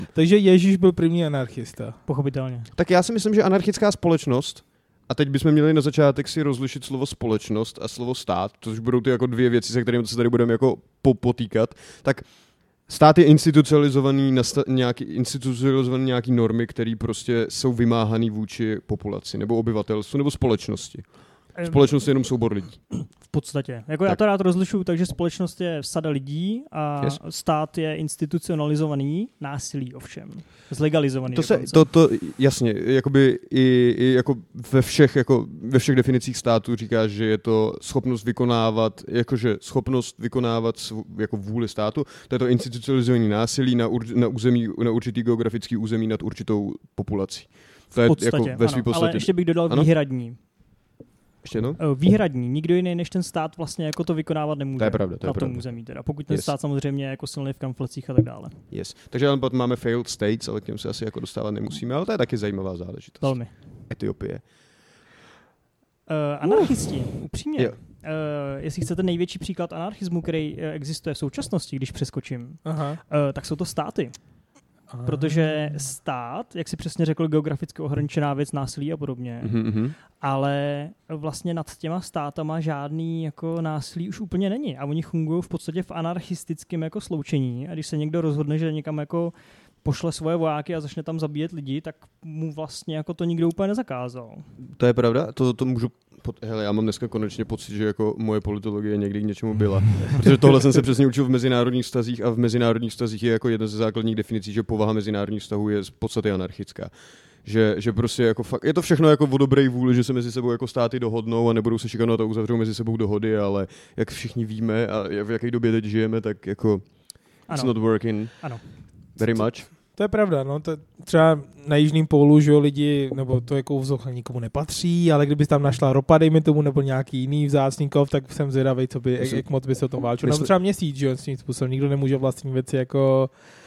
Takže Ježíš byl první anarchista. Pochopitelně. Tak já si myslím, že anarchická společnost, a teď bychom měli na začátek si rozlišit slovo společnost a slovo stát, což budou ty jako dvě věci, se kterými se tady budeme jako potýkat, tak stát je institucionalizovaný nějaký normy, které prostě jsou vymáhaný vůči populaci, nebo obyvatelstvu, nebo společnosti. Společnost je jenom soubor lidí. V podstatě. Jako já to rád rozlišuju, takže společnost je sada lidí a stát je institucionalizovaný násilí ovšem. Zlegalizovaný. To jasně, jakoby i jako ve všech definicích státu říkáš, že je to schopnost vykonávat jako vůli státu, to je to institucionalizovaný násilí na určitý geografický území nad určitou populací. To je v podstatě, jako ve svý podstatě. Ale ještě bych dodal výhradní. Ještě jednou? Výhradní. Nikdo jiný než ten stát vlastně jako to vykonávat nemůže. To je pravda. Na tom území teda. Pokud ten stát samozřejmě jako silný v kamflecích a tak dále. Yes. Takže máme failed states, ale k těm se asi jako dostávat nemusíme, ale to je taky zajímavá záležitost. Velmi. Etiopie. Anarchisti, upřímně. Jestli chcete největší příklad anarchismu, který existuje v současnosti, když přeskočím, tak jsou to státy. Protože stát, jak si přesně řekl, geograficky ohraničená věc, násilí a podobně, ale vlastně nad těma státama žádný jako násilí už úplně není. A oni fungují v podstatě v anarchistickém jako sloučení. A když se někdo rozhodne, že někam jako pošle svoje vojáky a začne tam zabíjet lidi, tak mu vlastně jako to nikdo úplně nezakázal. To je pravda, to můžu... Hele, já mám dneska konečně pocit, že jako moje politologie někdy k něčemu byla. Protože tohle jsem se přesně učil v mezinárodních vztazích a v mezinárodních vztazích je jako jedna ze základních definicí, že povaha mezinárodních vztahů je v podstatě anarchická. Že prostě jako fakt, je to všechno jako o dobré vůli, že se mezi sebou jako státy dohodnou a nebudou se šikanovat a uzavřou mezi sebou dohody, ale jak všichni víme a v jaké době teď žijeme, tak jako it's not working very much. To je pravda, no, to třeba na jižním pólu, že jo, lidi, nebo to jako vzduch nikomu nepatří, ale kdyby tam našla ropa, dejme tomu, nebo nějaký jiný vzácný kov, tak jsem zvědavej, jak moc by se o tom válčil. No, třeba měsíc, že jo, s tím způsobem, nikdo nemůže vlastní věci jako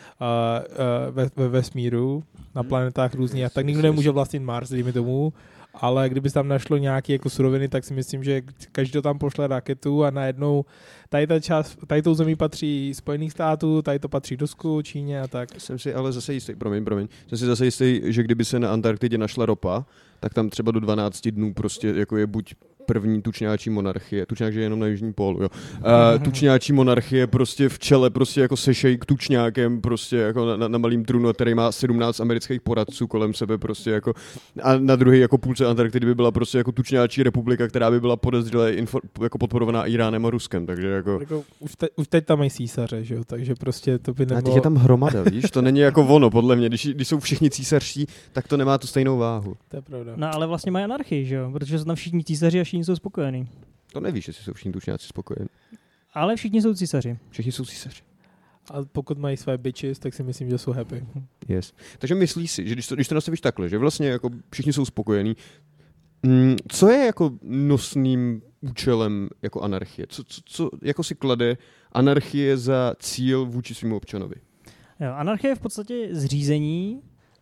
ve vesmíru, na planetách různý, a tak nikdo nemůže vlastnit Mars, dejme tomu, ale kdyby tam našlo nějaké jako suroviny, tak si myslím, že každý tam pošle raketu a najednou tady tou zemí patří Spojených států, tady to patří Rusku, Číně a tak. Jsem si ale zase jistý, jsem si zase jistý, že kdyby se na Antarktidě našla ropa, tak tam třeba do 12 dnů prostě jako je buď první tučňáčí monarchie, tučňák je jenom na jižní pólu, jo. Tučňáčí monarchie prostě v čele prostě jako se šejk tučňákem prostě jako na malým trůnu, který má 17 amerických poradců kolem sebe prostě jako a na druhé jako půlce Antarktidy by byla prostě jako tučňáčí republika, která by byla podezřelé jako podporovaná Iránem a Ruskem, takže jako už teď tam mají císaře, že jo, takže prostě to by nebylo... A teď je tam hromada, víš, to není jako ono, podle mě, když jsou všichni císařští, tak to nemá tu stejnou váhu. To je pravda. No ale vlastně mají anarchii, že jo, protože jsou tam všichni císaři a všichni jsou spokojení. To nevíš, jestli jsou všichni tučňáci spokojení. Ale všichni jsou císaři. Všichni jsou císaři. A pokud mají své bitches, tak si myslím, že jsou happy. Yes. Takže myslíš si, že když to nastavíš takhle, že vlastně jako všichni jsou spokojení, co je jako nosným účelem jako anarchie? Co jako si klade anarchie za cíl vůči svým občanovi? Jo, anarchie je v podstatě zřízení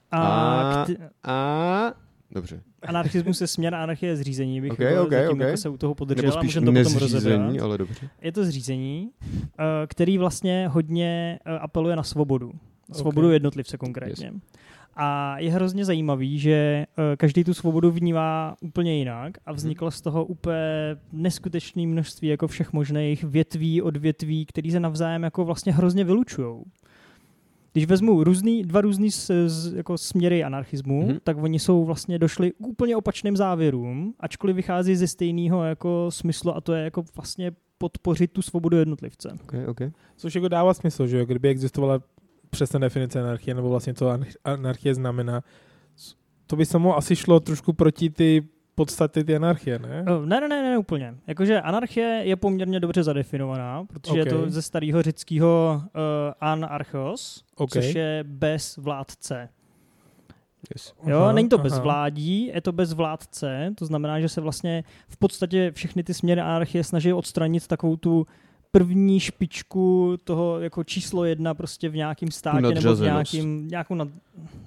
Dobře. Anarchismus je směr, anarchie je zřízení. Bych okay. se u toho podržel. Nebo spíš nezřízení, ale dobře. Je to zřízení, který vlastně hodně apeluje na svobodu. Svobodu jednotlivce konkrétně. Yes. A je hrozně zajímavý, že každý tu svobodu vnímá úplně jinak a vzniklo z toho úplně neskutečné množství jako všech možných větví, odvětví, které se navzájem jako vlastně hrozně vylučujou. Když vezmu dva různý jako směry anarchismu, tak oni jsou vlastně došli k úplně opačným závěrům, ačkoliv vychází ze stejného jako smyslu a to je jako vlastně podpořit tu svobodu jednotlivce. Okay. Což jako dává smysl, že jo? Kdyby existovala přesná definice anarchie, nebo vlastně co anarchie znamená, to by samo asi šlo trošku proti ty podstaty ty anarchie, ne? Ne, úplně. Jakože anarchie je poměrně dobře zadefinovaná, protože je to ze starého řeckého anarchos, což je bez vládce. Yes. Jo, není to bez vládí, je to bez vládce, to znamená, že se vlastně v podstatě všechny ty směry anarchie snaží odstranit takovou tu první špičku toho jako číslo 1 prostě v nějakým státě nebo v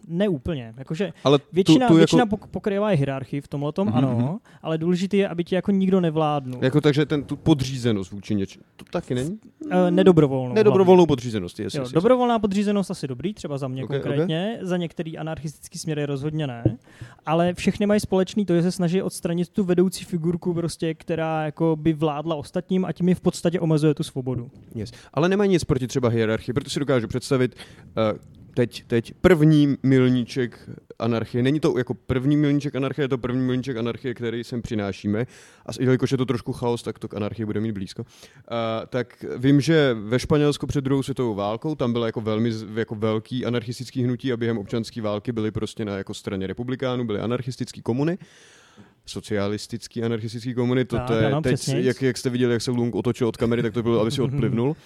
Ne úplně. Jakože ale většina pokrývá hierarchii v tomhletom, ano, ale důležité je, aby ti jako nikdo nevládnul. Jako takže tu podřízenost vůči něčemu, to taky není? Nedobrovolnou podřízenost, jo, dobrovolná podřízenost asi dobrý, třeba za mě konkrétně, za některý anarchistický směry rozhodně ne, ale všechny mají společný to, že se snaží odstranit tu vedoucí figurku prostě, která jako by vládla ostatním a tím je v podstatě omezuje tu svobodu. Yes. Ale nemají nic proti třeba hierarchii, protože si dokážu představit teď první milníček anarchie. Není to jako první milníček anarchie, je to první milníček anarchie, který sem přinášíme. A jelikož je to trošku chaos, tak to k anarchii bude mít blízko. Tak vím, že ve Španělsku před druhou světovou válkou tam bylo jako velmi jako velký anarchistický hnutí a během občanské války byly prostě na jako straně republikánů, byly anarchistický komuny. Socialistický, anarchistický komuny, to je teď, jak jste viděli, jak se Lung otočil od kamery, tak to bylo, aby si odplivnul.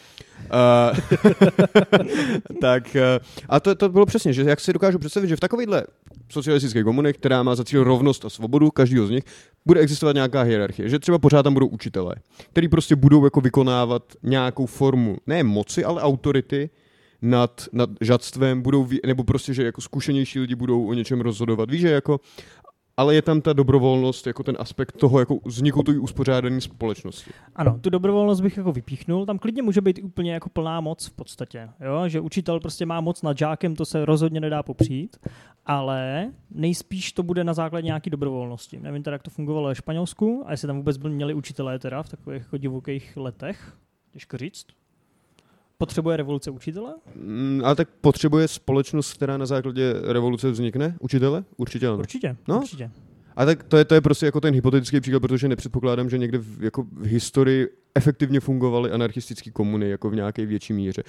A to bylo přesně, že jak si dokážu představit, že v takovejhle socialistické komuně, která má za cíl rovnost a svobodu každého z nich, bude existovat nějaká hierarchie, že třeba pořád tam budou učitelé, kteří prostě budou jako vykonávat nějakou formu, ne moci, ale autority nad žadstvem, nebo prostě, že jako zkušenější lidi budou o něčem rozhodovat. Víš, že jako ale je tam ta dobrovolnost jako ten aspekt toho jako vzniku té uspořádané společnosti. Ano, tu dobrovolnost bych jako vypíchnul. Tam klidně může být úplně jako plná moc v podstatě. Jo? Že učitel prostě má moc nad žákem, to se rozhodně nedá popřít, ale nejspíš to bude na základě nějaký dobrovolnosti. Nevím teda, jak to fungovalo ve Španělsku a jestli tam vůbec měli učitelé teda v takových jako divokých letech. Těžko říct. Potřebuje revoluce učitele? Ale tak potřebuje společnost, která na základě revoluce vznikne? Učitele? Určitě ano. Určitě. A tak to je prostě jako ten hypotetický příklad, protože nepředpokládám, že někde v historii efektivně fungovaly anarchistické komuny jako v nějaké větší míře.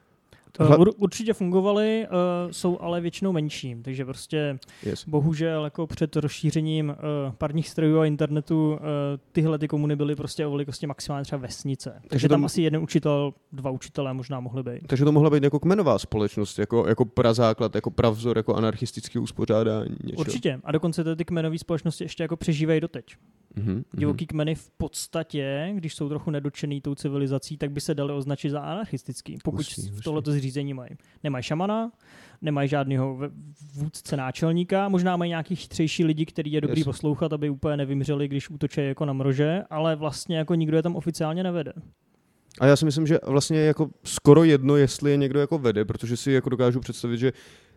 Určitě fungovaly, jsou ale většinou menší, takže prostě bohužel jako před rozšířením parních strojů a internetu tyhle ty komuny byly prostě o velikosti maximálně třeba vesnice. Takže tam asi jeden učitel, 2 učitelé možná mohli být. Takže to mohla být jako kmenová společnost, jako prazáklad, jako pravzor, jako anarchistického uspořádání. Něčeho. Určitě. A dokonce ty kmenové společnosti ještě jako přežívají doteď. Divoký kmeny v podstatě, když jsou trochu nedotčený tou civilizací, tak by se dali označit za anarchistický, pokud v tohleto zřízení mají. Nemají šamana, nemají žádného vůdce náčelníka, možná mají nějaký chytřejší lidi, který je dobrý poslouchat, aby úplně nevymřeli, když útočí jako na mrože, ale vlastně jako nikdo je tam oficiálně nevede. A já si myslím, že vlastně je jako skoro jedno, jestli je někdo jako vede, protože si jako dokážu představit, že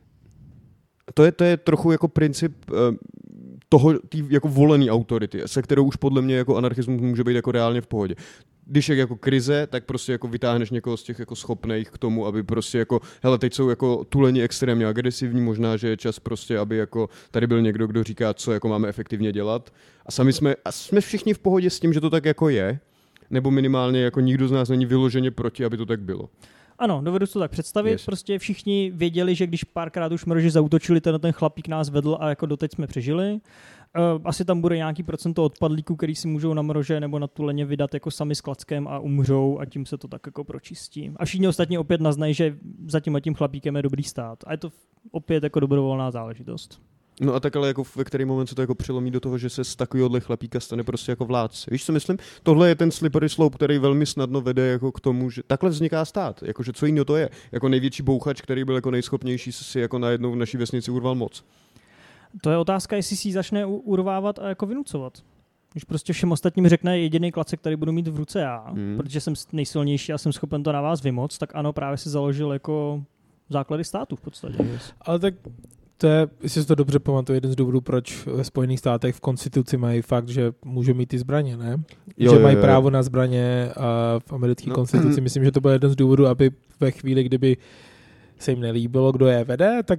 to je trochu jako princip toho, tý jako volený autority, se kterou už podle mě jako anarchismus může být jako reálně v pohodě. Když je jako krize, tak prostě jako vytáhneš někoho z těch jako schopných k tomu, aby prostě jako, hele, teď jsou jako tuleni extrémně agresivní, možná, že je čas prostě, aby jako tady byl někdo, kdo říká, co jako máme efektivně dělat. A sami jsme všichni v pohodě s tím, že to tak jako je, nebo minimálně jako nikdo z nás není vyloženě proti, aby to tak bylo. Ano, dovedu si to tak představit. Prostě všichni věděli, že když párkrát už mroži zaútočili, ten chlapík nás vedl a jako doteď jsme přežili. Asi tam bude nějaký procento odpadlíků, který si můžou na mrože nebo na tuleně vydat jako sami s klackem a umřou a tím se to tak jako pročistí. A všichni ostatní opět naznají, že za tím chlapíkem je dobrý stát. A je to opět jako dobrovolná záležitost. No a tak ale jako ve který moment se to jako přelomí do toho, že se z takovýhohle chlapíka stane prostě jako vládce. Víš, co myslím? Tohle je ten slippery slope, který velmi snadno vede jako k tomu, že takhle vzniká stát. Jakože co jiného to je? Jako největší bouchač, který byl jako nejschopnější, si jako najednou v naší vesnici urval moc. To je otázka, jestli si ji začne urvávat a jako vynucovat. Když prostě všem ostatním řekne jediný klacek, který budu mít v ruce já, protože jsem nejsilnější a jsem schopen to na vás vymoct, tak ano, právě si založil jako základy státu v podstatě. Ale tak to je, jestli si to dobře pamatuju, jeden z důvodů, proč ve Spojených státech v konstituci mají fakt, že můžou mít ty zbraně, ne? Že mají právo na zbraně a v americké konstituci. Myslím, že to byl jeden z důvodů, aby ve chvíli, kdyby se jim nelíbilo, kdo je vede, tak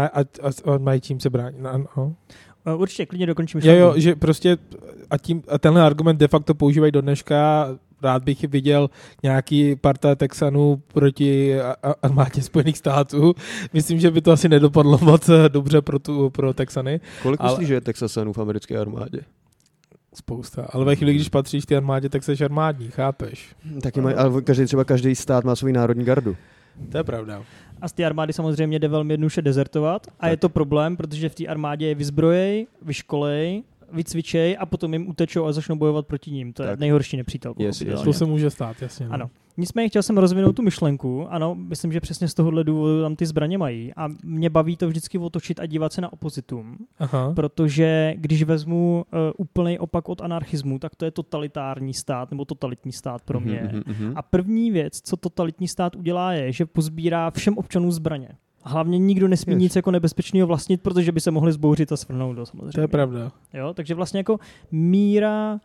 mají tím se bránit. No. Určitě, klidně dokončím. Jo, že prostě a tenhle argument de facto používají do dneška. Rád bych viděl nějaký parta Texanů proti armádě Spojených států. Myslím, že by to asi nedopadlo moc dobře pro Texany. Kolik myslíš, že je Texasanů v americké armádě? Spousta. Ale ve chvíli, když patříš té armádě, tak jsi armádní, chápeš? Taky mají, ale každý stát má svou národní gardu. To je pravda. A z té armády samozřejmě jde velmi jednoduše dezertovat. A je to problém, protože v té armádě je vyzbrojej, vyškolej, vycvičej a potom jim utečou a začnou bojovat proti ním. To je nejhorší nepřítel. To se může stát, jasně. Ano. Nicméně chtěl jsem rozvinout tu myšlenku. Ano, myslím, že přesně z tohohle důvodu tam ty zbraně mají. A mě baví to vždycky otočit a dívat se na opozitum. Aha. Protože když vezmu úplný opak od anarchismu, tak to je totalitární stát nebo totalitní stát pro mě. A první věc, co totalitní stát udělá, je, že pozbírá všem občanům zbraně. A hlavně nikdo nesmí nic jako nebezpečného vlastnit, protože by se mohli zbouřit a svrhnout. Samozřejmě. To je pravda. Jo, takže vlastně jako míra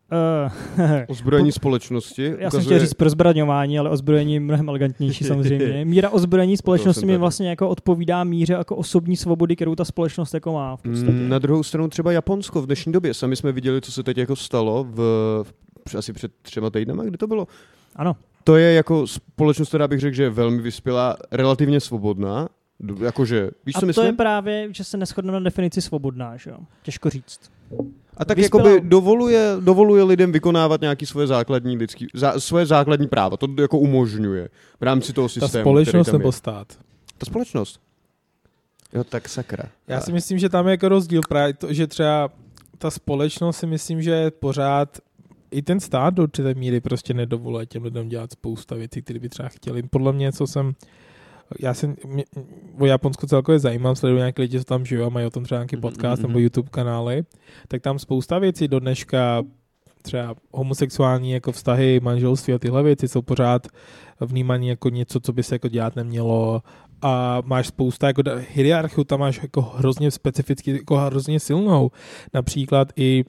ozbrojení společnosti. Já jsem chtěl říct pro zbraňování, ale ozbrojení je mnohem elegantnější samozřejmě. Míra ozbrojení společnosti mi vlastně jako odpovídá míře jako osobní svobody, kterou ta společnost jako má v podstatě. Na druhou stranu třeba Japonsko v dnešní době. Sami jsme viděli, co se teď jako stalo asi před 3 týdnama, kdy to bylo. Ano. To je jako společnost, která bych řekl, že je velmi vyspělá, relativně svobodná. Jakože, víš, co myslím? A to je právě, že se neshodneme na definici svobodná, že jo? Těžko říct. A tak jakoby dovoluje lidem vykonávat nějaké svoje základní svoje základní práva. To jako umožňuje v rámci toho systému. Ta společnost nebo stát? Ta společnost. Jo, tak sakra. Já si myslím, že tam je jako rozdíl právě to, že třeba ta společnost si myslím, že pořád i ten stát do určité míry prostě nedovoluje těm lidem dělat spousta věcí, které by třeba chtěli. Podle mě, já jsem o Japonsku celkově zajímám, sleduju nějaké lidi, co tam žijou a mají o tom třeba nějaký podcast nebo YouTube kanály, tak tam spousta věcí do dneška, třeba homosexuální jako vztahy, manželství a tyhle věci jsou pořád vnímaný jako něco, co by se jako dělat nemělo a máš spousta jako hierarchii, tam máš jako hrozně specificky, jako hrozně silnou. Například i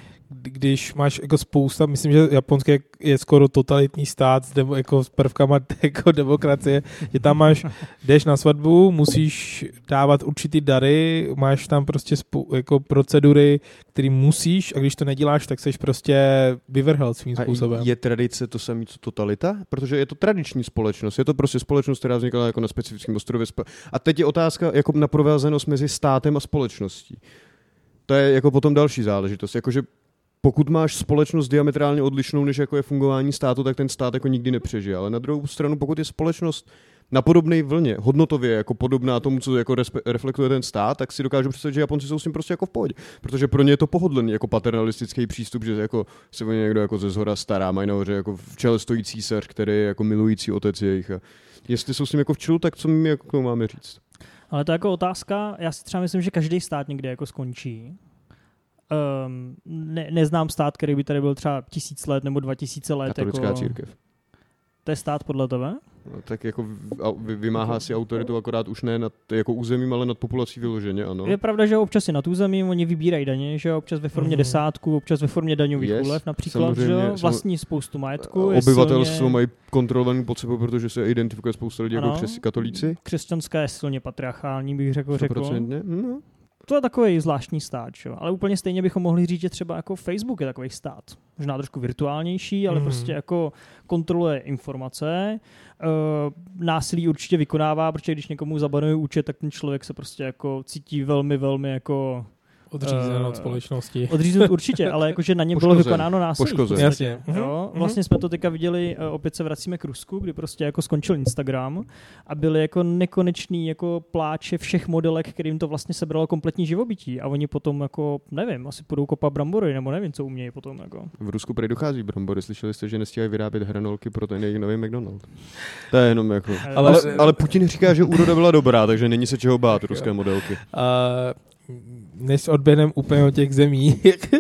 když máš jako spousta, myslím, že Japonské je skoro totalitní stát jako s prvkama jako demokracie, že tam jdeš na svatbu, musíš dávat určitý dary, máš tam prostě jako procedury, které musíš a když to neděláš, tak seš prostě vyvrhel svým způsobem. A je tradice to samé, co totalita? Protože je to tradiční společnost, je to prostě společnost, která vznikla jako na specifickém ostrově. A teď je otázka jako na provázanost mezi státem a společností. To je jako potom další záležitost, jakože pokud máš společnost diametrálně odlišnou, než jako je fungování státu, tak ten stát jako nikdy nepřežije. Ale na druhou stranu, pokud je společnost na podobné vlně, hodnotově jako podobná tomu, co jako reflektuje ten stát, tak si dokážu představit, že Japonci jsou s tím prostě jako v pohodě. Protože pro ně je to pohodlný jako paternalistický přístup, že jako se o ně někdo jako ze zhora stará, mají nahoře jako v čele stojí císař, který je jako milující otec jejich. A jestli jsou s tím jako v čilu, tak co my jako k tomu máme říct? Ale to je jako otázka, já si třeba myslím, že každý stát někde jako skončí. Neznám stát, který by tady byl třeba 1000 let nebo 2000 let. Katolická jako církev. To je stát podle tebe? No, tak jako vymáhá si autoritu akorát už ne nad jako územím, ale nad populací vyloženě, ano. Je pravda, že občas je nad územím, oni vybírají daně, že občas ve formě desátku, občas ve formě daňových úlev například, že vlastní spoustu majetku. Obyvatelstvo mají kontrolovanou pod sebou, protože se identifikuje spousta lidí jako katolíci. Křesťanská je silně patriarchální, bych řekl. 100%. No. To je takový zvláštní stát, čo? Ale úplně stejně bychom mohli říct, že třeba jako Facebook je takový stát. Možná trošku virtuálnější, ale prostě jako kontroluje informace, násilí určitě vykonává, protože když někomu zabanuje účet, tak ten člověk se prostě jako cítí velmi, velmi jako odřízen od společnosti. Odřízen určitě, ale jakože na něm bylo vykonáno násilí. Jasně. Jo? Vlastně jsme to teďka viděli, opět se vracíme k Rusku, kdy prostě jako skončil Instagram a byly jako nekonečný jako pláče všech modelek, kterým to vlastně sebralo kompletní živobytí a oni potom jako, nevím, asi půjdou kopat brambory, nebo nevím, co umějí potom. Jako. V Rusku prý dochází brambory, slyšeli jste, že nestíhají vyrábět hranolky pro ten jejich nový McDonald. To je jenom jako... Ale Putin říká, že úroda byla dobrá, takže není se čeho bát, ruské modelky. Než odběhneme úplně od těch zemí.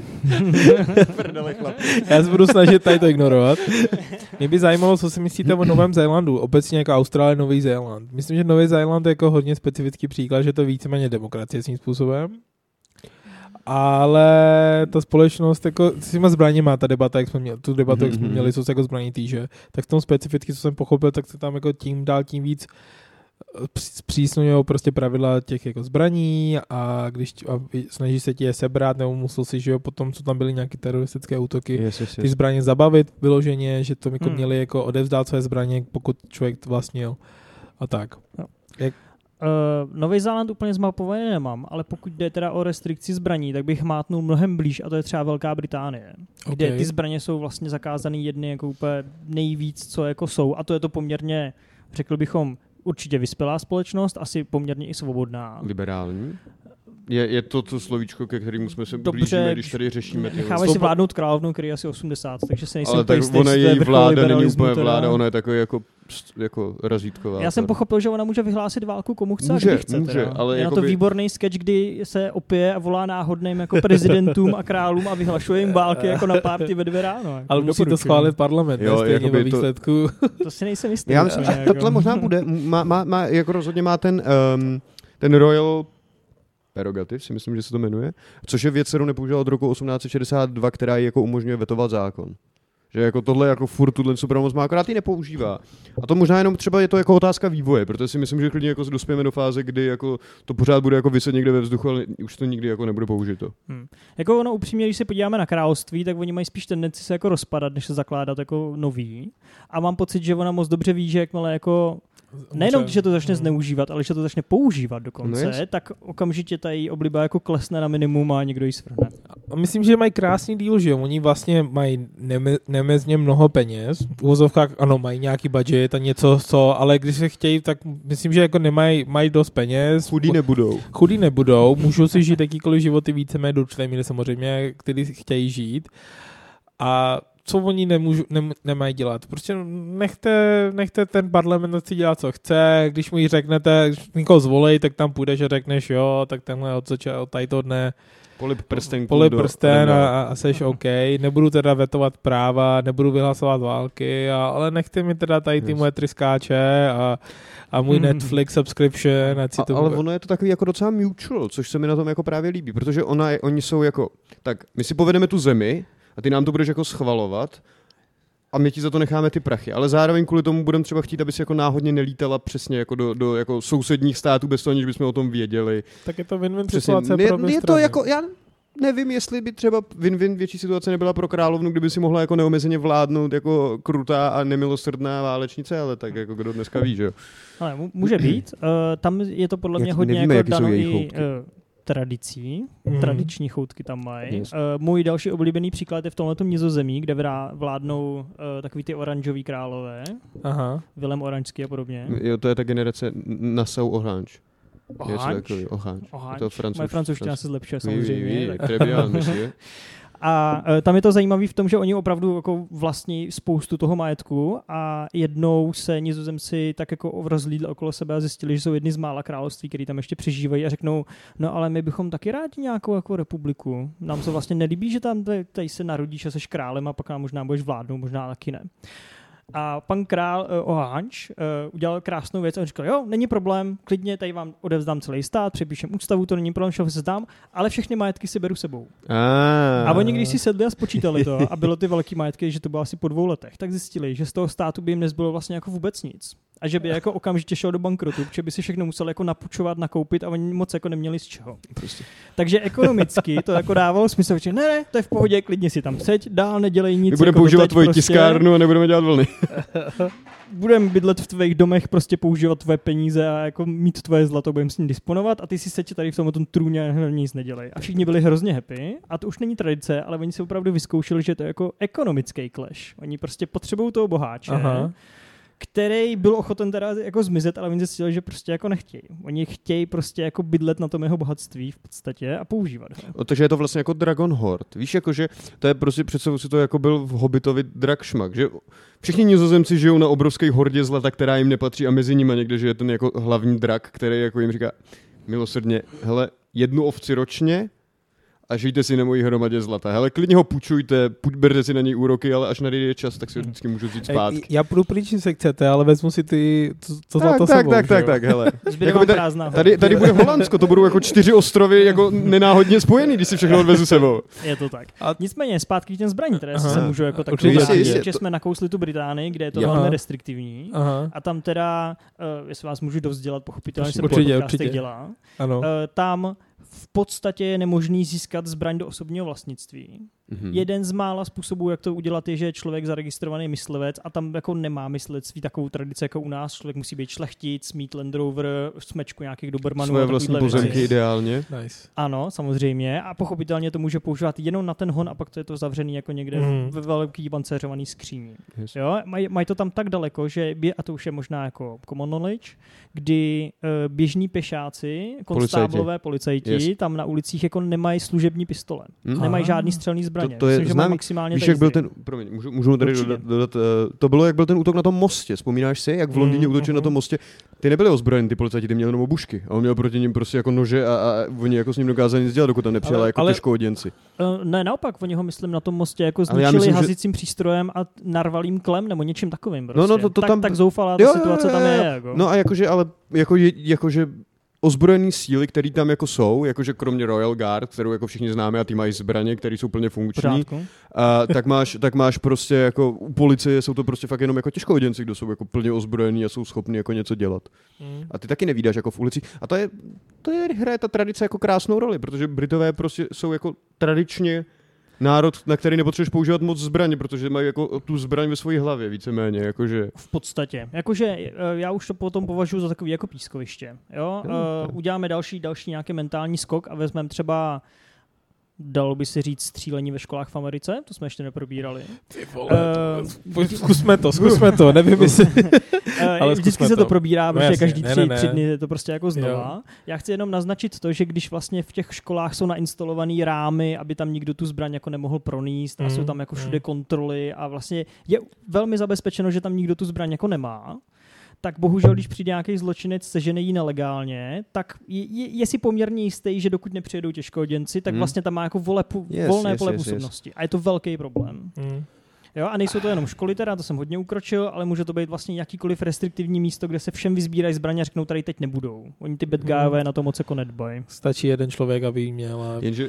Já se budu snažit tady to ignorovat. Mě by zajímalo, co si myslíte o Novém Zélandu. Obecně jako Austrálie, Nový Zéland. Myslím, že Nový Zéland je jako hodně specifický příklad, že to víceméně demokracie svým způsobem. Ale ta společnost, jako s těma zbraněma, ta debata, jak jsme měli, tu debatu, jak jsme měli, co se jako zbraní týže, tak v tom specificky, co jsem pochopil, tak se tam jako tím dál tím víc zpřísňují prostě pravidla těch jako zbraní a když snaží se ti je sebrat, nebo musel si, že jo, potom, co tam byly nějaké teroristické útoky, ty zbraně zabavit vyloženě, že to jako měli jako odevzdát své zbraně, pokud člověk to vlastnil a tak. No. Nový Zéland úplně zmapovaný nemám, ale pokud jde teda o restrikci zbraní, tak bych mátnul mnohem blíž a to je třeba Velká Británie, kde ty zbraně jsou vlastně zakázané jedny jako úplně nejvíc, co jako jsou a to je to poměrně, řekl bychom, určitě vyspělá společnost, asi poměrně i svobodná. Liberální? Je to slovíčko, ke kterému jsme se blížíme, když tady řešíme. Necháme si vládnout královnu, který je asi 80, takže se nejsem ale tak jistý, ona její vláda není úplně teda. vláda, ona je takový jako razítková. Já jsem pochopil, že ona může vyhlásit válku komu chce, může, chce. Může, ale je na to výborný sketch, kdy se opije a volá náhodným jako prezidentům a králům a vyhlašuje jim války jako na party ve 2 ráno. Jako ale musí to schválit parlament, jo, stejně ve výsledku. To si nejsem jistý. Já myslím, že takhle možná bude. Jako rozhodně má ten Royal Prerogative, si myslím, že se to jmenuje, což je věc, kterou nepoužíval od roku 1862, která ji jako umožňuje vetovat zákon. Že jako tohle jako furt tuhle pravomoc má, akorát ji nepoužívá. A to možná jenom třeba je to jako otázka vývoje, protože si myslím, že klidně jako dospějeme do fáze, kdy jako to pořád bude jako viset někde ve vzduchu, ale už to nikdy jako nebude použito. Jako ono upřímně, když se podíváme na království, tak oni mají spíš tendenci se jako rozpadat, než se zakládat jako nový. A mám pocit, že ona moc dobře ví, že jakmile jako nejenom, že to začne zneužívat, ale že to začne použít dokonce, tak okamžitě ta její obliba jako klesne na minimum a někdo ji svrhne. A myslím, že mají krásný díl, že oni vlastně mají nemezně mnoho peněz. V uvozovkách ano, mají nějaký budget a něco, ale když se chtějí, tak myslím, že jako mají dost peněz. Chudí nebudou, můžou si žít jakýkoliv životy víceméně do určité míry samozřejmě, který chtějí žít. A co oni nemají dělat. Prostě nechte ten parlament si dělat, co chce. Když mu ji řeknete, když někoho zvolej, tak tam půjdeš a řekneš, jo, tak tenhle od tadyto dne polip prsten a seš OK. Nebudu teda vetovat práva, nebudu vyhlasovat války, ale nechte mi teda tady ty moje tryskáče a můj Netflix subscription. Ale ono je to takový jako docela mutual, což se mi na tom jako právě líbí, protože oni jsou jako, tak my si povedeme tu zemi, a ty nám to budeš jako schvalovat a my ti za to necháme ty prachy. Ale zároveň kvůli tomu budeme třeba chtít, aby si jako náhodně nelítala přesně jako do jako sousedních států bez toho, aniž bychom o tom věděli. Tak je to win-win situace pro obě strany. To jako, já nevím, jestli by třeba win-win větší situace nebyla pro královnu, kdyby si mohla jako neomezeně vládnout jako krutá a nemilosrdná válečnice, ale tak jako kdo dneska ví, že jo. Ale může být. Tam je to podle mě hodně nevíme, jako dano i tradicí. Tradiční choutky tam mají. Můj další oblíbený příklad je v tomhletom Nizozemí, kde vládnou takový ty oranžový králové. Aha. Willem Oranžský a podobně. Jo, to je ta generace Nassau Orange. Orange? Moje francouzština se zlepšuje samozřejmě. A tam je to zajímavé v tom, že oni opravdu jako vlastní spoustu toho majetku a jednou se Nizozemci tak jako rozhlídli okolo sebe a zjistili, že jsou jedni z mála království, který tam ještě přežívají a řeknou, no ale my bychom taky rádi nějakou jako republiku. Nám se vlastně nelíbí, že tam tady se narodíš a seš králem a pak nám možná budeš vládnout, možná taky ne. A pan král Orange udělal krásnou věc a on říkal, jo, není problém, klidně tady vám odevzdám celý stát, přepíšem ústavu, to není problém, všechno se zdám, ale všechny majetky si beru sebou. A oni, když si sedli a spočítali to, a bylo ty velký majetky, že to bylo asi po 2 letech, tak zjistili, že z toho státu by jim nezbylo vlastně jako vůbec nic. A že by jako okamžitě šel do bankrotu, protože by si všechno musel jako napůjčovat, nakoupit a oni moc jako neměli z čeho. Prostě. Takže ekonomicky to jako dávalo smysl, že ne, to je v pohodě, klidně si tam seď, dál nedělej nic. My budeme jako používat tvoji tiskárnu a nebudeme dělat vlny. Budeme bydlet v tvých domech, prostě používat tvoje peníze a jako mít tvoje zlato, budeme s ním disponovat a ty si seď tady v tomhle trůně nic nedělej. A všichni byli hrozně happy a to už není tradice, ale oni si opravdu vyzkoušeli, že to je jako ekonomický clash. Oni prostě potřebují toho boháče. Aha. Který byl ochoten teda jako zmizet, ale oni zjistili, že prostě jako nechtějí. Oni chtějí prostě jako bydlet na tom jeho bohatství v podstatě a používat ho. Takže je to vlastně jako Dragon Horde. Víš, jakože to je prostě přece si to jako byl v Hobbitovi Drakšmak, že všichni Nizozemci žijou na obrovské hordě zlata, která jim nepatří a mezi nimi někde žije ten jako hlavní drak, který jako jim říká milosrdně, hele, 1 ovci ročně a žijte si na mojí hromadě zlata. Hele, klidně ho půjčujte, berte si na něj úroky, ale až nadejde čas, tak si ho vždycky můžu vzít zpátky. Já půjdu pryč, se chcete, ale vezmu si to zlato sebou. Tak, hele. Jako tady bude Holandsko, to budou jako 4 ostrovy jako nenáhodně spojený, když si všechno odvezu sebou. Je to tak. A nicméně zpátky k těm zbraním, které se můžou jako tak vrátit, že jsme nakousli tu Británii, kde je to velmi restriktivní. A tam teda, jestli vás můžu dovzdělat, pochopitelně se po podcastech dělá. Tam v podstatě je nemožný získat zbraň do osobního vlastnictví. Jeden z mála způsobů, jak to udělat, je, že je člověk zaregistrovaný myslivec a tam jako nemá myslectví takovou tradici jako u nás. Člověk musí být šlechtic, mít Land Rover, smečku nějakých Dobermanů. Svoje vlastní pozemky ideálně. Nice. Ano, samozřejmě. A pochopitelně to může používat jenom na ten hon a pak to je to zavřený jako někde ve velký pancéřovaný skříni. Yes. Jo? Mají to tam tak daleko, že a to už je možná jako common knowledge, kdy běžní pešáci, konstáblové policajti tam na ulicích jako nemají služební pistole. Nemají žádný střelný zbraně. To je myslím, známý. Maximálně víš, jak byl ten, promiň, můžu tady dodat, to bylo, jak byl ten útok na tom mostě. Vzpomínáš si, jak v Londýně útočili na tom mostě? Ty nebyli ozbrojeni, ty policajti, ty měli jenom obušky. A on měl proti nim prostě jako nože a oni jako s ním dokázali nic dělat, dokud tam nepřijela jako těžkooděnci. Ne, naopak, oni ho myslím na tom mostě jako zničili myslím, hazicím přístrojem a narvalým klem nebo něčím takovým. Prostě. Tak zoufalá ta situace tam je. Jako. No a jakože ozbrojený síly, které tam jako jsou, jakože kromě Royal Guard, kterou jako všichni známe a ty mají zbraně, které jsou plně funkční, tak máš prostě jako u policie jsou to prostě fakt jenom jako těžkooděnci, kdo jsou jako plně ozbrojení a jsou schopni jako něco dělat. A ty taky nevídáš jako v ulicích. A hraje ta tradice jako krásnou roli, protože Britové prostě jsou jako tradičně národ, na který nepotřebuješ používat moc zbraně, protože mají jako tu zbraň ve své hlavě víceméně, jakože. V podstatě. Jakože já už to potom považuji za takový jako pískoviště. Jo? Uděláme další nějaký mentální skok a vezmeme třeba, dalo by se říct, střílení ve školách v Americe, to jsme ještě neprobírali. Ty vole, zkusme to, nevím jestli. Ale vždycky se to probírá, protože každý 3 dny je to prostě jako znova. Jo. Já chci jenom naznačit to, že když vlastně v těch školách jsou nainstalovaný rámy, aby tam nikdo tu zbraň jako nemohl pronést a jsou tam jako všude kontroly a vlastně je velmi zabezpečeno, že tam nikdo tu zbraň jako nemá, tak bohužel, když přijde nějaký zločinec, sežene jí nelegálně, tak je si poměrně jistý, že dokud nepřijedou těžkooděnci, tak vlastně tam má jako volné pole působnosti. A je to velký problém. Jo, a nejsou to jenom školy, teda, to jsem hodně ukročil, ale může to být vlastně jakýkoliv restriktivní místo, kde se všem vyzbírají zbraně a řeknou, tady teď nebudou. Oni ty bad guyové na to moc jako nedbají. Stačí jeden člověk, aby jí měl. A... Jenže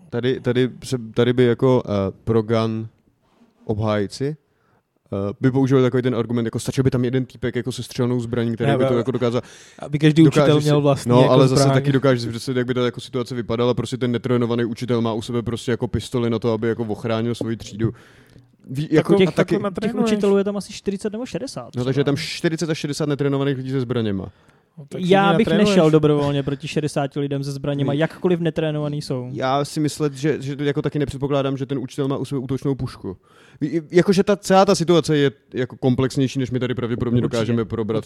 tady by jako pro-gun obhájci by používali takový ten argument, jako stačil by tam jeden týpek jako se střelnou zbraní, který by to jako dokázal. Aby každý učitel měl vlastně. No, jako ale zbraň. zase taky dokážeš představit, jak by ta jako situace vypadala, prostě ten netrénovaný učitel má u sebe prostě jako pistoli na to, aby jako ochránil svoji třídu. Jako těch učitelů je tam asi 40 nebo 60. No takže je tam 40 až 60 netrénovaných lidí se zbraněma. No, já bych nešel dobrovolně proti 60 lidem se zbraněma, jakkoliv netrénovaný jsou. Já si myslím, že jako taky nepředpokládám, že ten učitel má u sebe útočnou pušku. Jakože celá ta situace je jako komplexnější, než my tady pravděpodobně dokážeme probrat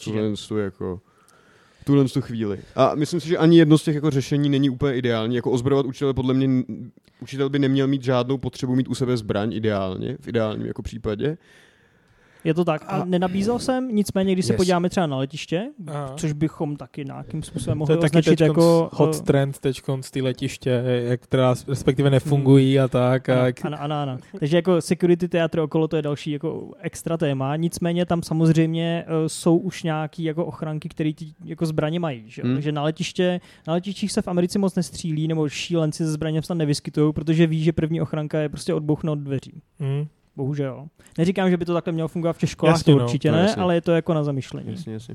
tuhle chvíli. A myslím si, že ani jedno z těch jako řešení není úplně ideální. Jako ozbrojovat učitele, podle mě učitel by neměl mít žádnou potřebu mít u sebe zbraň ideálně, v ideálním jako případě. Je to tak. A nenabízel jsem, nicméně, když se podíváme třeba na letiště, což bychom taky nějakým způsobem mohli označit jako... hot trend teďkon z té letiště, která respektive nefungují a tak. Ano. Takže jako security teatr okolo to je další jako extra téma, nicméně tam samozřejmě jsou už nějaký jako ochranky, které ty jako zbraně mají. Že? Takže na letištích se v Americe moc nestřílí, nebo šílenci ze zbraně tam nevyskytují, protože ví, že první ochranka je prostě odbouchnout dveří. Bohužel. Neříkám, že by to takhle mělo fungovat v těch školách, jasně, to určitě ne, ale je to jako na zamyšlení. Jasně.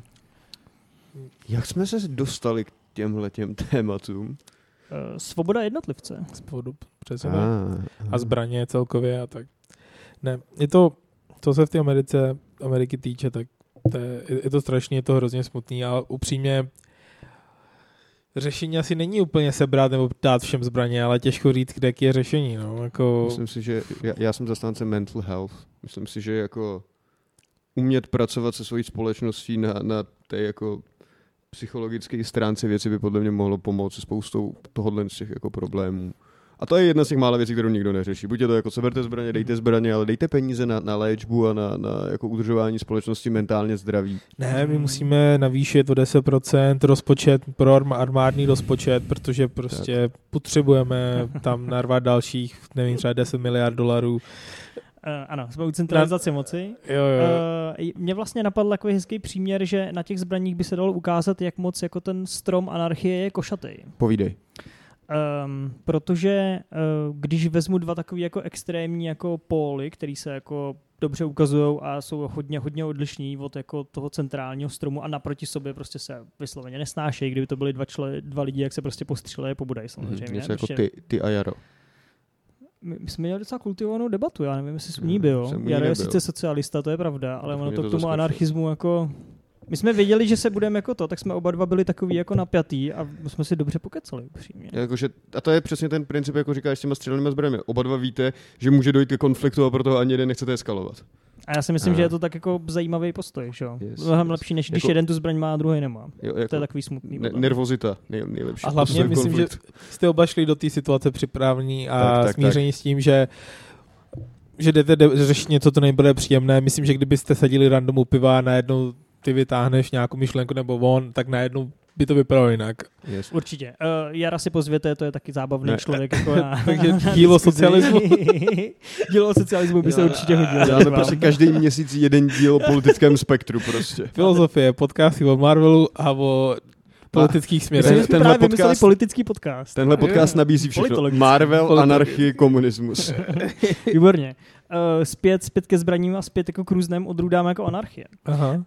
Jak jsme se dostali k těmhletěm tématům? Svoboda jednotlivce. Přesně. A zbraně celkově a tak. Ne, je to, co se v té Ameriky týče, tak je to strašně, je to hrozně smutný, ale upřímně řešení asi není úplně sebrat nebo dát všem zbraně, ale těžko říct, kde je řešení. No. Jako... Myslím si, že já jsem zastánce mental health. Myslím si, že jako umět pracovat se svojí společností na té jako psychologické stránce věci by podle mě mohlo pomoct spoustou tohohle z těch jako problémů. A to je jedna z těch mála věcí, kterou nikdo neřeší. Buď je to jako seberte zbraně, dejte zbraně, ale dejte peníze na léčbu a na jako udržování společnosti mentálně zdraví. Ne, my musíme navýšit o 10% rozpočet pro armádní rozpočet, protože prostě potřebujeme tam narvat dalších, nevím, třeba 10 miliard $. Ano, jsme u centralizace moci. Jo. Mně vlastně napadl takový hezký příměr, že na těch zbraních by se dalo ukázat, jak moc jako ten strom anarchie je košatý. Povídej. Protože když vezmu dva takový jako extrémní jako póly, který se jako dobře ukazují a jsou hodně odlišní od jako toho centrálního stromu a naproti sobě prostě se vysloveně nesnášejí, kdyby to byli dva lidi, jak se prostě postřílejí, pobudají samozřejmě. Něco jako ty a Jaro. my jsme měli docela kultivovanou debatu, já nevím, jestli jsi u ní byl. Já je sice socialista, to je pravda, ale ono to k tomu anarchismu jako... My jsme věděli, že se budeme jako to, tak jsme oba dva byli takový jako napjatý a jsme si dobře pokecali, upřímně. Jakože, a to je přesně ten princip, jako říkáš s těma střelnými zbraněmi. Oba dva víte, že může dojít ke konfliktu a proto ani jeden nechcete eskalovat. A já si myslím, že je to tak jako zajímavý postoj, že jo? Yes. Mnohem lepší, než když jeden tu zbraň má a druhý nemá. Jo, jako to je takový smutný. Nervozita, nejlepší. A hlavně myslím, že jste oba šli do té situace připravení a smíření s tím, že jdete řešit něco, to nebude příjemné. Myslím, že kdybyste sadili random u piva a najednou ty vytáhneš nějakou myšlenku nebo on, tak najednou by to vypadalo jinak. Yes. Určitě. Jara si pozvěte, to je taky zábavný člověk. Jako takže dílo socialismu. Dílo socialismu by se určitě hodilo. Dáme prostě každý měsíc jeden díl o politickém spektru prostě. Filozofie, podcasty o Marvelu a o politických směrech. Politický podcast. Tenhle podcast nabízí všechno. Marvel, anarchii, komunismus. Výborně. Zpět ke zbraním a zpět jako k různém odrůdám jako anarchie. Aha.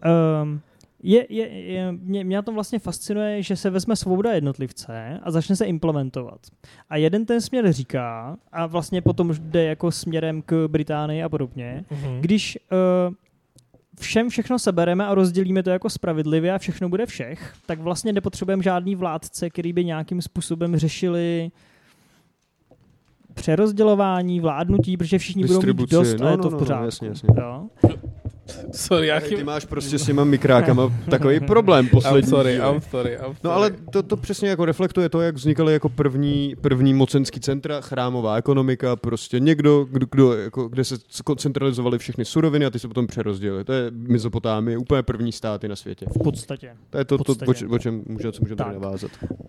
Mě na tom vlastně fascinuje, že se vezme svoboda jednotlivce a začne se implementovat. A jeden ten směr říká, a vlastně potom jde jako směrem k Británii a podobně, když všem všechno sebereme a rozdělíme to jako spravedlivě a všechno bude všech, tak vlastně nepotřebujeme žádný vládce, který by nějakým způsobem řešili přerozdělování, vládnutí, protože všichni budou mít dost a je to v pořádku. Jasně. Jo? Sorry, ty máš prostě s těma mikrákama takový problém poslední. I'm sorry. No ale to přesně jako reflektuje to, jak vznikaly jako první mocenský centra, chrámová ekonomika, prostě někdo, kde se centralizovaly všechny suroviny a ty se potom přerozdělily. To je Mezopotámie, úplně první státy na světě. V podstatě. To je o čem můžeme tady navázat.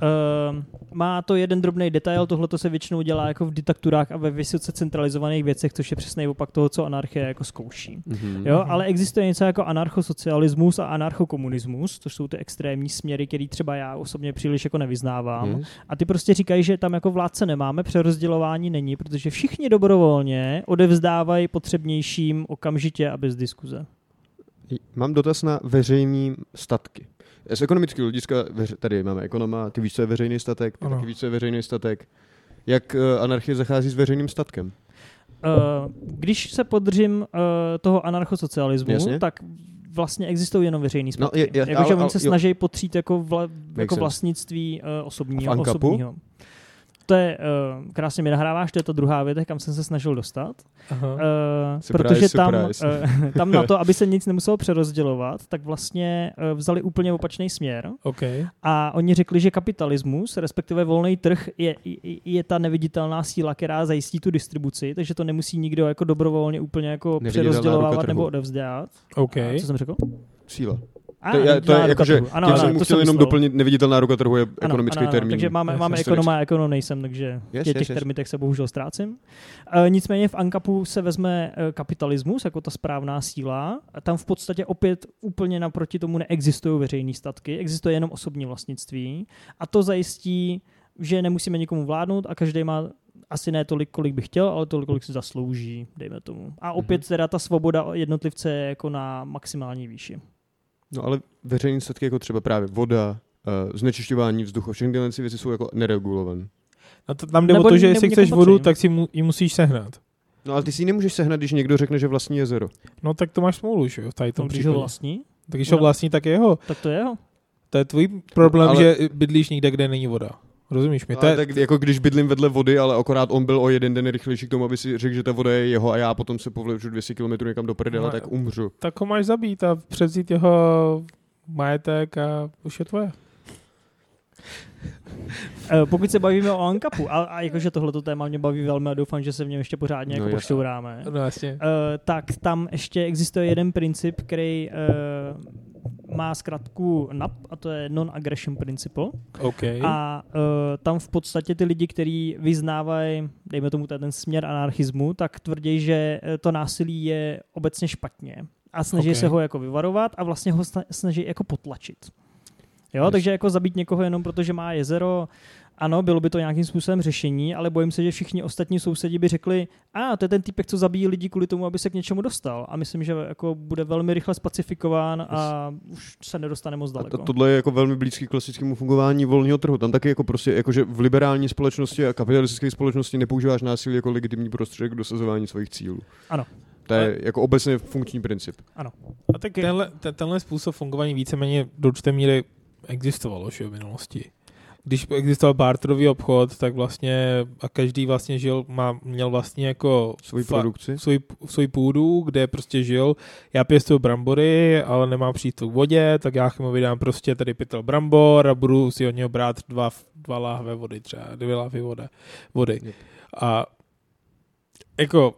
Má to jeden drobný detail, tohle se většinou dělá jako v diktaturách a ve vysoce centralizovaných věcech, což je přesně opak toho, co anarchie jako zkouší. Jo, ale existuje něco jako anarchosocialismus a anarchokomunismus, což jsou ty extrémní směry, který třeba já osobně příliš jako nevyznávám. A ty prostě říkají, že tam jako vládce nemáme, přerozdělování není, protože všichni dobrovolně odevzdávají potřebnějším okamžitě a bez diskuze. Mám dotaz na veřejný statky. Z ekonomického hlediska, tady máme ekonoma, ty víš, co je veřejný statek, ty taky víš, co je veřejný statek. Jak anarchie zachází s veřejným statkem? Když se podržím toho anarchosocialismu, tak vlastně existují jenom veřejný statky. Jakože oni se snaží potřít jako vlastnictví osobního. To je, krásně mi nahráváš, to je to druhá věta, kam jsem se snažil dostat. Protože tam na to, aby se nic nemuselo přerozdělovat, tak vlastně vzali úplně opačný směr. Okay. A oni řekli, že kapitalismus, respektive volný trh, je ta neviditelná síla, která zajistí tu distribuci, takže to nemusí nikdo jako dobrovolně úplně jako přerozdělovat nebo odevzdávat. Okay. Co jsem řekl? Síla. To je jako, že já jsem chtěl jenom doplnit, neviditelná ruka trhu je ekonomický termín. Takže máme ekonoma a ekonom nejsem, takže těch termitech se bohužel ztrácím. Nicméně v ANCAPu se vezme kapitalismus jako ta správná síla. Tam v podstatě opět úplně naproti tomu neexistují veřejné statky, existuje jenom osobní vlastnictví a to zajistí, že nemusíme nikomu vládnout a každý má asi ne tolik, kolik by chtěl, ale tolik, kolik si zaslouží, dejme tomu. A opět teda ta svoboda jednotlivce je jako na maximální výši. No ale veřejné statky jako třeba právě voda, znečišťování vzduchu, všechny tyhle věci jsou jako neregulované. A tam jde o to, že jestli chceš vodu, tak si ji musíš sehnat. No ale ty si ji nemůžeš sehnat, když někdo řekne, že vlastní jezero. No tak to máš smůlu, že jo? Když ho vlastní? Tak když ho vlastní, tak je jeho. Tak to je jeho. To je tvůj problém, že bydlíš někde, kde není voda. Rozumíš mi? No, tak jako když bydlím vedle vody, ale akorát on byl o jeden den rychlejší k tomu, aby si řekl, že ta voda je jeho a já potom se povleču 200 km někam do prdele, tak umřu. Tak ho máš zabít a převzít jeho majetek a už je tvoje. Pokud se bavíme o ANCAPu, a jakože tohleto téma mě baví velmi a doufám, že se v něm ještě pořádně jako pošťouráme, tak tam ještě existuje jeden princip, který má zkratku NAP, a to je Non-Aggression Principle. Okay. A tam v podstatě ty lidi, kteří vyznávají, dejme tomu ten směr anarchismu, tak tvrdí, že to násilí je obecně špatně. A snaží se ho jako vyvarovat a vlastně ho snaží jako potlačit. Jo, takže jako zabít někoho jenom protože má jezero ano, bylo by to nějakým způsobem řešení, ale bojím se, že všichni ostatní sousedi by řekli, to je ten týpek, co zabíjí lidi kvůli tomu, aby se k něčemu dostal. A myslím, že jako bude velmi rychle spacifikován a už se nedostane moc daleko. A tohle je jako velmi blízký klasickému fungování volného trhu. Tam taky jako prostě, jakože v liberální společnosti a kapitalistické společnosti nepoužíváš násilí jako legitimní prostředek k dosazování svých cílů. Ano. To je jako obecně funkční princip. Ano. A tak tenhle způsob fungování víceméně do určité míry existovalo v minulosti. Když existoval barterový obchod, tak vlastně a každý vlastně měl vlastně jako svůj půdu, kde prostě žil. Já pěstuju brambory, ale nemám přístup k vodě, tak já mu vydám prostě tady pytel brambor a budu si od něho brát dva láhve vody, třeba 2 láhve vody. A jako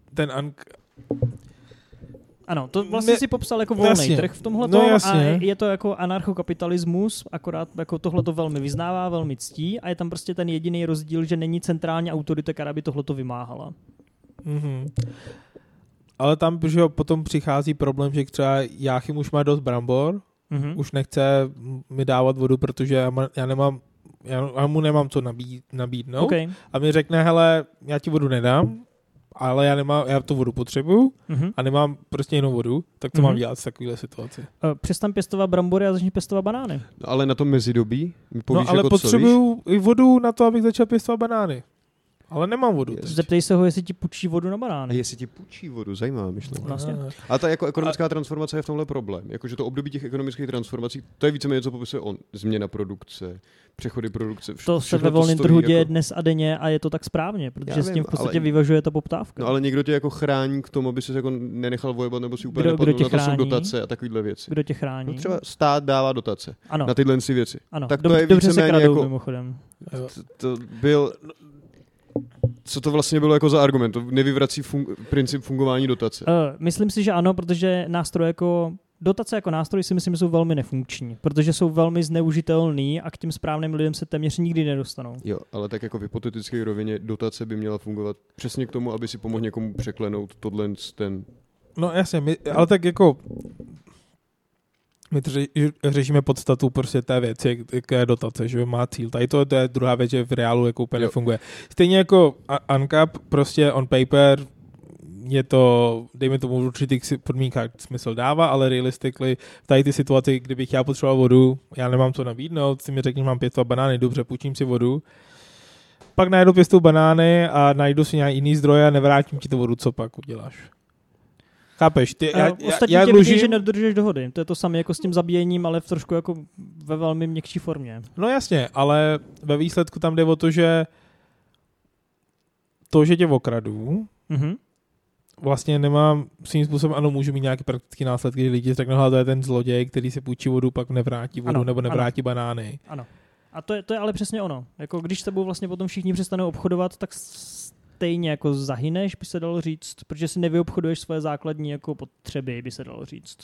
ano, to vlastně si popsal jako volný trh v tomhle a je to jako anarchokapitalismus, akorát jako tohle to velmi vyznává, velmi ctí a je tam prostě ten jediný rozdíl, že není centrální autorita, která by tohleto vymáhala. Mm-hmm. Ale tam že potom přichází problém, že třeba Jáchym už má dost brambor, už nechce mi dávat vodu, protože já mu nemám co nabídnout. Okay. A mi řekne, hele, já ti vodu nedám, ale já tu vodu potřebuju a nemám prostě jinou vodu, tak to mám dělat v takovéhle situaci. Přestaň pěstovat brambory a začni pěstovat banány. No, ale na tom mezidobí mi povíš, ale jako potřebuju i vodu na to, abych začal pěstovat banány. Ale nemám vodu. Zeptej se ho, jestli ti půjčí vodu na banány. Jestli ti půjčí vodu, zajímavá myšlenka. Vlastně. A ta jako ekonomická transformace je v tomhle problém. Jakože to období těch ekonomických transformací, to je víceméně něco popisuje on. Změna produkce, přechody produkce. To se ve volném trhu děje dnes a denně a je to tak správně, protože s tím v podstatě vyvažuje ta poptávka. No ale někdo tě jako chrání k tomu, aby se jako nenechal vojovat nebo si úplně nepadl, na to jsou dotace a takovéhle věci. Kdo tě chrání? No třeba stát dává dotace na tyhle věci. Ano. Tak to je dobře se kradou, jako, mimochodem. To byl... Co to vlastně bylo jako za argument? To nevyvrací princip fungování dotace. Myslím si, že ano, protože nástroje jako dotace jako nástroj si myslím, že jsou velmi nefunkční, protože jsou velmi zneužitelný a k těm správným lidem se téměř nikdy nedostanou. Jo, ale tak jako v hypotetické rovině dotace by měla fungovat přesně k tomu, aby si pomohl někomu překlenout tohle ten... No jasně, ale tak jako my řešíme podstatu prostě té věci, jaká je dotace, že má cíl. Tady to je druhá věc, že v reálu jako úplně nefunguje. Stejně jako UNCAP, prostě on paper je to, dejme tomu v určitých podmínkách smysl dává, ale realistically v tady ty situaci, kdybych já potřeboval vodu, já nemám co nabídnout, si mi řekni, že mám pěstovat banány, dobře, půjčím si vodu, pak najdu pěstu banány a najdu si nějaký jiný zdroje a nevrátím ti tu vodu, co pak uděláš. Chápeš? Ostatně tě vidí, že nedodržuješ dohody. To je to samé jako s tím zabíjením, ale v trošku jako ve velmi měkčí formě. No jasně, ale ve výsledku tam jde o to, že tě okradu, vlastně nemám svým způsobem, ano, můžu mít nějaké praktické následky, že lidi řeknou, to je ten zloděj, který si půjčí vodu, pak nevrátí vodu nebo nevrátí banány. Ano. A to je ale přesně ono. Jako když s tebou vlastně potom všichni přestanou obchodovat, tak stejně jako zahyneš, by se dalo říct, protože si nevyobchoduješ svoje základní jako potřeby, by se dalo říct.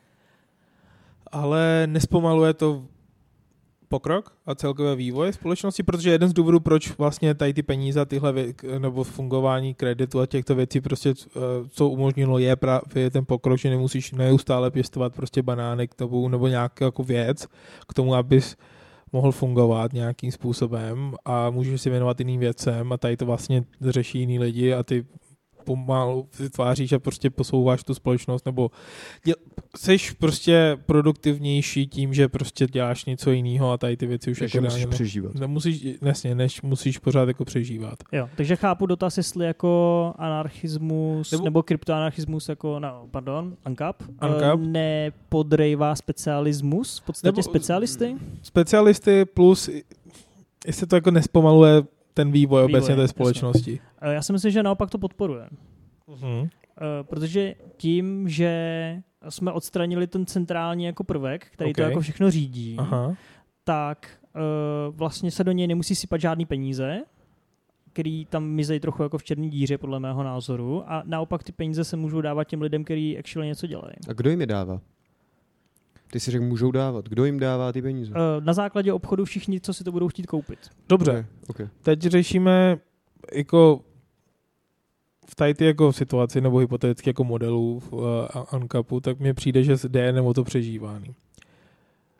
Ale nespomaluje to pokrok a celkové vývoj společnosti, protože jeden z důvodů, proč vlastně tady ty peníze, nebo fungování kreditu a těchto věcí prostě co umožnilo je právě ten pokrok, že nemusíš neustále pěstovat prostě banány k tomu nebo nějakou jako věc k tomu, abys mohl fungovat nějakým způsobem a můžeš si věnovat jiným věcem a tady to vlastně řeší jiný lidi a ty pomalu vytváříš a prostě posouváš tu společnost nebo seš prostě produktivnější tím, že prostě děláš něco jiného a tady ty věci už jako musíš přežívat. Musíš pořád jako přežívat. Jo, takže chápu dotaz, jestli jako anarchismus nebo kryptoanarchismus jako, UNCAP nepodrejvá specialismus, v podstatě specialisty? Specialisty plus jestli to jako nespomaluje ten vývoj obecně té společnosti. Jasně. Já si myslím, že naopak to podporuje. Protože tím, že jsme odstranili ten centrální jako prvek, který to jako všechno řídí, tak vlastně se do něj nemusí sypat žádný peníze, který tam mizejí trochu jako v černé díře, podle mého názoru, a naopak ty peníze se můžou dávat těm lidem, kteří actually něco dělají. A kdo jim je dává? Ty si řekl, můžou dávat. Kdo jim dává ty peníze? Na základě obchodu všichni, co si to budou chtít koupit. Dobře. Okay. Teď řešíme jako v tady ty jako situaci nebo hypoteticky jako modelů v UNCAPu, tak mně přijde, že jde jenom o to přežívání.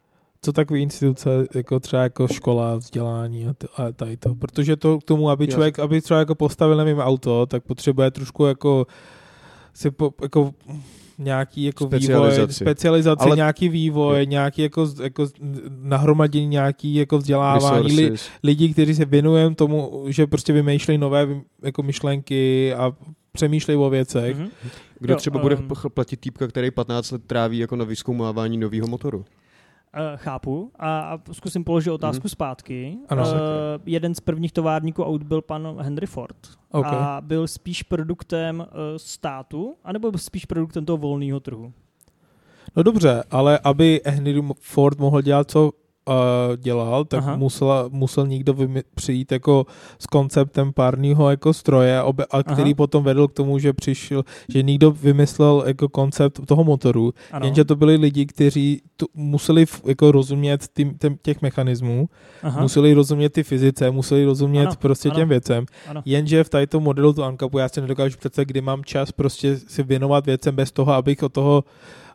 co takové instituce, jako třeba jako škola, vzdělání a tady to. Protože to k tomu, aby člověk, aby třeba jako postavil, nevím, auto, tak potřebuje trošku jako si jako nějaký jako specializaci, ale nějaký vývoj, nějaký jako nahromadění, nějaký jako vzdělávání lidí, kteří se věnují tomu, že prostě vymýšlejí nové jako myšlenky a přemýšlejí o věcech. Mm-hmm. Kdo třeba bude platit týpka, který 15 let tráví jako na vyzkoumávání nového motoru? Chápu a zkusím položit otázku zpátky. Jeden z prvních továrníků aut byl pan Henry Ford. Okay. A byl spíš produktem státu, anebo byl spíš produktem toho volného trhu? No dobře, ale aby Henry Ford mohl dělat, co dělal, tak musel někdo přijít jako s konceptem párního jako stroje, který potom vedl k tomu, že přišel, že někdo vymyslel jako koncept toho motoru, jenže to byli lidi, kteří museli jako rozumět těch mechanismů, museli rozumět ty fyzice, museli rozumět těm věcem, jenže v tato modelu tu ANCAPu já si nedokážu představit, kdy mám čas prostě si věnovat věcem bez toho, abych od toho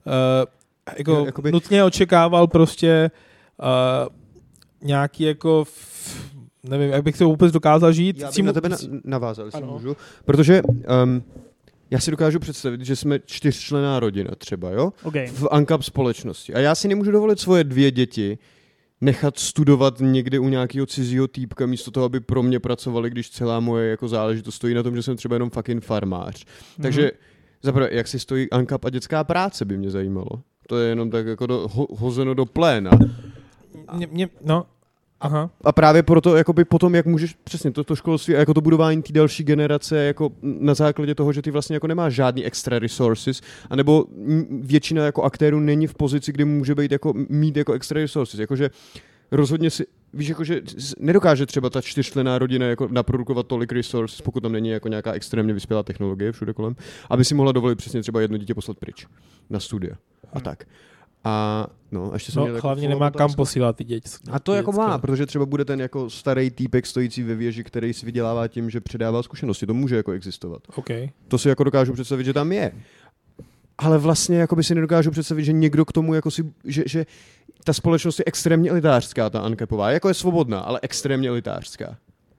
nutně očekával prostě nějaký jako nevím, jak bych to vůbec dokázal žít. Já bych na tebe navázal, jestli můžu, protože já si dokážu představit, že jsme 4členná rodina třeba, jo? Okay. V ANCAP společnosti. A já si nemůžu dovolit svoje 2 děti nechat studovat někde u nějakého cizího týpka místo toho, aby pro mě pracovali, když celá moje jako záležitost stojí na tom, že jsem třeba jenom fucking farmář. Takže zaprvé, jak si stojí ANCAP a dětská práce, by mě zajímalo. To je jenom tak jako hozeno do pléna. A právě proto, jakoby potom, jak můžeš, přesně to školství a jako to budování té další generace, jako na základě toho, že ty vlastně jako nemáš žádný extra resources, anebo většina jako aktérů není v pozici, kde může být jako mít jako extra resources, jakože rozhodně si, víš, jakože nedokáže třeba ta 4členná rodina jako naprodukovat tolik resources, pokud tam není jako nějaká extrémně vyspělá technologie všude kolem, aby si mohla dovolit přesně třeba jedno dítě poslat pryč na studia a tak. A ještě jsem hlavně nemá kam posílat ty děti. A to jako má, protože třeba bude ten jako starý týpek stojící ve věži, který si vydělává tím, že předává zkušenosti. To může jako existovat. Okay. To si jako dokážu představit, že tam je. Ale vlastně jako by si nedokážu představit, že někdo k tomu jako si, že ta společnost je extrémně elitářská, ta ANCAPová. Jako je svobodná, ale extrémně elitářská.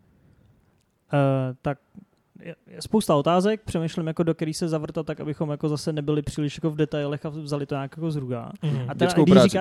Tak je spousta otázek, přemýšlím, jako do který se zavrtat, tak abychom jako zase nebyli příliš jako v detailech a vzali to nějak jako z ruga. A dětskou práci.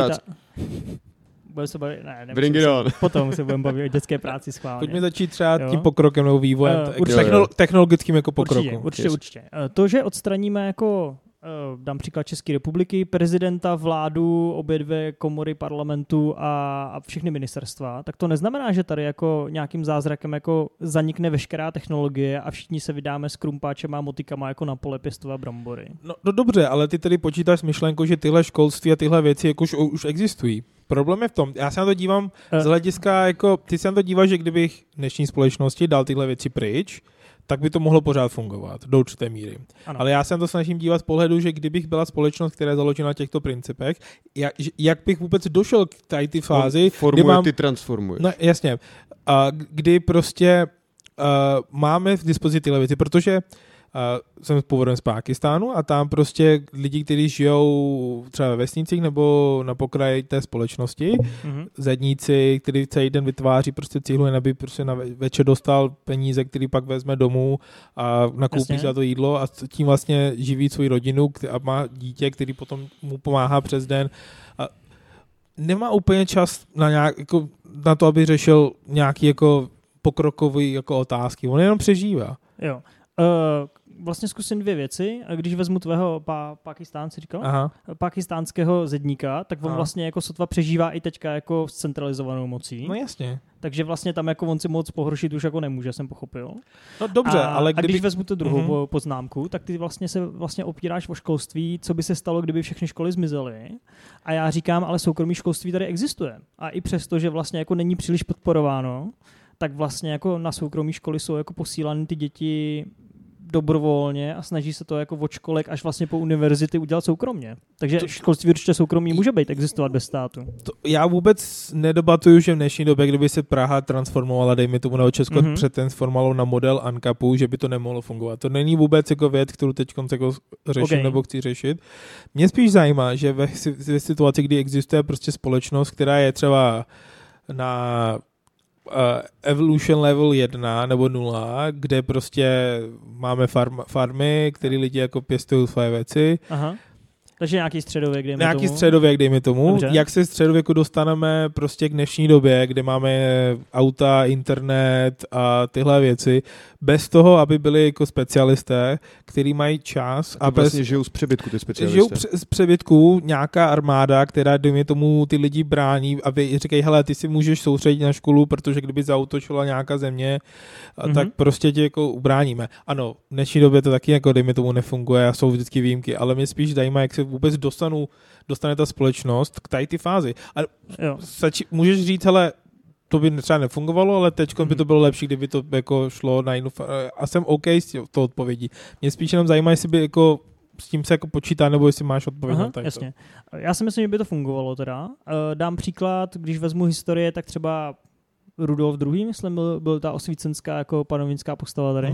Budeme se bavit, ne, bring it on. Potom se budeme bavit o dětské práci schválně. Pojďme začít třeba tím pokrokem nebo vývojem, technologickým jako pokrokem. Určitě. To, že odstraníme jako dám příklad České republiky, prezidenta, vládu, obě 2 komory parlamentu a všechny ministerstva, tak to neznamená, že tady jako nějakým zázrakem jako zanikne veškerá technologie a všichni se vydáme s krumpáčem a motikama jako na pole pěstovat brambory. No dobře, ale ty tady počítáš s myšlenkou, že tyhle školství a tyhle věci jako už existují. Problém je v tom, já se na to dívám z hlediska, jako ty se na to díváš, že kdybych dnešní společnosti dal tyhle věci pryč, tak by to mohlo pořád fungovat do určité míry. Ano. Ale já se na to snažím dívat z pohledu, že kdybych byla společnost, která je založena na těchto principech, jak bych vůbec došel k tady ty fázi, ty transformuješ. No jasně. Kdy prostě máme v dispozici tyhle věci, protože jsem původem z Pákistánu a tam prostě lidi, kteří žijou třeba ve vesnicích nebo na pokraji té společnosti, zedníci, kteří celý den vytváří prostě cihlu, aby prostě na večer dostal peníze, který pak vezme domů a nakoupí za to jídlo a tím vlastně živí svou rodinu a má dítě, který potom mu pomáhá přes den. A nemá úplně čas na to, aby řešil nějaký jako pokrokový jako otázky. On jenom přežívá. Jo. Vlastně zkusím 2 věci. Když vezmu tvého Pákistánce, říkal? Pákistánského zedníka, tak on vlastně jako sotva přežívá i teďka jako s centralizovanou mocí. No jasně. Takže vlastně tam jako on si moc pohoršit už jako nemůže, jsem pochopil. No dobře, ale a když vezmu tu druhou poznámku, tak ty vlastně se opíráš o školství, co by se stalo, kdyby všechny školy zmizely. A já říkám, ale soukromé školství tady existuje. A i přesto, že vlastně jako není příliš podporováno, tak vlastně jako na soukromé školy jsou jako posílány ty děti dobrovolně a snaží se to jako od školek až vlastně po univerzity udělat soukromně. Takže školství určitě soukromí může být existovat bez státu. Já vůbec nedebatuju, že v dnešní době, kdyby se Praha transformovala, dejme tomu na Česko přetransformovalo na model ANCAPu, že by to nemohlo fungovat. To není vůbec jako věc, kterou teď jako řeším nebo chci řešit. Mě spíš zajímá, že ve situaci, kdy existuje prostě společnost, která je třeba na evolution level 1 nebo 0, kde prostě máme farmy, které lidi jako pěstují své věci. Aha. Takže nějaký středověk, dejme tomu. Dobře. Jak se středověku dostaneme prostě k dnešní době, kde máme auta, internet a tyhle věci, bez toho, aby byli jako specialisté, kteří mají čas. A vlastně žijou z přebytku ty specialisté. Žijou z přebytku nějaká armáda, která dejme tomu ty lidi brání a říkají, hele, ty si můžeš soustředit na školu, protože kdyby zaútočila nějaká země, tak prostě tě jako ubráníme. Ano, v dnešní době to taky jako dejme tomu nefunguje a jsou vždycky výjimky, ale mě spíš zajímá, jak se vůbec dostane ta společnost k tady ty fázi. A můžeš říct, hele, to by třeba nefungovalo, ale teď by to bylo lepší, kdyby to jako šlo na jinou a jsem OK s tou odpovědí. Mě spíš jenom zajímá, jestli by jako s tím se jako počítá, nebo jestli máš odpověď na to. Jasně. Já si myslím, že by to fungovalo teda. Dám příklad, když vezmu historie, tak třeba Rudolf II, myslím, byl ta osvícenská jako panovinská postava tady.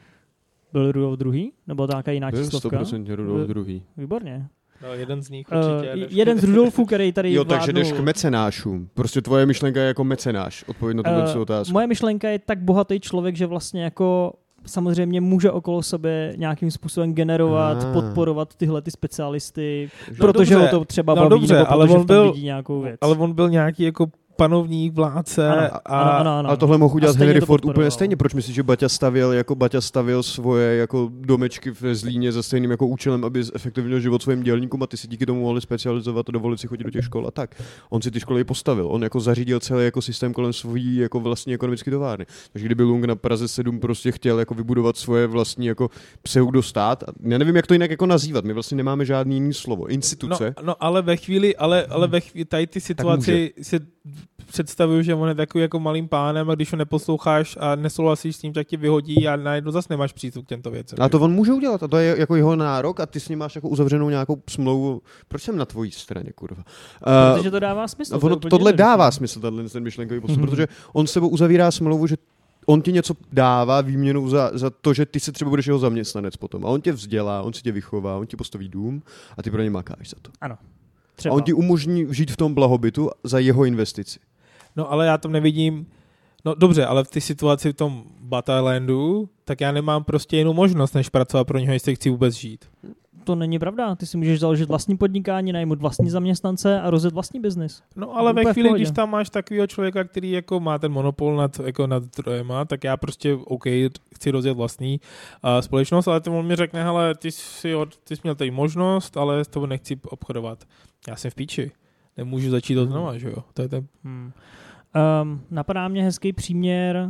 Byl Rudolf II? Nebo nějaká jiná číslovka? 100% Rudolf II. Výborně. No, jeden z nich určitě. Jeden z Rudolfů, který tady vládnul. Takže jdeš k mecenášům. Prostě tvoje myšlenka je jako mecenáš. Odpověď na tuto otázku. Moje myšlenka je tak bohatý člověk, že vlastně jako samozřejmě může okolo sebe nějakým způsobem generovat, podporovat tyhle ty specialisty, protože ho to třeba baví, nebo protože v tom vidí nějakou věc. Ale on byl nějaký jako panovník, vládce. Ano. A tohle mohl udělat Henry Ford úplně stejně. Proč myslíš, že Baťa stavěl svoje jako domečky ve Zlíně za stejným jako účelem, aby zefektivnil život svým dělníkům a ty si díky tomu mohli specializovat a dovolit si chodit do těch škol a tak. On si ty školy postavil. On jako zařídil celý jako systém kolem svojí jako vlastní ekonomické továrny. Takže kdyby Lung na Praze 7 prostě chtěl jako vybudovat svoje vlastní jako pseudostát, já nevím, jak to jinak jako nazývat. My vlastně nemáme žádný jiný slovo. Instituce. No, ale ve chvíli tady ty situaci si představuju, že on je takový jako malým pánem a když ho neposloucháš a nesouhlasíš s tím, tak ti vyhodí a najednou zase nemáš přístup k těmto věcem. A to on může udělat a to je jako jeho nárok a ty s ním máš jako uzavřenou nějakou smlouvu. Proč jsem na tvojí straně, kurva? Protože to dává smysl. Tohle dává smysl, ten myšlenkový postup, protože on s tebou uzavírá smlouvu, že on ti něco dává výměnou za to, že ty se třeba budeš jeho zaměstnanec potom. A on tě vzdělá, on si tě vychová, on ti postaví dům a ty pro ně makáš za to. Ano. Třeba. A on ti umožní žít v tom blahobytu za jeho investici. No ale já tam nevidím, no dobře, ale v té situaci v tom Battlelandu, tak já nemám prostě jinou možnost, než pracovat pro něho, jestli chci vůbec žít. To není pravda, ty si můžeš založit vlastní podnikání, najmout vlastní zaměstnance a rozjet vlastní biznis. No ale ve chvíli, když tam máš takového člověka, který jako má ten monopol nad zdrojema, tak já prostě OK, chci rozjet vlastní společnost, ale on mi řekne, hele, ty jsi měl tady možnost, ale s toho nechci obchodovat. Já jsem v píči. Nemůžu začít od znova, že jo? To je ten... Napadá mě hezký příměr,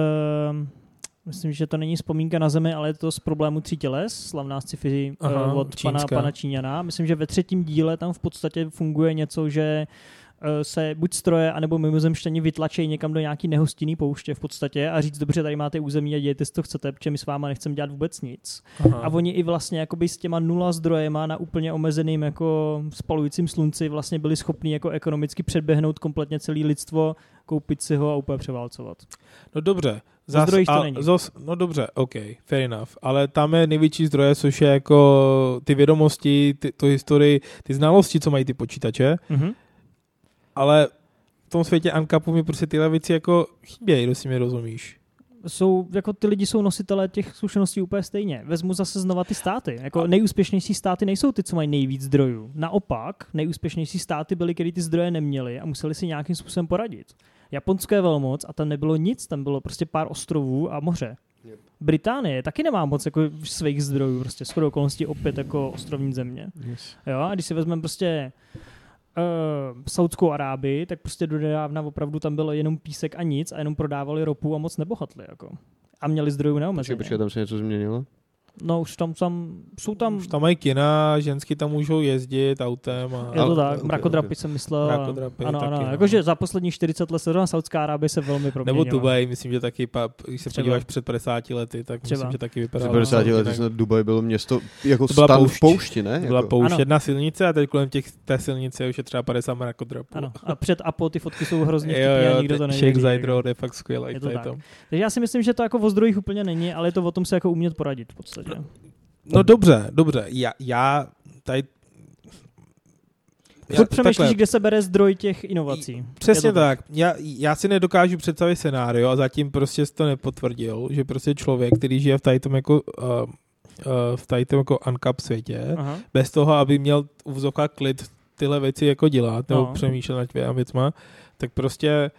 myslím, že to není vzpomínka na Zemi, ale je to z problému 3 těles, slavná sci-fi od pana Číňana. Myslím, že ve 3. díle tam v podstatě funguje něco, že se buď stroje, anebo mimozemšťani vytlačejí někam do nějaký nehostinný pouště v podstatě a říct, dobře, tady máte území a dějte si to chcete, protože my s váma nechceme dělat vůbec nic. Aha. A oni i vlastně jakoby s těma 0 zdrojema na úplně omezeným jako spalujícím slunci vlastně byli schopní jako ekonomicky předběhnout kompletně celé lidstvo, koupit si ho a úplně převálcovat. No dobře. No dobře, OK, fair enough. Ale tam je největší zdroje, což je jako ty vědomosti, tu historii, ty znalosti, co mají ty počítače. Mm-hmm. Ale v tom světě ANCAPu mi prostě tyhle věci jako chybějí, kdo si mě rozumíš. Jako ty lidi jsou nositelé těch zkušeností úplně stejně. Vezmu zase znova ty státy. Jako nejúspěšnější státy nejsou ty, co mají nejvíc zdrojů. Naopak, nejúspěšnější státy byly, který ty zdroje neměli a museli si nějakým způsobem poradit. Japonsko je velmoc a tam nebylo nic, tam bylo prostě pár ostrovů a moře. Yep. Británie taky nemá moc jako svých zdrojů, prostě shodou okolností opět jako ostrovní země. Yes. Jo, a když si vezmeme prostě Saudskou Arábii, tak prostě dodávna opravdu tam bylo jenom písek a nic a jenom prodávali ropu a moc nebohatli. Jako. A měli zdrojů neomezeně. Počkej, tam se něco změnilo? No už tam jsou tam... Už tam mají kina, ženský tam můžou jezdit autem. Je to tak, mrakodrapy jsem myslel. Mrakodrapy, ano, taky, no. Jakože za posledních 40 let se Saudská Arábie se velmi proměnila. Nebo Dubaj, myslím, že taky, když se podíváš před 50 lety, tak myslím, že taky vypadalo. Před 50 lety snad Dubaj bylo město jako stan v poušti, ne? Byla poušť, jedna silnice a teď kolem té silnice už je třeba 50 mrakodrapů. Ano, a před Apo ty fotky jsou hrozně vtipné a nikdo to neví. Sheikh Zayed Road je fakt skvělý. Je to tak. Takže já si myslím, že to jako o zdrojích úplně není, ale je to o tom se jako umět poradit v podstatě. No dobře. Já tady... Furt přemýšlíš, kde se bere zdroj těch inovací. Přesně tak. Já si nedokážu představit scénário a zatím prostě to nepotvrdil, že prostě člověk, který žije v tady tom jako uncap světě, aha, bez toho, aby měl uvozovka klid tyhle věci jako dělat, nebo přemýšlet nad těmi věcma, tak prostě...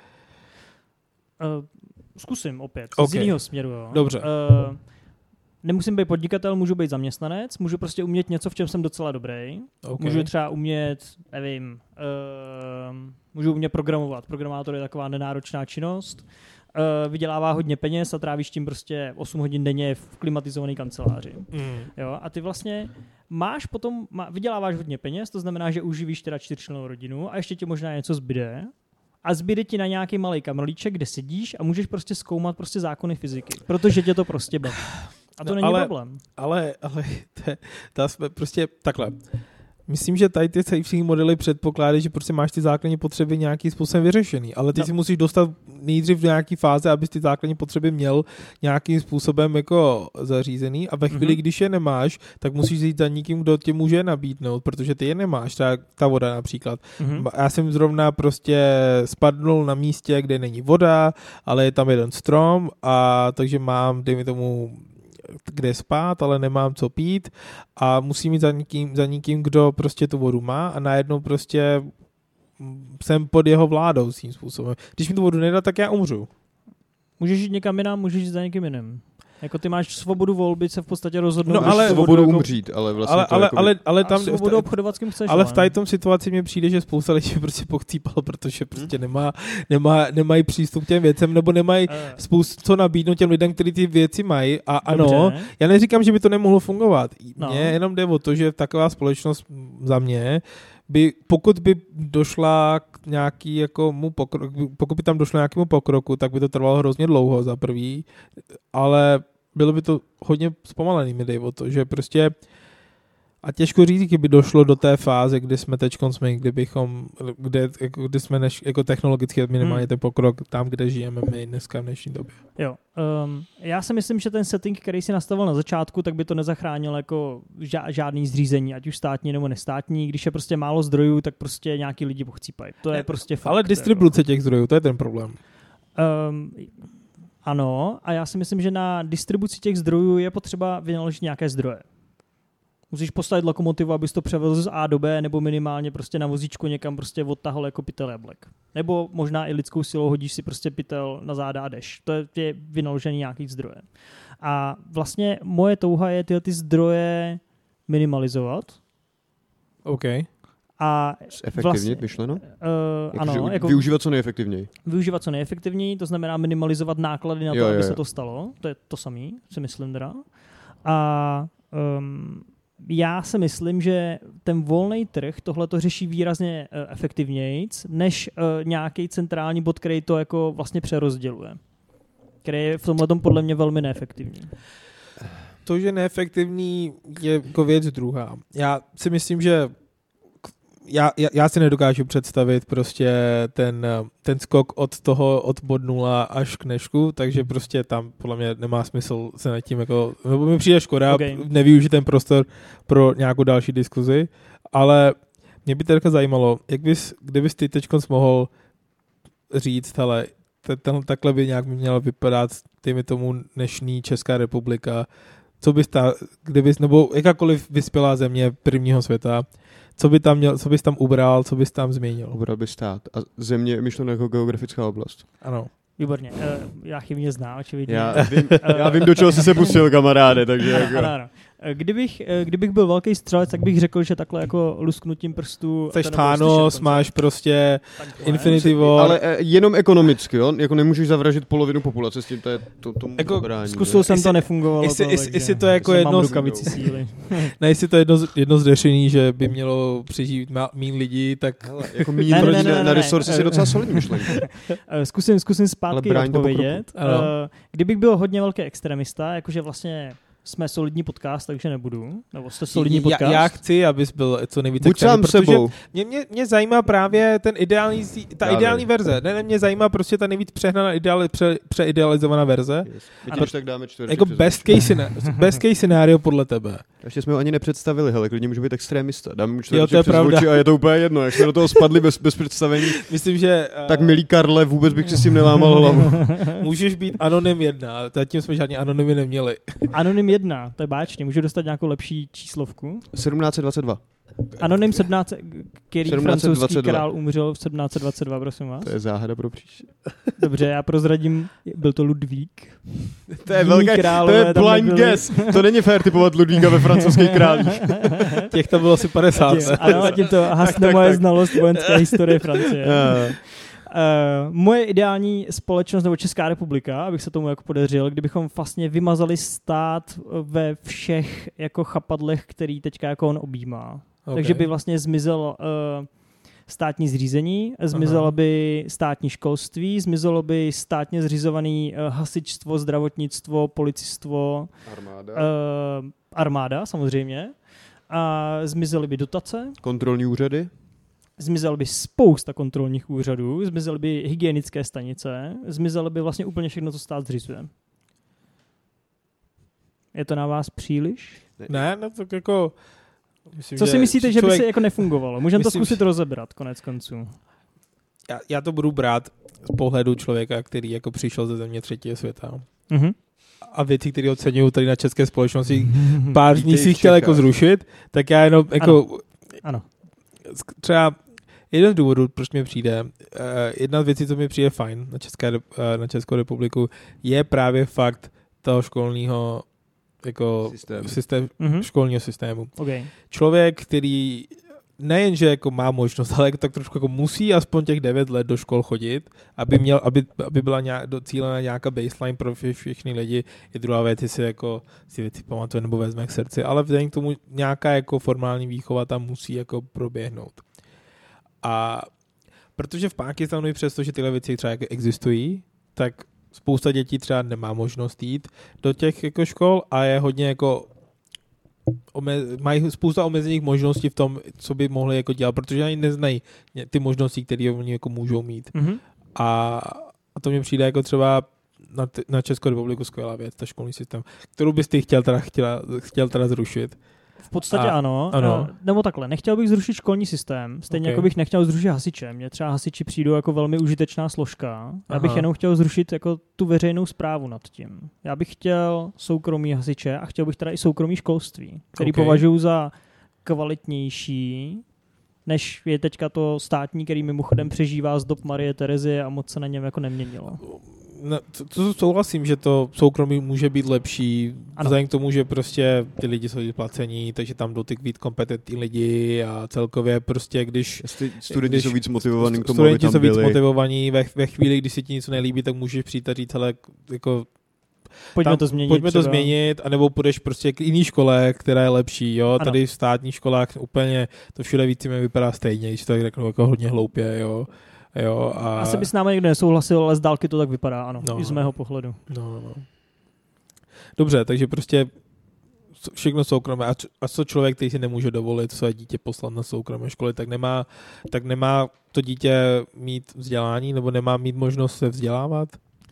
Zkusím opět, z jiného směru. Jo. Dobře. Nemusím být podnikatel, můžu být zaměstnanec, můžu prostě umět něco, v čem jsem docela dobrý. Můžu třeba umět, nevím, můžu umět programovat. Programátor je taková nenáročná činnost. Vydělává hodně peněz a trávíš tím prostě 8 hodin denně v klimatizované kanceláři. Jo? A ty vlastně vyděláváš hodně peněz, to znamená, že uživíš teda 4člennou rodinu a ještě ti možná něco zbyde. A zbyde ti na nějaký malý kamrlíček, kde sedíš a můžeš prostě zkoumat prostě zákony fyziky, protože tě to prostě baví. A to není problém. Ale to jsme prostě takhle. Myslím, že tady ty sci-fi modely předpokládají, že prostě máš ty základní potřeby nějakým způsobem vyřešený, ale ty si musíš dostat nejdřív do nějaký fáze, abys ty základní potřeby měl nějakým způsobem jako zařízený a ve chvíli, když je nemáš, tak musíš jít za někým, kdo tě může nabídnout, protože ty je nemáš, ta voda například. Já jsem zrovna prostě spadnul na místě, kde není voda, ale je tam jeden strom a takže mám, dejme tomu, kde spát, ale nemám co pít a musím jít za někým, kdo prostě tu vodu má a najednou prostě jsem pod jeho vládou svým způsobem. Když mi tu vodu nedá, tak já umřu. Můžeš jít někam jinam, můžeš jít za někým jiným. Jako ty máš svobodu volby se v podstatě rozhodnout. No, ale svobodu umřít, ale vlastně ale tam svobodu obchodovat s kým chceš. Ale v tady tom situaci mi přijde, že spousta lidí prostě pochcípalo, protože prostě nemají přístup k těm věcem, nebo nemají spoustu co nabídnout těm lidem, kteří ty věci mají. A ano, já neříkám, že by to nemohlo fungovat. Mně jenom jde o to, že taková společnost za mě pokud by došla k pokud by tam došlo nějakému pokroku, tak by to trvalo hrozně dlouho za prvý, ale bylo by to hodně zpomalený, mi jde o to, že prostě a těžko říct, kdyby došlo do té fáze, kdy jsme kdy jsme jako technologicky minimálně ten pokrok tam, kde žijeme my dneska v dnešní době. Jo. Já si myslím, že ten setting, který si nastavil na začátku, tak by to nezachránil jako žádný zřízení, ať už státní nebo nestátní. Když je prostě málo zdrojů, tak prostě nějaký lidi pochcípají. To je prostě fakt. Ale distribuce těch zdrojů, to je ten problém. Ano, a já si myslím, že na distribuci těch zdrojů je potřeba vynaložit nějaké zdroje. Musíš postavit lokomotivu, abys to převezl z A do B, nebo minimálně prostě na vozíčku někam prostě odtahol jako pytel jablek. Nebo možná i lidskou silou hodíš si prostě pytel na záda a jdeš. To je vynaložený nějaký zdroje. A vlastně moje touha je ty zdroje minimalizovat. OK. A efektivně myšleno? Ano. Jako využívat co nejefektivněji. Využívat co nejefektivněji, to znamená minimalizovat náklady na to, aby se to stalo. To je to samé, si myslím teda. A já si myslím, že ten volný trh tohle to řeší výrazně efektivněji, než nějaký centrální bod, který to jako vlastně přerozděluje. Který je v tomhletom podle mě velmi neefektivní. To, že neefektivní, je jako věc druhá. Já si myslím, že já si nedokážu představit prostě ten skok od bod 0 až k dnešku, takže prostě tam podle mě nemá smysl se nad tím jako, nebo mi přijde škoda, nevyužít ten prostor pro nějakou další diskuzi, ale mě by teďka zajímalo, kdybys ty teďkonc mohl říct, hele, takhle by nějak měla vypadat těmi tomu dnešní Česká republika, co bys nebo jakákoliv vyspělá země prvního světa, co bys tam ubral, co bys tam změnil? Ubral by stát. A země je myšleno jako geografická oblast. Ano. Výborně. Já chybně znám, očividně. Já vím, do čeho jsi se pustil, kamaráde, takže jako... Ano. Kdybych byl velký střelec, tak bych řekl, že takhle jako lusknutím prstů... Seš Thanos, máš prostě Infinity War. Ale jenom ekonomicky, jo? Jako nemůžeš zavražit polovinu populace, s tím to je tomu jako, zabrání. Zkusil jsem, to nefungovalo. Jestli to je jako jedno... Ne, jestli to je jedno z řešení, že by mělo přežít míň lidí, tak... Hele, jako míň na resources je docela solidní myšlenka. Zkusím zpátky odpovědět. Kdybych byl hodně velký extremista, jakože vlastně jsme solidní podcast, takže nebudu. Nebo jste solidní podcast. Já chci, abys byl co nejvíce buď sám sebou. Mě zajímá právě ten ideální verze. Ne, mě zajímá prostě ta nejvíc přehnaná preidealizovaná verze. Yes. Tak dáme čtvrtě. Jako best case scenario podle tebe. Ještě jsme ho ani nepředstavili, hele, klidně můžu být extrémista. Dáme mu čtvrtě přes oči a je to úplně jedno. Jak jsme do toho spadli bez představení. Myslím, že... Tak milý Karle, vůbec bych si s tím nelámal hlavu. Můžeš být anonym 1, zatím jsme žádný anonymy neměli. Anonym 1, to je báčně, můžu dostat nějakou lepší číslovku? 1722. Anonym 17, který francouzský král umřel v 1722, prosím vás. To je záhada pro příště. Dobře, já prozradím, byl to Ludvík. To je velké, to je blind guess. To není fér typovat Ludvíka ve francouzských králích. Těch tam bylo asi 50. Ano, a tím to hasne moje znalost vojenské historie Francie. Moje ideální společnost nebo Česká republika, abych se tomu jako podařil, kdybychom vlastně vymazali stát ve všech jako chapadlech, který teďka jako on objímá. Okay. Takže by vlastně zmizel státní zřízení, zmizelo by státní školství, zmizelo by státně zřizovaný hasičstvo, zdravotnictvo, policistvo, armáda samozřejmě, a zmizely by dotace. Kontrolní úřady. Zmizely by spousta kontrolních úřadů, zmizely by hygienické stanice, zmizelo by vlastně úplně všechno, co stát zřizuje. Je to na vás příliš? Ne, no tak jako... Myslím, co si myslíte, že by se jako nefungovalo? Můžeme to zkusit rozebrat konec konců. Já to budu brát z pohledu člověka, který jako přišel ze země třetího světa. Mm-hmm. A věci, které oceňují tady na české společnosti, pár z nich si chtěl jako zrušit, tak já jenom jako... Ano. Třeba jeden z důvodů, proč mi přijde, jedna z věcí, co mi přijde fajn na Českou republiku, je právě fakt toho školního jako systém školního systému. Okay. Člověk, který nejenže jako má možnost, ale tak trošku jako musí aspoň těch 9 let do škol chodit, aby byla docílena nějaká baseline pro všechny lidi. Je druhá věc, jestli jako si věci pamatuje nebo vezme k srdci, ale vzhledem k tomu nějaká jako formální výchova tam musí jako proběhnout. A protože v Pákistánu i přesto, že tyhle věci třeba jako existují, tak spousta dětí třeba nemá možnost jít do těch jako škol a je hodně jako mají spousta omezených možností v tom, co by mohli jako dělat, protože ani neznají ty možnosti, které oni jako můžou mít. Mm-hmm. A to mi přijde jako třeba na Českou republiku skvělá věc, ta školní systém, kterou bys ty chtěl teda zrušit. V podstatě ano. Nebo takhle, nechtěl bych zrušit školní systém, stejně jako bych nechtěl zrušit hasiče. Mně třeba hasiči přijdou jako velmi užitečná složka. Já bych jenom chtěl zrušit jako tu veřejnou správu nad tím. Já bych chtěl soukromí hasiče a chtěl bych teda i soukromí školství, který považuji za kvalitnější, než je teďka to státní, který mimochodem přežívá z dob Marie Terezie a moc se na něm jako neměnilo. No, to souhlasím, že to soukromí může být lepší, vzhledem k tomu, že prostě ty lidi jsou placení, takže tam jdou ty víc kompetentní lidi a celkově prostě když studenti jsou víc motivovaní k tomu, studenti aby tam byli. Jsou víc motivovaní, ve chvíli, když si ti něco nelíbí, tak můžeš přijít a říct, ale jako pojďme to změnit, anebo půjdeš prostě k jiný škole, která je lepší, jo, ano. Tady v státních školách úplně to všude víceméně vypadá stejně, když to tak řeknu jako hodně hloupě, jo. Jo, a... Asi bys s námi někdo nesouhlasil, ale z dálky to tak vypadá, ano, i z mého pohledu. No. Dobře, takže prostě všechno soukromé. A co člověk, který si nemůže dovolit své dítě poslat na soukromé školy, tak nemá to dítě mít vzdělání, nebo nemá mít možnost se vzdělávat?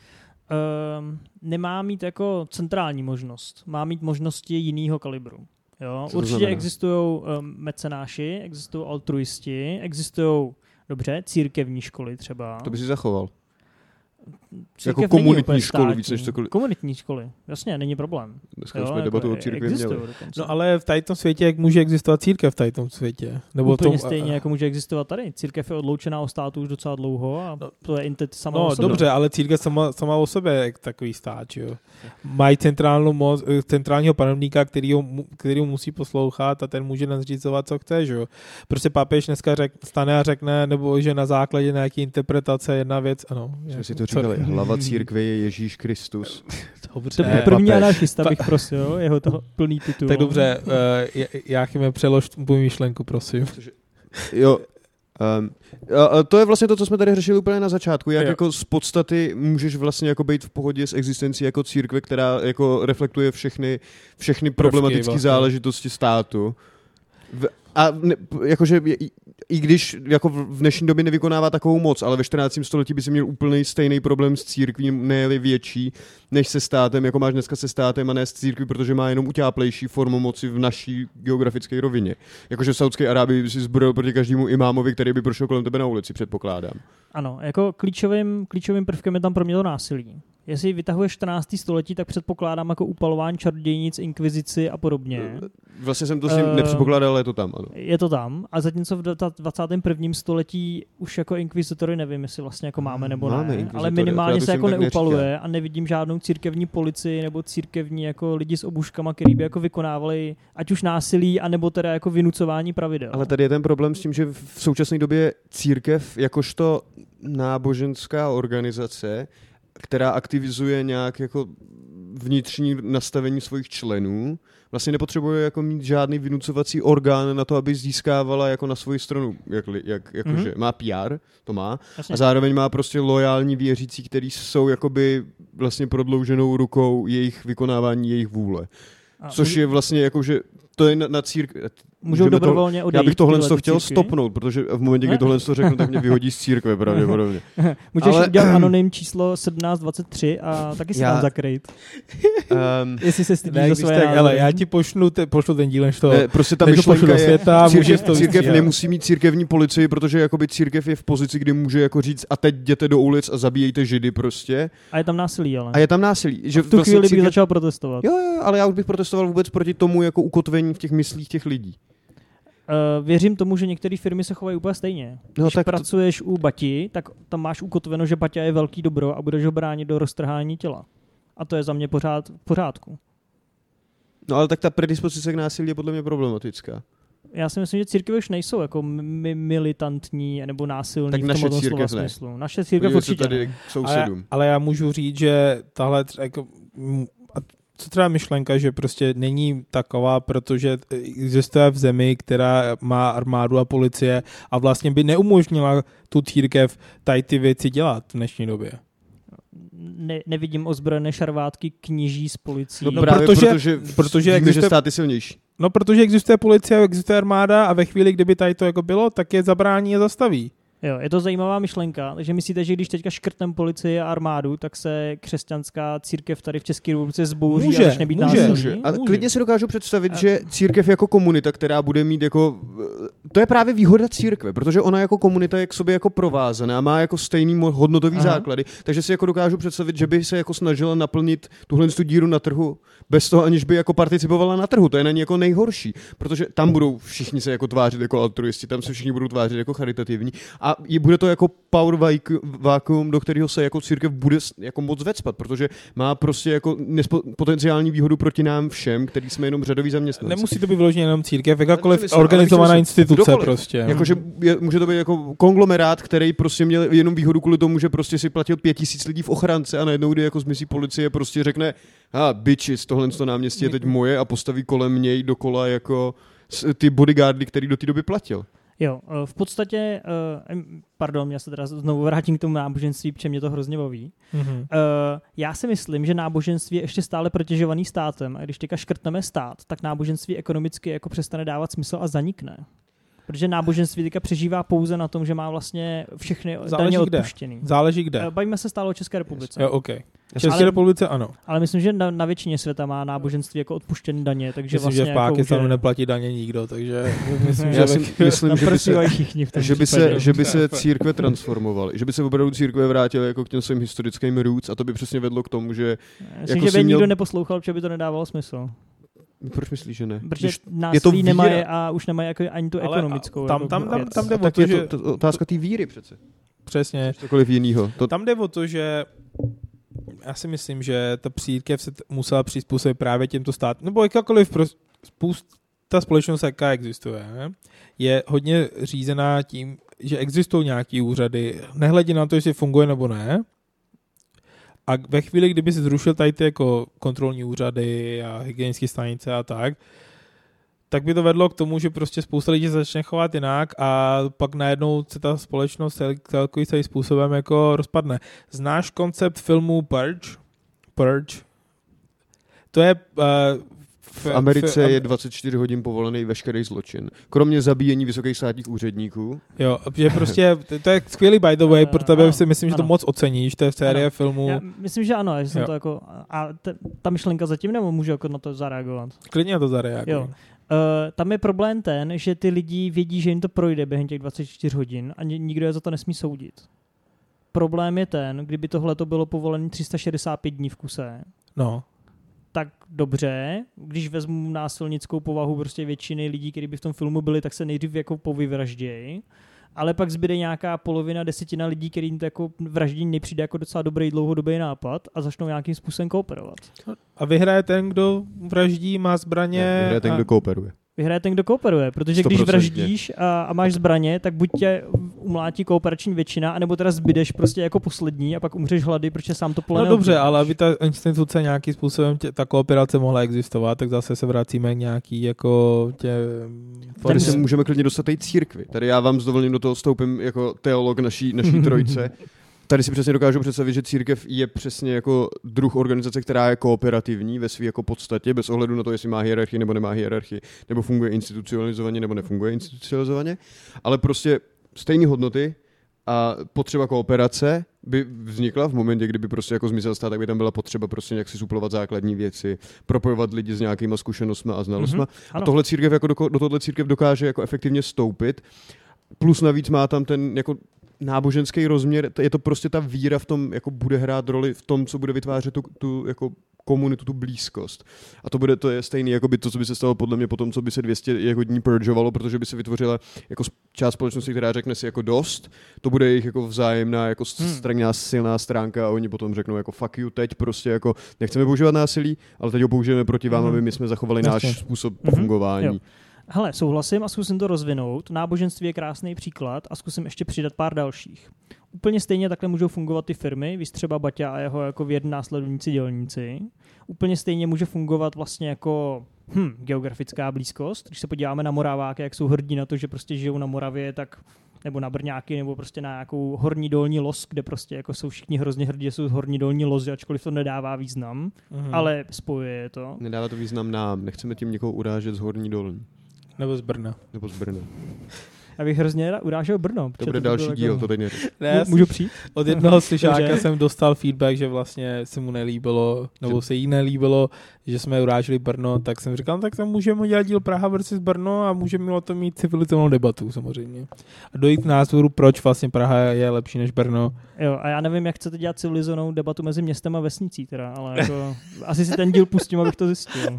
Nemá mít jako centrální možnost. Má mít možnosti jiného kalibru. Jo? Určitě existují mecenáši, existují altruisti, existují dobře, církevní školy třeba. To by si zachoval. Jako komunitní školy víc než cokoliv. Komunitní školy, jasně, není problém. Dneska jsme debatu o církvi měli. No ale v tady tom světě, jak může existovat církev v tady tom světě? Nebo úplně stejně, jako může existovat tady. Církev je odloučená od státu už docela dlouho a to je entity sama o sobě. Dobře, ale církev sama o sobě je takový stát, jo. Mají centrálního panovníka, který musí poslouchat a ten může nařizovat, co chce, jo. Prostě papež dneska stane a řekne, nebo že na základě nějaké interpretace jedna věc, ano. Jsme si to říkali, hlava církve je Ježíš Kristus. Dobře. To byl první anarchista, bych prosil, jeho toho plný titul. Tak dobře, Jáchyme, přelož tu myšlenku, prosím. Jo, to je vlastně to, co jsme tady řešili úplně na začátku, jak jako z podstaty můžeš vlastně jako být v pohodě s existencí jako církve, která jako reflektuje všechny problematické vlastně záležitosti státu. Jakože i když jako v dnešní době nevykonává takovou moc, ale ve 14. století by si měl úplně stejný problém s církví, ne-li větší než se státem, jako máš dneska se státem a ne s církví, protože má jenom utáplejší formu moci v naší geografické rovině. Jakože v Saudské Arábii by si zbrojil proti každému imámovi, který by prošel kolem tebe na ulici, předpokládám. Ano, jako klíčovým prvkem je tam pro mě to násilí. Jestli vytahuješ 14. století, tak předpokládám jako upalování čarodějnic, inkvizici a podobně. Vlastně jsem to si nepředpokládal, ale je to tam, ano. Je to tam, a zatímco v 21. století už jako inkvizitory nevím, jestli vlastně jako máme nebo ne, ale minimálně se jako neupaluje a nevidím žádnou církevní policii nebo církevní jako lidi s obuškama, který by jako vykonávali ať už násilí, anebo teda jako vynucování pravidel. Ale tady je ten problém s tím, že v současné době církev jakožto náboženská organizace, která aktivizuje nějak jako vnitřní nastavení svých členů, vlastně nepotřebuje jako mít žádný vynucovací orgán na to, aby získávala jako na svoji stranu, jakože má PR, to má, Jasně. A zároveň má prostě loajální věřící, kteří jsou jakoby vlastně prodlouženou rukou jejich vykonávání jejich vůle. Což je vlastně jakože to je na církvi. Můžou dobrovolně odejít. Já bych tohle chtěl stopnout, protože v momentě, kdy tohle řeknu, tak mě vyhodí z církve pravděpodobně. Můžeš udělat anonym číslo 1723 a taky si tam zakrýt. Jestli se stydíš za své názory. Ale já ti pošlu ten díl, než to prostě ta myšlenka je, světa, církev nemusí mít církevní policii, protože jakoby církev je v pozici, kdy může jako říct a teď jděte do ulic a zabíjejte židy prostě. A je tam násilí, ale. A je tam násilí. Že v tu chvíli bych začal protestovat. Jo, ale já už bych protestoval vůbec proti tomu jako ukotvení v těch myslích těch lidí. Věřím tomu, že některé firmy se chovají úplně stejně. Když pracuješ u Bati, tak tam máš ukotveno, že Baťa je velký dobro a budeš ho bránit do roztrhání těla. A to je za mě pořád v pořádku. No ale tak ta predispozice k násilí je podle mě problematická. Já si myslím, že církve už nejsou jako militantní nebo násilní tak v tomto slova smyslu. Naše církev určitě ne. Ale já můžu říct, že tahle jako co třeba myšlenka, že prostě není taková, protože existuje v zemi, která má armádu a policie a vlastně by neumožnila tu církev tady ty věci dělat v dnešní době. Nevidím ozbrojené šarvátky kníží s policií. No právě protože existuje, že stát je silnější. No protože existuje policie, existuje armáda a ve chvíli, kdyby tady to jako bylo, tak je zabrání a zastaví. Jo, je to zajímavá myšlenka, takže myslíte, že když teďka škrtnem policii a armádu, tak se křesťanská církev tady v České republice zbouří a začne být násilný? A klidně si dokážu představit, že církev jako komunita, která bude mít jako... To je právě výhoda církve, protože ona jako komunita je k sobě jako provázaná, má jako stejný hodnotový základy, takže si jako dokážu představit, že by se jako snažila naplnit tuhle díru na trhu bez toho, aniž by jako participovala na trhu. To je na ní jako nejhorší, protože tam budou všichni se jako tvářit jako altruisti, tam se všichni budou tvářit jako charitativní. A bude to jako power vacuum, do kterého se jako církev bude jako moc vecpat, protože má prostě jako potenciální výhodu proti nám všem, který jsme jenom řadoví zaměstnanci. Nemusí to být vyloženě jenom církev, jakákoliv organizovaná instituce prostě. Jakože může to být jako konglomerát, který prostě měl jenom výhodu kvůli tomu, že prostě si platil 5000 lidí v ochrance a najednou, kdy jako zmizí policie, prostě řekne bitches, tohle náměstí je teď moje a postaví kolem něj dokola jako ty bodyguardy, který do té doby platil. Jo, v podstatě, já se teda znovu vrátím k tomu náboženství, protože mě to hrozně baví. Mm-hmm. Já si myslím, že náboženství je ještě stále protěžovaný státem a když teďka škrtneme stát, tak náboženství ekonomicky jako přestane dávat smysl a zanikne. Protože náboženství teďka přežívá pouze na tom, že má vlastně všechny daně odpuštěný. Záleží kde. Bavíme se stále o České republice. Jo, OK. V České republice ano. Ale myslím, že na většině světa má náboženství jako odpuštěný daně, takže myslím, vlastně že v Pákistánu neplatí daně nikdo, takže myslím, že by se církve transformovaly, že by se opravdu církve vrátily jako k těm svým historickým roots a to by přesně vedlo k tomu, že myslím, že by nikdo neposlouchal, protože by to nedávalo smysl. Proč myslíš, že ne? Protože násilí nemají a už nemají jako ani tu ekonomickou. Tam jde o to, že... To otázka té víry přece. Přesně. Cokoliv jinýho. Tam jde o to, že já si myslím, že ta církev se musela přizpůsobit právě těmto státům, nebo jakákoliv ta společnost, jaká existuje, je hodně řízená tím, že existují nějaký úřady, nehledě na to, jestli funguje nebo ne. A ve chvíli, kdyby se zrušil tady ty jako kontrolní úřady a hygienické stanice a tak by to vedlo k tomu, že prostě spousta lidí začne chovat jinak a pak najednou se ta společnost celým způsobem jako rozpadne. Znáš koncept filmu Purge? To je... V Americe je 24 hodin povolený veškerý zločin. Kromě zabíjení vysokých státních úředníků. Jo, že prostě, to je skvělý by the way, pro tebe si myslím, že to moc oceníš, to je série filmů. Já myslím, že ano, že jsem to jako, a ta myšlenka zatím, nebo můžu jako na to zareagovat? Klidně na to zareaguji. Tam je problém ten, že ty lidi vědí, že jim to projde během těch 24 hodin a nikdo je za to nesmí soudit. Problém je ten, kdyby tohle to bylo povolené 365 dní v kuse. No. Tak dobře, když vezmu násilnickou povahu prostě většiny lidí, kteří by v tom filmu byli, tak se nejdřív jako povyvraždějí, ale pak zbyde nějaká polovina, desetina lidí, kterým to jako vraždění nepřijde jako docela dobrý dlouhodobý nápad a začnou nějakým způsobem kooperovat. A vyhraje ten, kdo vraždí, má zbraně. Vyhraje ten, kdo kooperuje. Vyhraje ten, kdo kooperuje, protože 100%. Když vraždíš a máš zbraně, tak buď tě umlátí kooperační většina, anebo teda zbydeš prostě jako poslední a pak umřeš hlady, protože sám to plně. No dobře, ale aby ta instituce nějakým způsobem ta kooperace mohla existovat, tak zase se vracíme k nějaký jako Tady se můžeme klidně dostat té církvi. Tady já vám s dovolením do toho vstoupím jako teolog naší trojce. Tady si přesně dokážu představit, že církev je přesně jako druh organizace, která je kooperativní ve své jako podstatě, bez ohledu na to, jestli má hierarchii nebo nemá hierarchii, nebo funguje institucionalizovaně nebo nefunguje institucionalizovaně, ale prostě stejné hodnoty a potřeba kooperace by vznikla v momentě, kdyby prostě jako zmizel stát, tak by tam byla potřeba prostě nějak si suplovat základní věci, propojovat lidi s nějakýma zkušenostmi a znalostmi. A tohle církev jako do tohle církev dokáže jako efektivně stoupit. Plus navíc má tam ten jako náboženský rozměr, je to prostě ta víra v tom, jako bude hrát roli v tom, co bude vytvářet tu jako komunitu, tu blízkost. A to je stejný, jako by to, co by se stalo podle mě potom, co by se 200 jako dní purgeovalo, protože by se vytvořila jako část společnosti, která řekne si jako dost, to bude jejich jako vzájemná, jako strašná silná stránka a oni potom řeknou jako fuck you, teď prostě jako nechceme používat násilí, ale teď ho použijeme proti vám, aby my jsme zachovali náš způsob fungování. Jo. Hele, souhlasím a zkusím to rozvinout. Náboženství je krásný příklad a zkusím ještě přidat pár dalších. Úplně stejně takhle můžou fungovat ty firmy, víš třeba Baťa a jeho jako věrní následovníci dělníci. Úplně stejně může fungovat vlastně jako geografická blízkost. Když se podíváme na Moraváky, jak jsou hrdí na to, že prostě žijou na Moravě, tak nebo na Brňáky, nebo prostě na nějakou horní dolní los, kde prostě jako jsou všichni hrozně hrdí, jsou horní dolní lozy, ačkoliv to nedává význam, ale spojuje je to. Nedává to význam nám, nechceme tím někoho urážet z horní dolní. Nebo z Brna. Já bych hrozně urážel Brno. To bude další díl, jako... to teď neřeš. Můžu přijít? Od jednoho slyšáka jsem dostal feedback, že vlastně se mu nelíbilo, nebo se jí nelíbilo, že jsme uráželi Brno, tak jsem říkal, tak tam můžeme dělat díl Praha versus Brno a můžeme o tom mít civilizovanou debatu samozřejmě. A dojít k názoru, proč vlastně Praha je lepší než Brno. Jo, a já nevím, jak chcete dělat civilizovanou debatu mezi městem a vesnicí teda, ale jako, asi si ten díl pustím, abych to zjistil.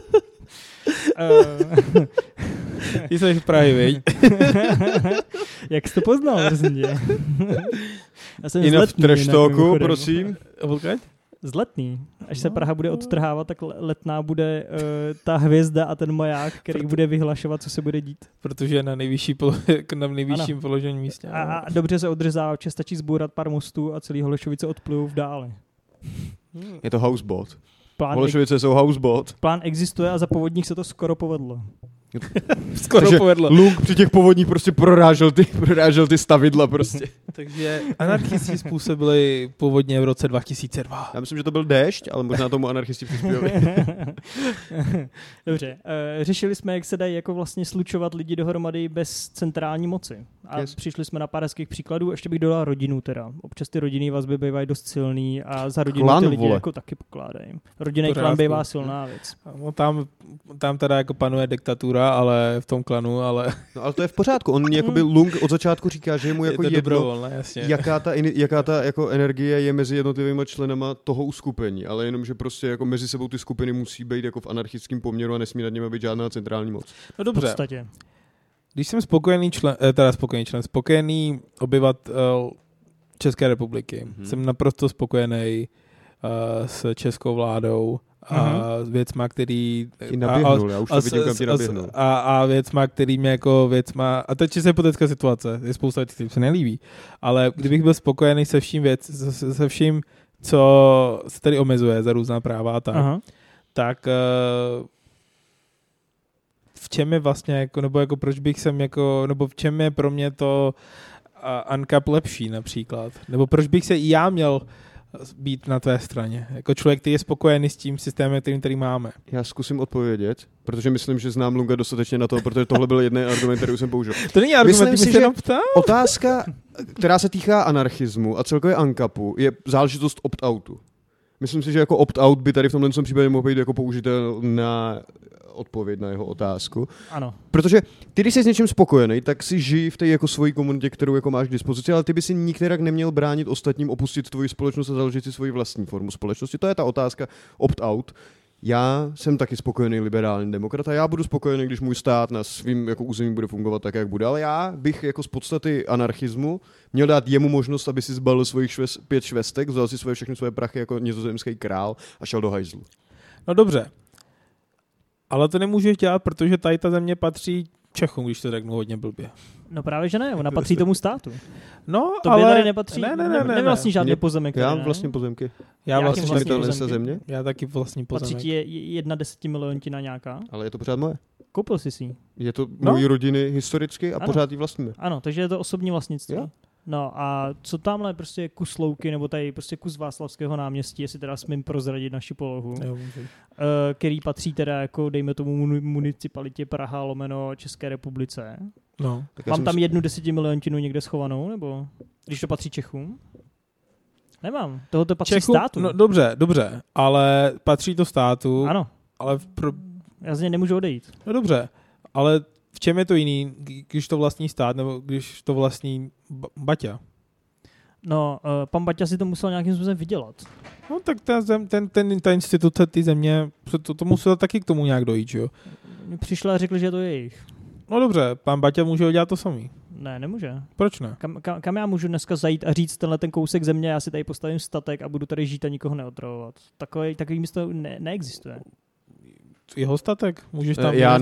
Ty jsi v Prahy, viď? Jak jsi to poznal, Rzdě? I na trash talku, prosím. Z Letný. Až se Praha bude odtrhávat, tak Letná bude ta hvězda a ten maják, který bude vyhlašovat, co se bude dít. Protože je na nejvyšším položeném místě. A dobře se odřezá, že stačí zbourat pár mostů a celý Holešovice odplujou v dále. Je to houseboat. Holešovice jsou houseboat. Plán existuje a za povodních se to skoro povedlo. Skoro povedlo. Lung při těch povodních prostě prorážel ty stavidla prostě. Takže anarchisti způsobili povodně v roce 2002. Já myslím, že to byl déšť, ale možná tomu anarchisti přispěli. Dobře, řešili jsme, jak se dají jako vlastně slučovat lidi dohromady bez centrální moci. A přišli jsme na pár hezkých příkladů, ještě bych dodal rodinu teda. Občas ty rodinný vazby bývají dost silný a za rodinu Klan, ty lidi vole. jako taky pokládají. Rodinný klan bývá silná věc. No, tam teda jako panuje diktatura, ale v tom klanu, ale... No ale to je v pořádku, on jakoby Lung od začátku říká, že je mu jako je to jedno, jasně. jaká ta jako energie je mezi jednotlivými členama toho uskupení, ale jenom, že prostě jako mezi sebou ty skupiny musí být jako v anarchickém poměru a nesmí nad nimi být žádná centrální moc. No dobře. V podstatě. Když jsem spokojený obyvatel České republiky, jsem naprosto spokojený s českou vládou a věcma, který... A věcma, který mě jako věcma... A to je čistě hypotetická situace, je spousta věcí, které se nelíbí. Ale kdybych byl spokojený se vším, co se tady omezuje za různá práva a tak v čem je vlastně, jako, nebo jako proč bych sem jako, nebo v čem je pro mě to UNCAP lepší například? Nebo proč bych se i já měl být na tvé straně? Jako člověk, který je spokojený s tím systémem, který máme. Já zkusím odpovědět, protože myslím, že znám Lunga dostatečně na to, protože tohle byl jeden argument, který jsem použil. To není argument, myslím si, že otázka, která se týká anarchismu a celkově UNCAPu, je záležitost opt-outu. Myslím si, že jako opt-out by tady v tomhle případě mohl být jako použitelná odpověď na jeho otázku. Ano. Protože ty, když jsi s něčím spokojený, tak si žij v té jako svojí komunitě, kterou jako máš k dispozici, ale ty by si nikterak neměl bránit ostatním opustit tvoji společnost a založit si svoji vlastní formu společnosti. To je ta otázka opt-out. Já jsem taky spokojený liberální demokrat a já budu spokojený, když můj stát na svým jako území bude fungovat tak, jak bude, ale já bych jako z podstaty anarchismu měl dát jemu možnost, aby si zbalil svých 5 švestek, vzal si všechny svoje prachy jako nizozemský král a šel do hajzlu. No dobře. Ale to nemůžeš dělat, protože tady ta země patří Čechům, když to řeknu hodně blbě. No právě, že ne, ona patří tomu státu. No, to ale... tady nepatří, nevlastní žádný pozemek. Já vlastní pozemky. Já vlastní země. Já taky vlastní pozemek. Patří ti 1/10 miliontina nějaká? Ale je to pořád moje. Koupil jsi si ji. Je to mojí rodiny historicky a pořád ji vlastníme. Ano, takže je to osobní vlastnictví. Jo. No a co tamhle prostě kus Louky, nebo tady prostě kus Václavského náměstí, jestli teda smím prozradit naši polohu, který patří teda jako dejme tomu municipalitě Praha lomeno České republice. No. Mám tam 1/10 miliontinu někde schovanou, nebo když to patří Čechům? Nemám, tohoto patří státu. No dobře, ale patří to státu. Ano. Ale já z něj nemůžu odejít. No dobře, ale v čem je to jiný, když to vlastní stát, nebo když to vlastní Baťa? No, pan Baťa si to musel nějakým způsobem vydělat. No tak ta instituce, ty země, to muselo taky k tomu nějak dojít, že jo? Přišla a řekli, že to je jejich. No dobře, pan Baťa může dělat to samý. Ne, nemůže. Proč ne? Kam já můžu dneska zajít a říct tenhle ten kousek země, já si tady postavím statek a budu tady žít a nikoho neotravovat. Takový místo neexistuje. Jeho statek? Můžeš tam... Já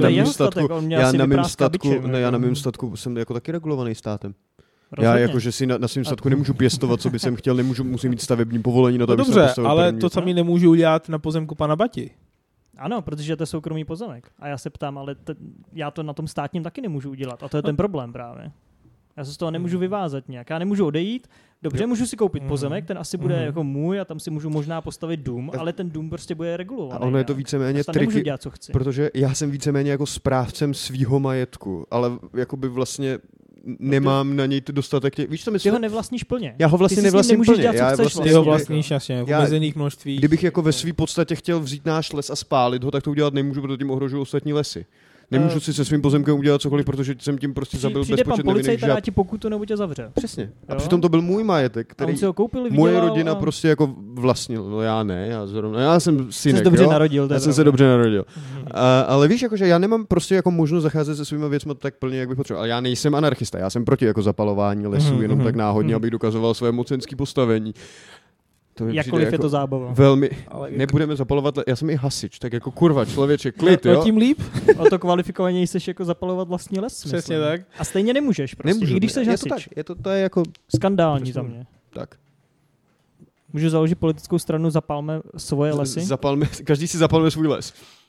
na mém statku jsem jako taky regulovaný státem. Rozhodně. Já jakože si na svém statku nemůžu pěstovat, co by jsem chtěl, musím mít stavební povolení na to, aby dobře, ale to samý nemůžu udělat na pozemku pana Bati. Ano, protože to je soukromý pozemek. A já se ptám, ale já to na tom státním taky nemůžu udělat. A to je ten problém právě. Já se z toho nemůžu vyvázat nějak. Já nemůžu odejít. Dobře, můžu si koupit pozemek, ten asi bude jako můj a tam si můžu možná postavit dům, ale ten dům prostě bude regulovaný. A ono je to víceméně triky, dělat, co chci. Protože já jsem víceméně jako správcem svýho majetku, ale jakoby vlastně nemám na něj dostatek. Víš, co myslím? Ty ho nevlastníš plně. Já ho vlastně nevlastním plně. Ty ho vlastníš jasně, v omezených množství. Kdybych jako ve své podstatě chtěl vzít náš les a spálit ho, tak to udělat nemůžu, protože tím ohrožuji ostatní lesy. Nemůžu si se svým pozemkem udělat cokoliv, protože jsem tím prostě zabil bezpočet nevinných žab. Přijde pan policajt a dá ti pokutu nebo tě zavře. Přesně. A přitom to byl můj majetek, který moje rodina prostě jako vlastnil. No já ne, já jsem synek, já jsem se dobře narodil. Ale víš, jakože já nemám prostě jako možnost zacházet se svýma věcmi tak plně, jak bych potřeboval. Ale já nejsem anarchista, já jsem proti jako zapalování lesů, jenom tak náhodně, abych dokazoval své mocenské postavení. Jakkoliv jako je to zábava. Velmi. Nebudeme zapalovat, já jsem i hasič, tak jako kurva, člověče, klid, jo? Tím líp. O to kvalifikovaněji jsi jako zapalovat vlastní les. Přesně tak. A stejně nemůžeš prostě, nemůžu, i když jsi hasič. To je jako... skandální za mě. Tak. Můžu založit politickou stranu Zapalme svoje lesy? Každý si zapalme svůj les.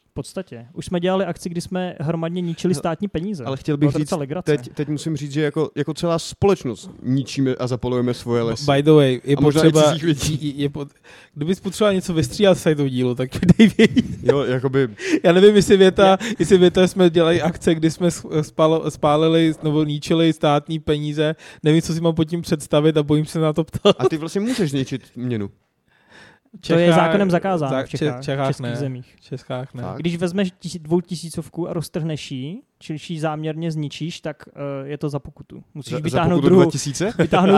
V podstatě. Už jsme dělali akci, kdy jsme hromadně ničili státní peníze. Ale chtěl bych říct, teď musím říct, že jako celá společnost ničíme a zapalujeme svoje lesy. By the way, je potřeba, kdybys potřeboval něco vystříhat z toho dílu, tak dej vědět. Jo, jakoby... Já nevím, jestli věta jsme dělali akce, kdy jsme spálili nebo ničili státní peníze. Nevím, co si mám pod tím představit a bojím se na to ptat. A ty vlastně můžeš zničit měnu. To je zákonem zakázáno v českých zemích. V Čechách ne. Když vezmeš 2000 a roztrhneš ji, čili ji záměrně zničíš, tak je to za pokutu. Musíš vytáhnout druhou 2000? Vytáhnout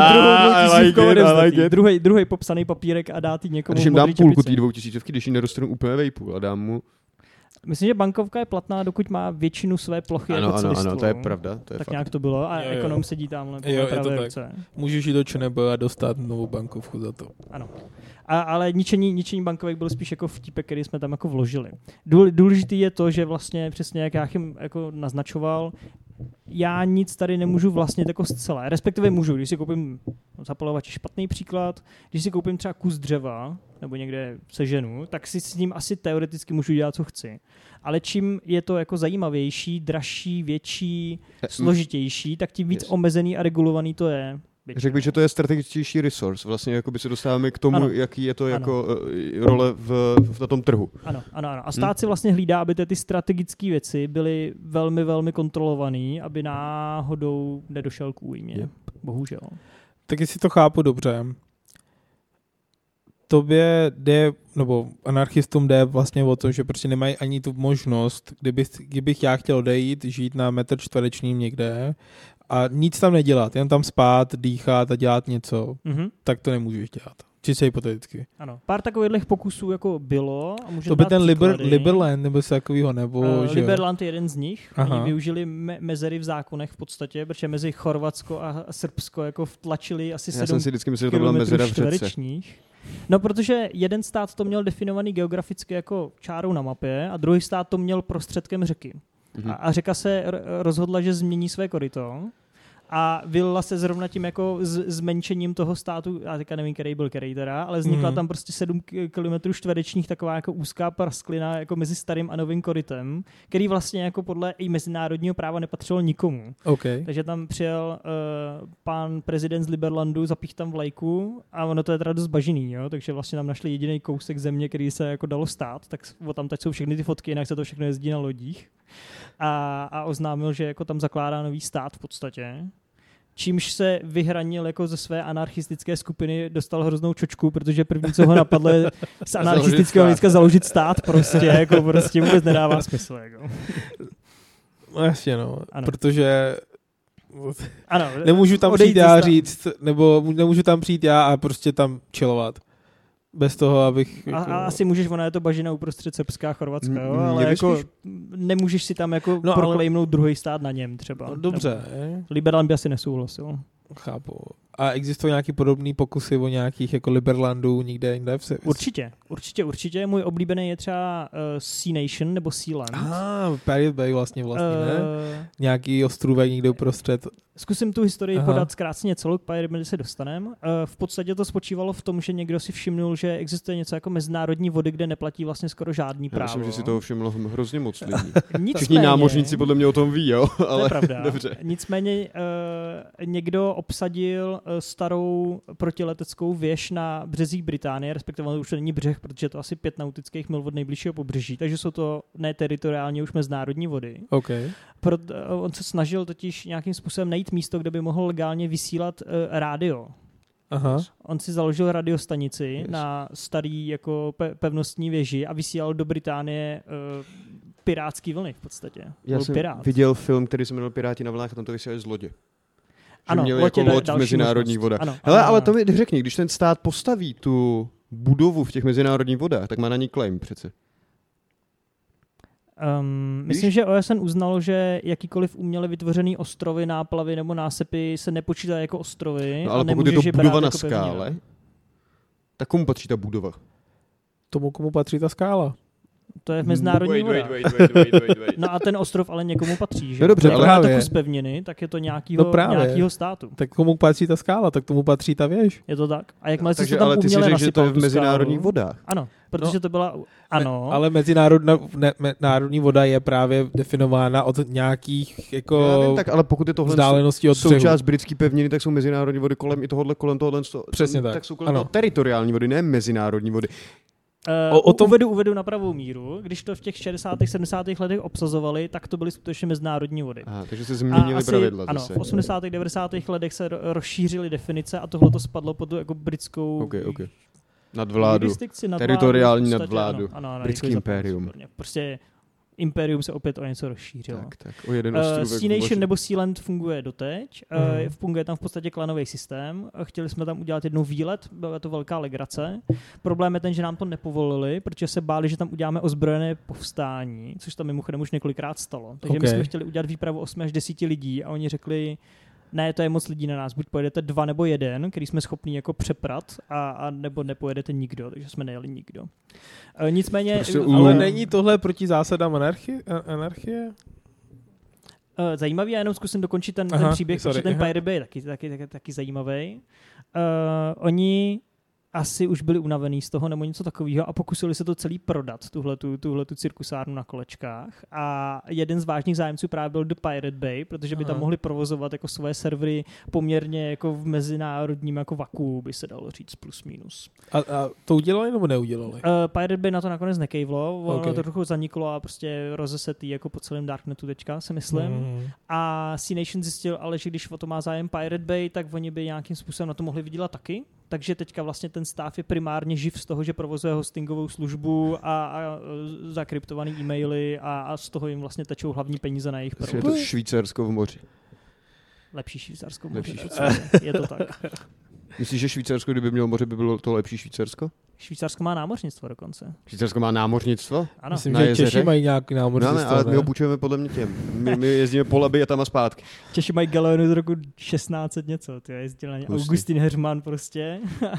druhý popsaný papírek a dát ji někomu. Když jim dám půlku té 2000, když ji neroztrhnu úplně vejpůl a dám mu... Myslím, že bankovka je platná, dokud má většinu své plochy jako celistvu. Ano, to je pravda. To je tak fakt. nějak to bylo a ekonom sedí tamhle po pravé ruce. Můžeš jít do ČNB a dostat novou bankovku za to. Ano. Ale ničení bankovek byl spíš jako vtípek, který jsme tam jako vložili. Důležitý je to, že vlastně přesně jak Jáchym jako naznačoval, já nic tady nemůžu vlastně jako zcela. Respektive můžu, když si koupím zapalovač je špatný příklad, když si koupím třeba kus dřeva nebo někde seženu, tak si s ním asi teoreticky můžu dělat, co chci. Ale čím je to jako zajímavější, dražší, větší, složitější, tak tím víc omezený a regulovaný to je. Řekl bych, že to je strategičtější resource. Vlastně jakoby se dostáváme k tomu, jaký je to jako role na tom trhu. Ano. A stát si vlastně hlídá, aby ty strategické věci byly velmi, velmi kontrolované, aby náhodou nedošel k újmě. Bohužel. Tak jestli to chápu dobře, tobě jde, nebo anarchistům jde vlastně o to, že prostě nemají ani tu možnost, kdybych já chtěl odejít, žít na metr čtverečním někde a nic tam nedělat, jen tam spát, dýchat a dělat něco, tak to nemůžeš dělat. Čistě hypoteticky. Ano. Pár takových pokusů jako bylo. A to by ten Liberland nebo se takovýho, nebo že Liberland je jeden z nich. Oni využili mezery v zákonech v podstatě, protože mezi Chorvatsko a Srbsko jako vtlačili asi 7 jsem si vždycky myslel, že to byla mezera v řece. No, protože jeden stát to měl definovaný geograficky jako čárou na mapě a druhý stát to měl prostředkem řeky. A řeka se rozhodla, že změní své koryto a vylila se zrovna tím jako zmenšením toho státu, já teďka nevím, který teda, ale vznikla tam prostě 7 km čtverečních taková jako úzká prasklina jako mezi starým a novým korytem, který vlastně jako podle i mezinárodního práva nepatřilo nikomu. Okay. Takže tam přijel pán prezident z Liberlandu, zapích tam vlajku a ono to je teda dost bažiný, jo? Takže vlastně tam našli jediný kousek země, který se jako dalo stát, tak tam teď jsou všechny ty fotky, jinak se to všechno jezdí na lodích. A oznámil, že jako tam zakládá nový stát v podstatě. Čímž se vyhranil jako ze své anarchistické skupiny, dostal hroznou čočku, protože první, co ho napadlo, je z anarchistického hlediska založit stát prostě, jako prostě vůbec nedává smysl. Jako. No jasně, no, protože nemůžu tam přijít já říct, nebo nemůžu tam přijít já a prostě tam chillovat. Bez toho, abych... A asi můžeš, ona je to bažina uprostřed Srbska a Chorvatska, jo? Ale jako nemůžeš si tam jako proclaimnout druhý stát na něm třeba. No, dobře. Liberland by asi nesouhlasil. Chápu. A existují nějaký podobný pokusy o nějakých jako Liberlandů někde jinde? Určitě. Můj oblíbený je třeba Sea Nation nebo Sea Land. Pirate Bay vlastně ne? Nějaký ostrůvek někde uprostřed. Zkusím tu historii podat zkráceně celou, k Pirate Bay se dostaneme. V podstatě to spočívalo v tom, že někdo si všimnul, že existuje něco jako mezinárodní vody, kde neplatí vlastně skoro žádný právo. Já myslím, že si toho všimlo hrozně moc lidí. Všichni námořníci podle mě o tom ví, jo? Ale to je pravda. Dobře. Nicméně někdo obsadil starou protileteckou věž na březích Británie, respektive už to není břeh, protože je to asi 5 nautických mil od nejbližšího pobřeží, takže jsou to ne teritoriálně už mezinárodní vody. Okay. On se snažil totiž nějakým způsobem najít místo, kde by mohl legálně vysílat rádio. Aha. On si založil radiostanici na starý jako pevnostní věži a vysílal do Británie pirátský vlny v podstatě. Já jsem viděl film, který se jmenoval Piráti na vlnách a tam to vysílali z lodě. Ano, měli jako loď v mezinárodních vodách. Hele, ale to mi řekni, když ten stát postaví tu budovu v těch mezinárodních vodách, tak má na ní claim přece. Myslím, že OSN uznalo, že jakýkoliv uměle vytvořený ostrovy, náplavy nebo násypy se nepočítají jako ostrovy. No, ale pokud je to budova na skále, tak komu patří ta budova? Tomu, komu patří ta skála. To je v mezinárodní vodách. Wait. No a ten ostrov ale někomu patří, že? No dobře, ale právě. to kus pevniny, tak je to nějakýho státu. Tak komu patří ta skála, tak tomu patří ta věž. Je to tak? A jakmile jsi Takže to tam ale ty si uměle řekl, že to je nasypal v tu mezinárodních skálu. vodách. Ano, protože to byla... Ano. Ale národní voda je právě definována od nějakých jako Já vím, tak ale pokud je tohle vzdálenosti od břehu. součást britské pevniny, tak jsou mezinárodní vody kolem tohle. Přesně tak. Tak jsou kolem toho teritoriální vody, ne mezinárodní vody. O tom Uvedu na pravou míru. Když to v těch 60. 70. letech obsazovali, tak to byly skutečně mezinárodní vody. Aha, takže se změnily pravidla ano, zase. v 80. 90. letech se rozšířily definice a tohle to spadlo pod tu jako britskou Okay. Nadvládu. jurisdikci, Teritoriální v podstatě, nadvládu. Ano, Britský děkuji za impérium. pomoc, prostě impérium se opět o něco rozšířilo. Tak, o jeden ostrůvek. Sea Nation nebo Sealand funguje doteď. Funguje tam v podstatě klanový systém. Chtěli jsme tam udělat jednou výlet, byla to velká legrace. Problém je ten, že nám to nepovolili, protože se báli, že tam uděláme ozbrojené povstání, což tam mimochodem už několikrát stalo. Takže my jsme chtěli udělat výpravu 8 až 10 lidí a oni řekli, ne, to je moc lidí na nás, buď pojedete 2 nebo 1, který jsme schopní jako přeprat, a nebo nepojedete nikdo, takže jsme nejeli nikdo. Nicméně... Prostě ale není tohle proti zásadám anarchie? Zajímavý, já jenom zkusím dokončit ten příběh, protože ten Pirate Bay je taky zajímavý. Oni asi už byli unavený z toho nebo něco takového a pokusili se to celý prodat, tuhletu cirkusárnu na kolečkách. A jeden z vážných zájemců právě byl The Pirate Bay, protože by tam mohli provozovat jako svoje servery poměrně jako v mezinárodním jako vakuu, by se dalo říct, plus minus. A to udělali nebo neudělali? Pirate Bay na to nakonec nekejvlo, ono to trochu zaniklo a prostě rozesetý jako po celém Darknetu teďka, si myslím. A Sea Nation zjistil ale, že když o to má zájem Pirate Bay, tak oni by nějakým způsobem na to mohli vydělat taky. Takže teďka vlastně ten stav je primárně živ z toho, že provozuje hostingovou službu a zakryptovaný e-maily a z toho jim vlastně tečou hlavní peníze na jejich provoz. Je to Švýcarsko v moři. Lepší Švýcarsko v moři. Je to tak. Myslíš, že Švýcarsko, kdyby mělo moře, by bylo to lepší Švýcarsko? Švýcarsko má námořnictvo dokonce. Švýcarsko má námořnictvo? Ano. Myslím, že Češi mají nějaký námořnictvo. No, ale my ho půjčujeme podle mě těm. My jezdíme po Labi a tam a zpátky. Češi mají galeonu z roku 1600 něco. Jezdil na ně Augustin Heřman prostě.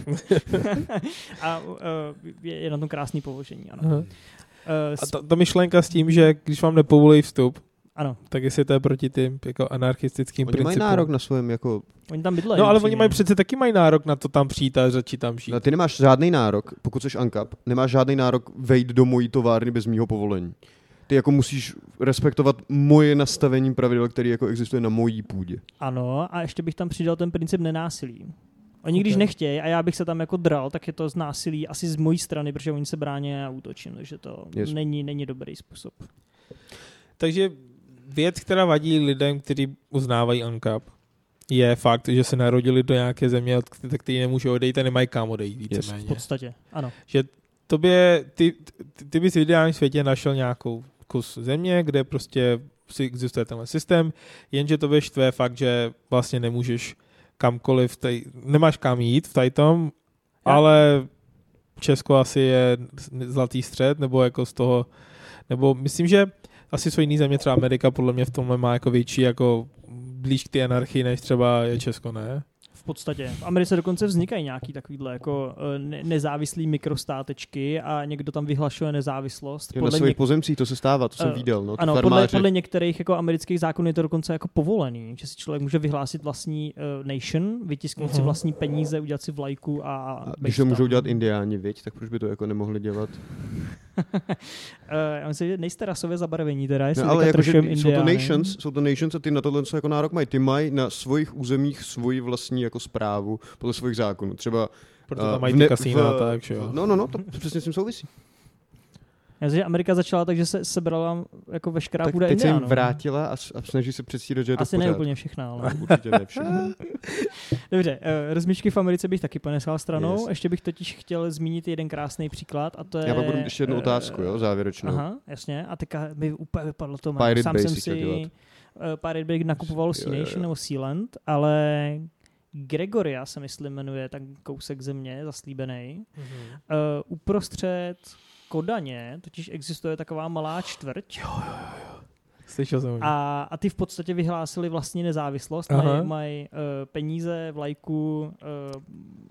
A je na tom krásný položení. Ano. A ta myšlenka s tím, že když vám nepovolí vstup, ano. Tak jestli to je proti tím jako anarchistickým principům. Oni mají nárok na svém jako... Oni tam bydlejí. No ale oni mají přece taky mají nárok na to tam přijít a začít tam žít. No, ty nemáš žádný nárok, pokud jsi ANCAP, nemáš žádný nárok vejít do mojí továrny bez mýho povolení. Ty jako musíš respektovat moje nastavení pravidel, které jako existuje na mojí půdě. Ano, a ještě bych tam přidal ten princip nenásilí. Oni když nechtějí a já bych se tam jako dral, tak je to z násilí asi z mojí strany, protože oni se brání a útočím, takže to není dobrý způsob. Takže věc, která vadí lidem, kteří uznávají ANCAP, je fakt, že se narodili do nějaké země, od které nemůžou odejít a nemají kam odejít víceméně. V podstatě, ano. Že tobě, ty bys v ideálním světě našel nějakou kus země, kde prostě si existuje tenhle systém, jenže to štve fakt, že vlastně nemůžeš kamkoliv, nemáš kam jít v tajtom, ale Česko asi je zlatý střed, nebo jako z toho, nebo myslím, že asi jsou jiný země, třeba Amerika podle mě v tomhle má jako větší, jako blíž k té anarchii, než třeba je Česko, ne? V podstatě. V Americe dokonce vznikají nějaký takovýhle jako nezávislý mikrostátečky a někdo tam vyhlašuje nezávislost. Na svých pozemcích to se stává, to jsem viděl. No, ano, podle některých jako amerických zákonů je to dokonce jako povolený, že si člověk může vyhlásit vlastní nation, vytisknout si vlastní peníze, udělat si vlajku a když to můžou dělat indiáni, viď, tak proč by to jako nemohli dělat? Já myslím, že nejste rasově zabarvení teda, no, ale jako, jsou to nations a ty na tohle jako nárok mají. Ty mají na svých územích svoji vlastní jako správu podle svých zákonů. Třeba proto tam mají ty kasína, tak jo. No, to přesně s tím souvisí. Já myslím, že Amerika začala tak, že se sebrala jako veškerá půda Indiánů. Tak teď se jim no. vrátila a snaží se předstírat, že je to asi v pořádku. ne úplně všechna, ale... Určitě ne všechna. Dobře, rozmíšky v Americe bych taky ponechal stranou. Yes. Ještě bych totiž chtěl zmínit jeden krásný příklad a to je... Já budu ještě jednu otázku, jo, závěrečnou. Aha, jasně. A teďka mi úplně vypadlo to. Pirate Sám Bay jsem si Pirate Bay nakupoval Sea Nation nebo Sealand, ale Gregoria se myslím jmenuje tak kousek země zaslíbený. Uprostřed Kodaně totiž existuje taková malá čtvrť. Jo. Slyšel jsem. A ty v podstatě vyhlásili vlastní nezávislost, mají peníze, vlajku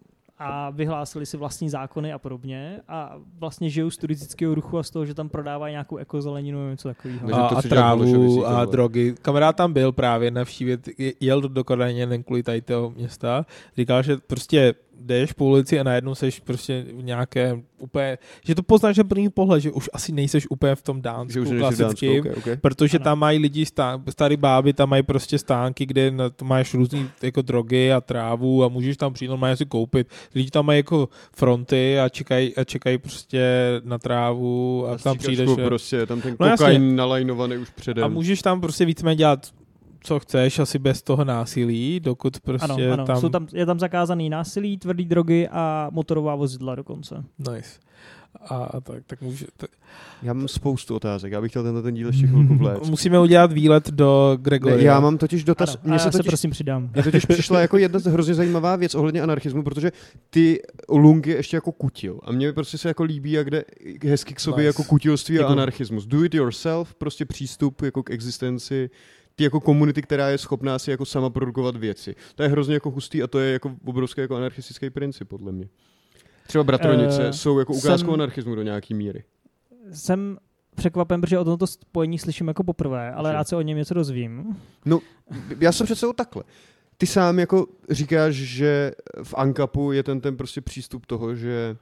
a vyhlásili si vlastní zákony a podobně a vlastně žijou z turistického ruchu a z toho, že tam prodávají nějakou ekozeleninu nebo něco takového. A trávu a drogy. Kamarád tam byl právě navštívit, jel do Kodaně jen kvůli tady toho města. Říkal, že prostě jdeš po ulici a najednou seš prostě v nějakém úplně, že to poznáš na první pohled, že už asi nejseš úplně v tom Dánsku klasickým, okay. Protože ano. Tam mají lidi, starý báby, tam mají prostě stánky, kde máš různý jako drogy a trávu a můžeš tam přijít, mají si koupit. Lidi tam mají jako fronty a čekají prostě na trávu a tam přijdeš. Prostě, tam ten kokain nalajnovaný už předem. A můžeš tam prostě víceméně dělat co chceš, asi bez toho násilí, dokud prostě ano. Je tam zakázaný násilí, tvrdý drogy a motorová vozidla dokonce. Nice. A tak může... Já mám spoustu otázek, já bych chtěl ten díl ještě chvilku vléct. Musíme udělat výlet do Gregoria. Já mám totiž dotaz... Ano, já se prosím přidám. Mně totiž přišla jako jedna hrozně zajímavá věc ohledně anarchismu, protože ty Lung je ještě jako kutil. A mně prostě se jako líbí, jak jde hezky k sobě jako kutilství a anarchismus. Do it yourself, prostě přístup jako k existenci ty jako komunity, která je schopná si jako sama produkovat věci. To je hrozně jako hustý a to je jako obrovský jako anarchistický princip, podle mě. Třeba Bratronice jsou jako ukázkou anarchismu do nějaký míry. Jsem překvapen, protože o tomto spojení slyším jako poprvé, ale rád se o něm něco dozvím. No, já jsem přece takhle. Ty sám jako říkáš, že v ANCAPu je ten prostě přístup toho, že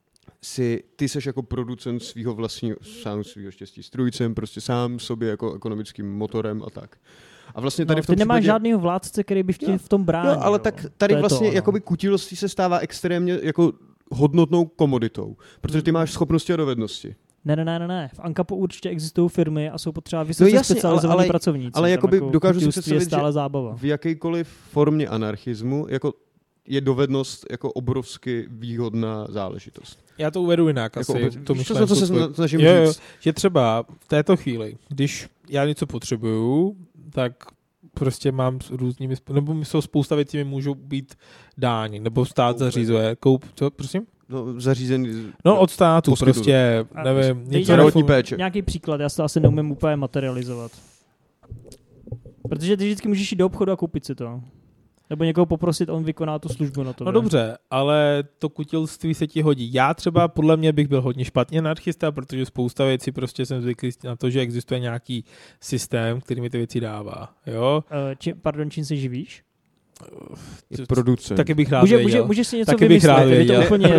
ty seš jako producent svého vlastního, sám svého štěstí strůjcem, prostě sám sobě jako ekonomickým motorem a tak. A vlastně tady v tom ty nemáš žádného vládce, který by v tom bránil. Jo, ale tak tady vlastně jakoby kutilství se stává extrémně jako hodnotnou komoditou, protože ty máš schopnosti a dovednosti. Ne. V ANCAPu určitě existují firmy a jsou potřeba vysoce specializovaní pracovníci. Ale jakoby jako dokážu si představit, stále zábava. V jakýkoliv formě anarchismu jako je dovednost jako obrovsky výhodná záležitost. Já to uvedu jinak jako asi. To se snažím říct. Že třeba v této chvíli, když já něco potřebuju, tak prostě mám s různými, nebo jsou spousta věcí, mi můžou být dáni, nebo stát zařizuje. Co, prosím? No, zařízený. No, od státu prostě, nevím. Nějaký příklad, já se to asi neumím úplně materializovat. Protože ty vždycky můžeš jít do obchodu a koupit si to. Nebo někoho poprosit, on vykoná tu službu na to. No dobře, ale to kutilství se ti hodí. Já třeba podle mě bych byl hodně špatně anarchista, protože spousta věcí prostě jsem zvyklý na to, že existuje nějaký systém, který mi ty věci dává. Jo? Čím se živíš? Producent. Taky bych rád věděl. Můžeš si něco vymyslet, je to úplně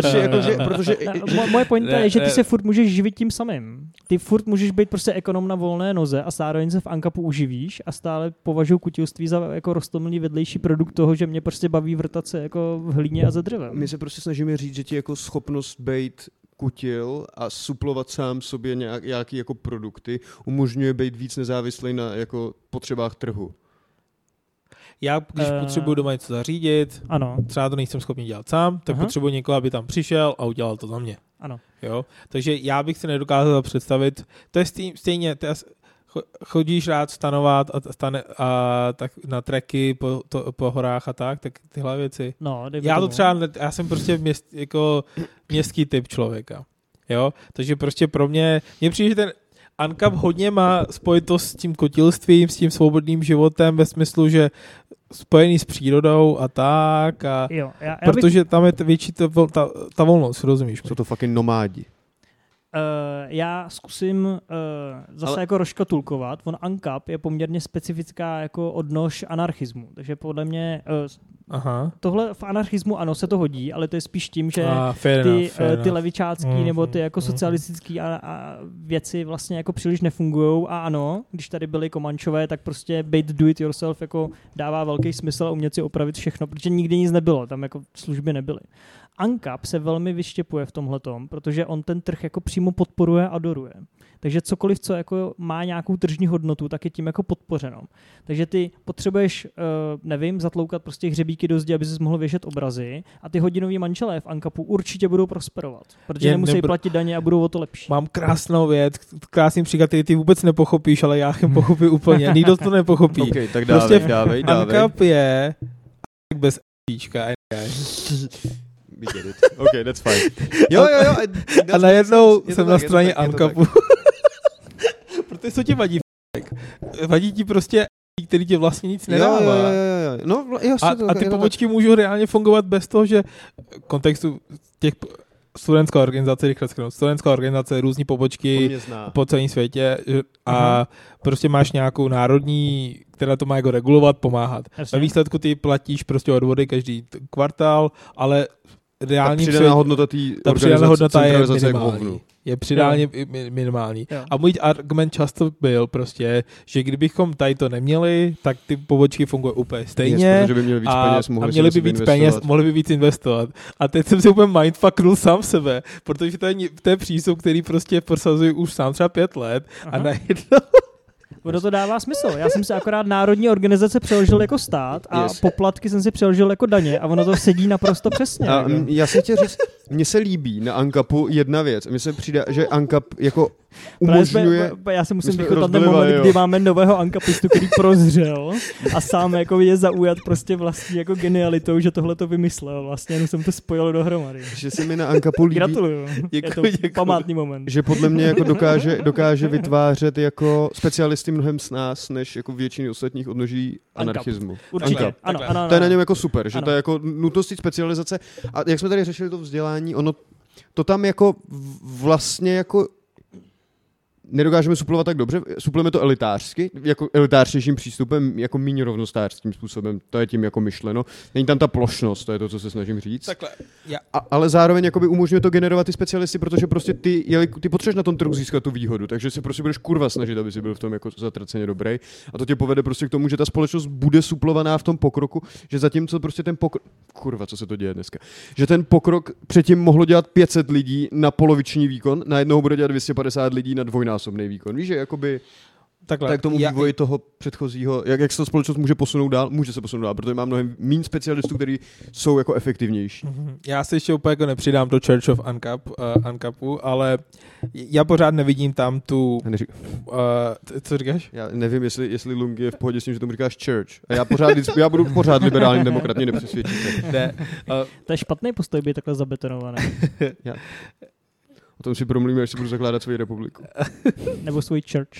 moje pointa je, že ty se furt můžeš živit tím samým. Ty furt můžeš být prostě ekonom na volné noze a zároveň se v ANCAPu uživíš a stále považuji kutilství za jako roztomilý vedlejší produkt toho, že mě prostě baví vrtat se jako v hlíně a za dřevem. My se prostě snažíme říct, že ti jako schopnost být kutil a suplovat sám sobě nějaký jako produkty umožňuje být víc nezávislý na jako potřebách trhu. Já, když potřebuji doma něco zařídit, třeba to nejsem schopný dělat sám, tak potřebuji někoho, aby tam přišel a udělal to za mě. Ano. Jo? Takže já bych si nedokázal představit, to je stejně, chodíš rád stanovat a tak na treky po horách a tak tyhle věci. No, já jsem prostě jako městský typ člověka. Jo? Takže prostě pro mě přijde, že ten ANCAP hodně má spojitost s tím kutilstvím, s tím svobodným životem ve smyslu, že spojený s přírodou a tak. Protože tam je větší ta volnost, rozumíš? Jsou to fucking nomádi. Já zkusím zase jako rozškatulkovat. On ANCAP je poměrně specifická jako odnož anarchismu. Takže podle mě tohle v anarchismu ano se to hodí, ale to je spíš tím, že ty levičácký nebo ty jako socialistický a věci vlastně jako příliš nefungujou a ano, když tady byli Komančové, tak prostě být do it yourself jako dává velký smysl a umět si opravit všechno, protože nikdy nic nebylo, tam jako služby nebyly. ANCAP se velmi vyštěpuje v tomhletom, protože on ten trh jako přímo podporuje a adoruje. Takže cokoliv, co jako má nějakou tržní hodnotu, tak je tím jako podpořeno. Takže ty potřebuješ, zatloukat prostě hřebíky do zdi, aby jsi mohl věšet obrazy a ty hodinoví manželé v ANCAPu určitě budou prosperovat, protože nemusí platit daně a budou o to lepší. Mám krásnou věc, krásný příklad, který ty vůbec nepochopíš, ale já jim pochopí úplně. Nikdo to nepochopí. Okay, tak dávej. ANCAP je bez píčka. Okay, that's fine. Jo. A najednou jsem na straně ANCAPu. Protože co ti vadí? Vadí ti prostě který ti vlastně nic nedává. Jo. No, a ty pobočky můžou reálně fungovat bez toho, že kontextu těch studentská organizace, různý pobočky po celém světě a prostě máš nějakou národní, která to má jako regulovat, pomáhat. Ve výsledku ty platíš prostě odvody každý kvartál, ale reálně ta přidaná hodnota té organizace je minimální. Je přidáně minimální. Jo. A můj argument často byl prostě, že kdybychom tady to neměli, tak ty pobočky fungují úplně stejně. Protože by měli víc peněz, mohli by víc peněz, mohli by víc investovat. A teď jsem si úplně mindfucknul sám sebe, protože to je přístup, který prostě prosazuji už sám třeba 5 let a najednou... Ono to dává smysl. Já jsem si akorát národní organizace přeložil jako stát a poplatky jsem si přeložil jako daně a ono to sedí naprosto přesně. A já si chtěl říct, mně se líbí na ANCAPu jedna věc. Mně se přijde, že ANCAP jako umožňuje... Já si musím vychodat ten moment, kdy máme nového ANCAPistu, který prozřel a sám jako je zaujat prostě vlastní jako genialitou, že tohle to vymyslel. Vlastně jenom jsem to spojil dohromady. Že se mi na ANCAPu líbí. Gratuluju. Je to památný moment. Že podle mě jako dokáže vytvářet jako specialisty mnohem s nás, než jako většiny ostatních odnoží anarchismu. Určitě. Ano. To je na něm jako super, že to je jako nutnost specializace. A jak jsme tady řešili to vzdělání, ono to tam jako vlastně jako nedokážeme suplovat tak dobře, suplujeme to elitářsky, jako elitářnějším přístupem, jako méně rovnostářským způsobem, to je tím jako myšleno. Není tam ta plošnost, to je to, co se snažím říct. Takhle, ale zároveň jakoby umožňuje to generovat ty specialisty, protože prostě ty potřebuješ na tom trhu získat tu výhodu, takže se prostě budeš kurva snažit, aby si byl v tom jako zatraceně dobrý. A to tě povede prostě k tomu, že ta společnost bude suplovaná v tom pokroku, že zatímco prostě ten pokrok, kurva, co se to děje dneska, že ten pokrok předtím mohlo dělat 500 lidí na poloviční výkon, najednou bude dělat 250 lidí na dvojnásobný výkon. Víš, že jakoby tak tomu vývoji toho předchozího, jak se ta společnost může se posunout dál, protože má mnohem méně specialistů, kteří jsou jako efektivnější. Já se ještě úplně jako nepřidám do Church of ANCAPu, ale já pořád nevidím tam tu... co říkáš? Já nevím, jestli Lung je v pohodě s tím, že tomu říkáš church. A já budu pořád liberální demokrat, mě nepřesvědčíte. Ne. To je špatný postoj, být takhle zabetonovaný. O tom si promluvíme, až si budu zakládat svoji republiku. Nebo svůj church.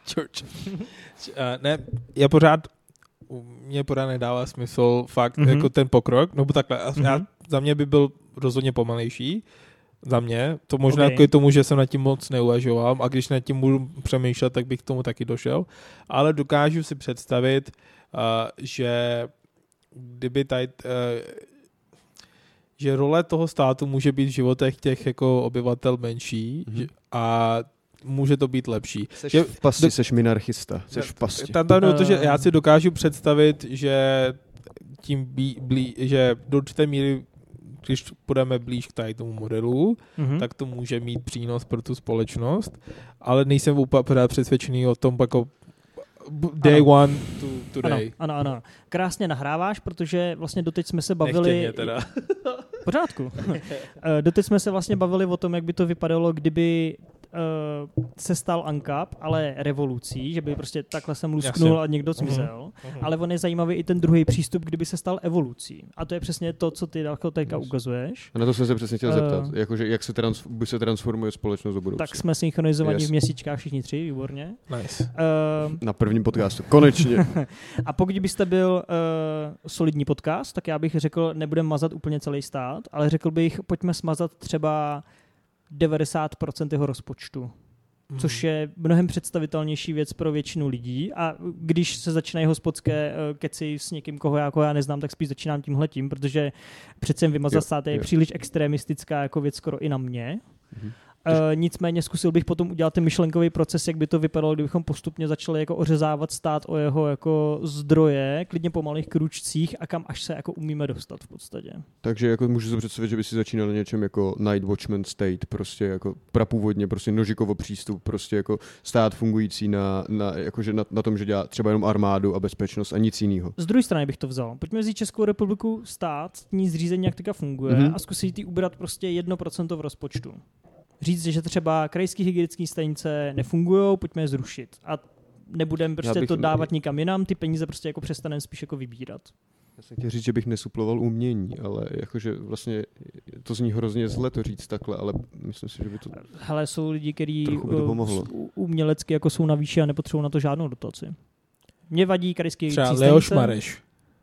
Ne, mě pořád nedává smysl fakt jako ten pokrok, nebo takhle. Za mě by byl rozhodně pomalejší. Za mě. To možná jako tomu, že jsem nad tím moc neuvažoval a když nad tím budu přemýšlet, tak bych k tomu taky došel. Ale dokážu si představit, že kdyby tady... že role toho státu může být v životech těch jako obyvatel menší a může to být lepší. Seš minarchista. Seš v pasti. Tam to, že já si dokážu představit, že tím že do určité míry, když půjdeme blíž k tady tomu modelu, tak to může mít přínos pro tu společnost, ale nejsem úplně přesvědčený o tom jako day one to today. Ano. Krásně nahráváš, protože vlastně doteď jsme se bavili... Nechtěně teda. V pořádku. Doteď jsme se vlastně bavili o tom, jak by to vypadalo, kdyby se stal ANCAP, ale revolucí, že by prostě takhle se lusknul a někdo zmizel. Ale on je zajímavý i ten druhý přístup, kdyby se stal evolucí. A to je přesně to, co ty teďka ukazuješ. A na to jsem se přesně chtěl zeptat. Jakože jak se transformuje společnost do budoucna. Tak jsme synchronizovaní v měsíčkách všichni 3, výborně. Nice. Na prvním podcastu. Konečně. A pokud byste byl solidní podcast, tak já bych řekl, nebudeme mazat úplně celý stát, ale řekl bych, pojďme smazat třeba 90% jeho rozpočtu. Což je mnohem představitelnější věc pro většinu lidí a když se začínají hospodské keci s někým, koho já neznám, tak spíš začínám tímhletím, protože přece vymazat stát je příliš extremistická jako věc skoro i na mě. Nicméně zkusil bych potom udělat ten myšlenkový proces, jak by to vypadalo, kdybychom postupně začali jako ořezávat stát o jeho jako zdroje, klidně po malých kručcích a kam až se jako umíme dostat v podstatě. Takže jako můžu si představit, že by si začínal na něčem jako Night Watchman State, prostě jako prapůvodně, prostě nožikovo přístup, prostě jako stát fungující na tom, že dělá třeba jenom armádu a bezpečnost a nic jiného. Z druhé strany bych to vzal. Pojďme vzít Českou republiku, státní zřízení, jak teďka funguje a zkusit jí ubrat prostě 1% v rozpočtu. Říct, že třeba krajské hygienické stanice nefungují, pojďme je zrušit. A nebudeme prostě to dávat nikam jinam, ty peníze prostě jako přestaneme spíš jako vybírat. Já jsem chtěl říct, že bych nesuploval umění, ale jakože vlastně to zní hrozně zle to říct takhle, ale myslím si, že by to... Hele, jsou lidi, kteří umělecky jako jsou na výši a nepotřebují na to žádnou dotaci. Mě vadí krajský třeba přístanice. Leoš Mareš.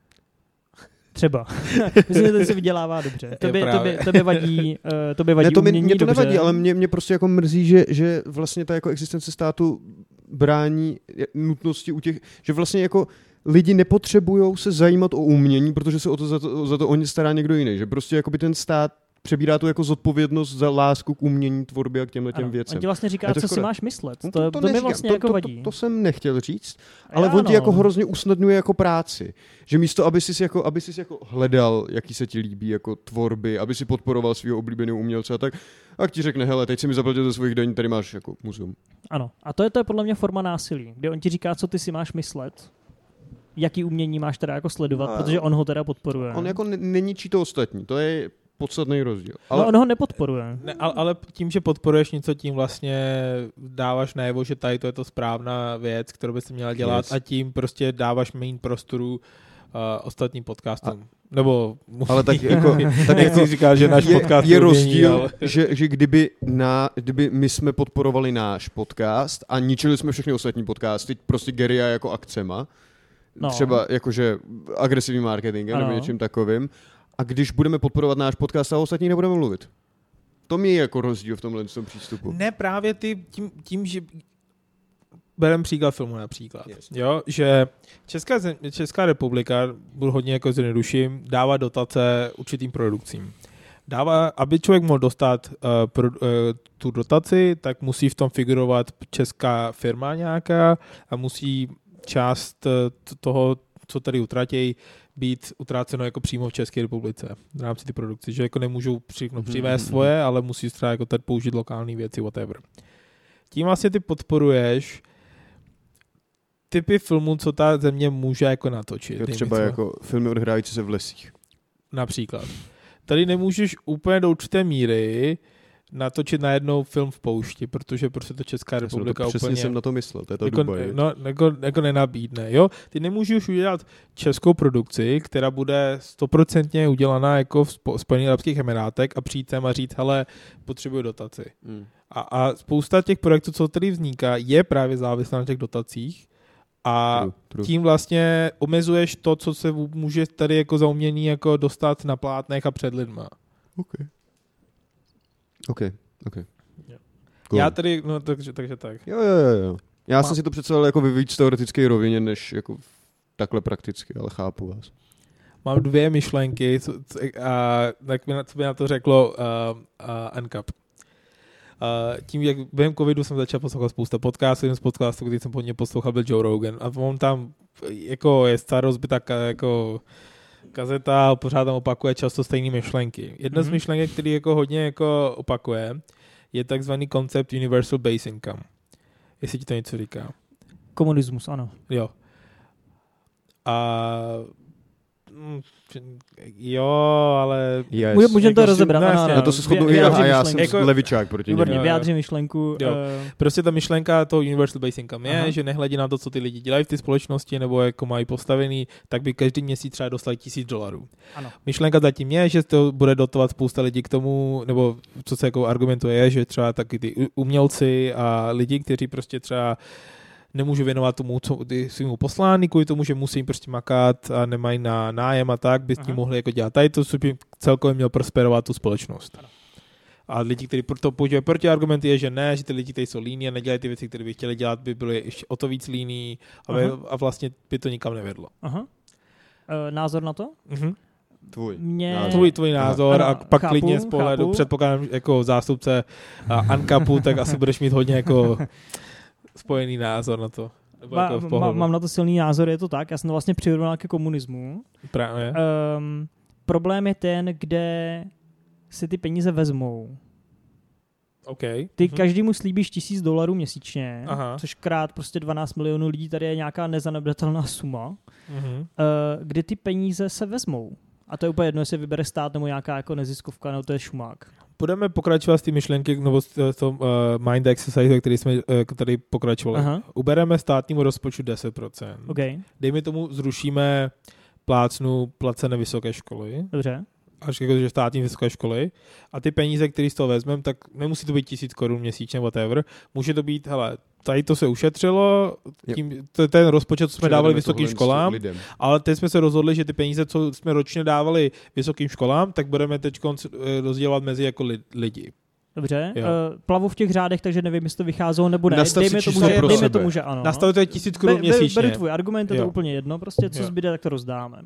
Třeba. Myslím, že to se vydělává dobře. Tobě vadí ne, to umění mě to dobře. nevadí, ale mě prostě jako mrzí, že vlastně ta jako existence státu brání nutnosti u těch, že vlastně jako lidi nepotřebujou se zajímat o umění, protože se o to za to o ně stará někdo jiný. Že prostě jakoby ten stát přebírá tu jako zodpovědnost za lásku k umění, tvorbě a k těmhletěm věcem. On ti vlastně říká, co si máš myslet. To mi vlastně to vadí. To jsem nechtěl říct, ale on ti jako hrozně usnadňuje jako práci. Že místo, aby jsi jako hledal, jaký se ti líbí jako tvorby, aby si podporoval svého oblíbeného umělce a tak ti řekne, hele, teď si mi zaplatil ze svých daní, tady máš jako muzeum. Ano. A to je podle mě forma násilí, kde on ti říká, co ty si máš myslet, jaký umění máš teda jako sledovat, protože on ho teda podporuje. On jako neníčí to ostatní, to je podstatný rozdíl. Ale on ho nepodporuje. Ne, ale tím, že podporuješ něco, tím vlastně dáváš najevo, že tady to je to správná věc, kterou bys měla dělat a tím prostě dáváš méně prostoru ostatním podcastům. Ale tak jako tak nechci říkat, že náš podcast je rozdíl, ale že kdyby my jsme podporovali náš podcast a ničili jsme všechny ostatní podcasty, prostě Geria jako akcema, třeba jakože agresivní marketingem nebo něčím takovým, a když budeme podporovat náš podcast a ostatní nebudeme mluvit. To mi je jako rozdíl v tomhle přístupu. Ne, právě ty tím, že bereme příklad filmu například. Jo, že Česká republika, budu hodně jako zjednoduším, dává dotace určitým produkcím. Aby člověk mohl dostat tu dotaci, tak musí v tom figurovat česká firma nějaká a musí část toho, co tady utratí, být utráceno jako přímo v České republice v rámci ty produkce, že jako nemůžou přivést svoje, ale musí třeba jako tady použít lokální věci, whatever. Tím vlastně ty podporuješ typy filmů, co ta země může jako natočit. Třeba jako filmy odehrávající se v lesích. Například. Tady nemůžeš úplně do určité míry natočit najednou film v poušti, protože prostě to Česká republika úplně... Přesně jsem na to myslel, to je to jako nenabídne, jo? Ty nemůžeš udělat českou produkci, která bude 100% udělaná jako v Spojených arabských emirátech a přijít sem a říct, hele, potřebuju dotaci. A spousta těch projektů, co tady vzniká, je právě závislá na těch dotacích a tím vlastně omezuješ to, co se může tady jako za umění jako dostat na plátnech a před lidma. OK. Cool. Já tady, takže tak. Jo. Já jsem si to představil jako ve víc teoretické rovině, než jako takhle prakticky, ale chápu vás. Mám dvě myšlenky, co by na to řeklo NCAP. Tím, jak během covidu jsem začal poslouchat spousta podcastů, jeden z podcastů, který jsem hodně poslouchal, byl Joe Rogan. A on tam jako je starozbytá jako kazeta, pořád tam opakuje často stejné myšlenky. Jedna z myšlenek, který jako hodně jako opakuje, je takzvaný koncept Universal Basic Income. Jestli ti to něco říká. Komunismus, ano. Jo. Ale... Můžeme to rozebrat. Na to se shodnu i a já jsem levičák proti němu. Vyjádřím myšlenku. Prostě ta myšlenka toho Universal Basic Income je, že nehledí na to, co ty lidi dělají v té společnosti nebo jako mají postavený, tak by každý měsíc třeba dostali $1,000. Ano. Myšlenka zatím je, že to bude dotovat spousta lidí k tomu, nebo co se jako argumentuje je, že třeba taky ty umělci a lidi, kteří prostě třeba nemůžu věnovat tomu svému poslání, kvůli tomu, že musím prostě makat a nemají na nájem a tak, by s tím mohli jako dělat. Tady to by celkově mělo prosperovat tu společnost. Ano. A lidi, kteří to používají proti argumenty, je, že ne, že ty lidi, kteří jsou líní a nedělají ty věci, které by chtěli dělat, by byly ještě o to víc líní a vlastně by to nikam nevedlo. Názor na to? Tvůj názor a pak klidně z pohledu, předpokládám jako zástupce ANCAPu, tak asi budeš mít hodně jako spojený názor na to. Mám na to silný názor, je to tak. Já jsem to vlastně přirovnal ke komunismu. Právě. Problém je ten, kde si ty peníze vezmou. Okay. Ty každému slíbíš $1,000 měsíčně, což krát prostě 12 milionů lidí, tady je nějaká nezanedbatelná suma, kdy ty peníze se vezmou. A to je úplně jedno, jestli vybere stát nebo nějaká jako neziskovka, nebo to je šumák. Budeme pokračovat z té myšlenky, nebo z toho mind exercise, který jsme tady pokračovali. Ubereme státnímu rozpočtu 10%. Okay. Dejme tomu, zrušíme placené vysoké školy. Dobře. až jako státní vysoké školy a ty peníze, které z toho vezmeme, tak nemusí to být 1000 korun měsíčně, whatever. Může to být, hele, tady to se ušetřilo, to je ten rozpočet, co jsme dávali vysokým školám, ale teď jsme se rozhodli, že ty peníze, co jsme ročně dávali vysokým školám, tak budeme teď rozdělovat mezi jako lidi. Dobře, plavu v těch řádech, takže nevím, jestli to vycházelo nebo ne. Dejme tomu, že ano. Nastav to je 1000 korun měsíčně. Beru tvůj argument, je to úplně jedno, prostě co zbyde, tak to rozdáme.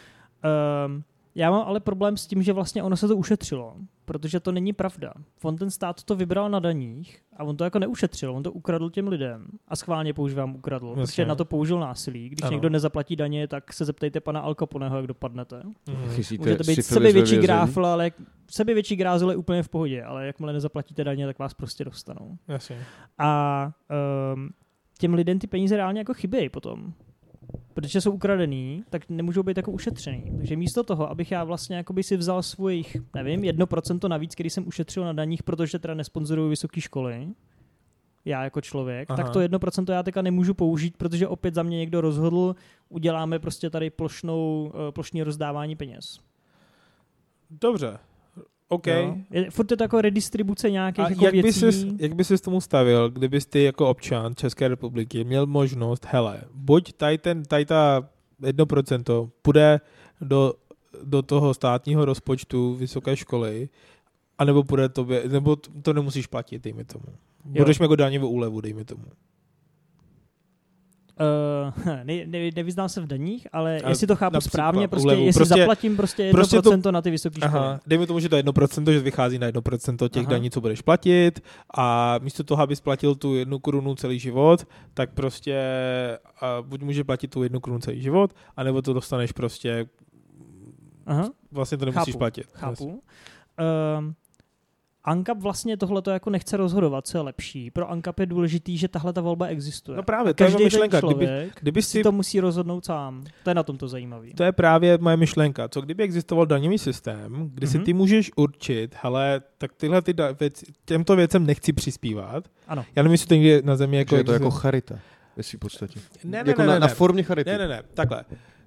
Já mám ale problém s tím, že vlastně ono se to ušetřilo, protože to není pravda. On ten stát to vybral na daních a on to jako neušetřil, on to ukradl těm lidem a schválně používám ukradl, protože na to použil násilí. Když někdo nezaplatí daně, tak se zeptejte pana Al Caponeho, jak dopadnete. Můžete být sebevětší gráfl, ale sebevětší grázel je úplně v pohodě, ale jakmile nezaplatíte daně, tak vás prostě dostanou. Jasně. A těm lidem ty peníze reálně jako chybějí potom. Protože jsou ukradený, tak nemůžou být jako ušetřený. Takže místo toho, abych já vlastně jakoby si vzal svojich, nevím, 1% navíc, který jsem ušetřil na daních, protože teda nesponzoruju vysoké školy, já jako člověk, tak to 1% já teďka nemůžu použít, protože opět za mě někdo rozhodl, uděláme prostě tady plošné rozdávání peněz. Dobře. OK. Furt je to jako redistribuce nějakých jako věcí. Jak bys se tomu stavil, kdybys ty jako občan České republiky měl možnost, hele, buď tady ta 1% půjde do toho státního rozpočtu vysoké školy, anebo půjde tobě, nebo to nemusíš platit, dejme tomu. Budeš jako daňovou úlevu, dejme tomu. Nevyznám se v daních, ale jestli to chápu správně, jestli zaplatím 1% na ty vysoké školy. Dejme tomu, že to 1%, že vychází na 1% těch daní, co budeš platit a místo toho, abys platil tu 1 korunu celý život, tak prostě buď může platit tu 1 korunu celý život, anebo to dostaneš prostě vlastně to nemusíš platit. Chápu. ANCAP vlastně tohleto jako nechce rozhodovat, co je lepší. Pro ANCAP je důležitý, že tahle ta volba existuje. No právě, to je myšlenka. Kdyby si to musí rozhodnout sám. To je na tomto zajímavý. To je právě moje myšlenka. Co kdyby existoval daňový systém, kdy si ty můžeš určit, hele, tak tyhle těmto věcem nechci přispívat. Ano. Já nevím, jestli to někde na zemi jako... Je to jako charita, jestli v podstatě. Ne, na formě charity. Ne, takhle.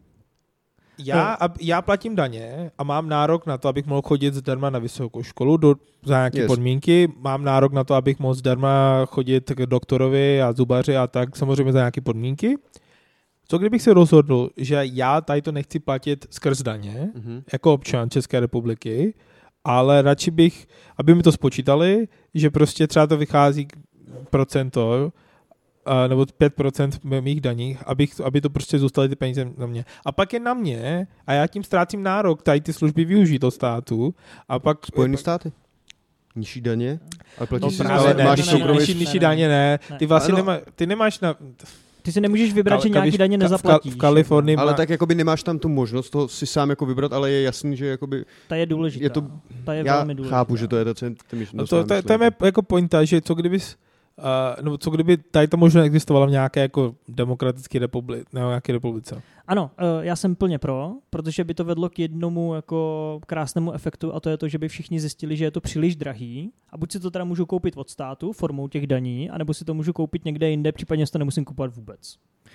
Já platím daně a mám nárok na to, abych mohl chodit zdarma na vysokou školu za nějaké podmínky. Mám nárok na to, abych mohl zdarma chodit k doktorovi a zubaři a tak samozřejmě za nějaké podmínky. Co kdybych se rozhodl, že já tady to nechci platit skrz daně, jako občan České republiky, ale radši bych, aby mi to spočítali, že prostě třeba to vychází procento, nebo 5% mých daní, aby to prostě zůstaly ty peníze na mě. A pak je na mě a já tím ztrácím nárok tady ty služby využít od státu. A pak Spojené státy? Nižší daně? Ale platíš nižší daně ne. Ty vlastně ty nemáš na... Ty si nemůžeš vybrat, že nějaký daně nezaplatíš. V Kalifornii ale tak jakoby nemáš tam tu možnost toho si sám jako vybrat, ale je jasný, že jakoby... Ta je důležitá. Ta je velmi důležitá. Chápu, že to je to je mé jako pointa, že co kdybys... nebo co kdyby tady to možná existovalo v nějaké jako demokratické republice, nebo nějaké republice? Ano, já jsem plně pro, protože by to vedlo k jednomu jako krásnému efektu a to je to, že by všichni zjistili, že je to příliš drahý a buď si to teda můžu koupit od státu formou těch daní, anebo si to můžu koupit někde jinde, případně si to nemusím kupovat vůbec.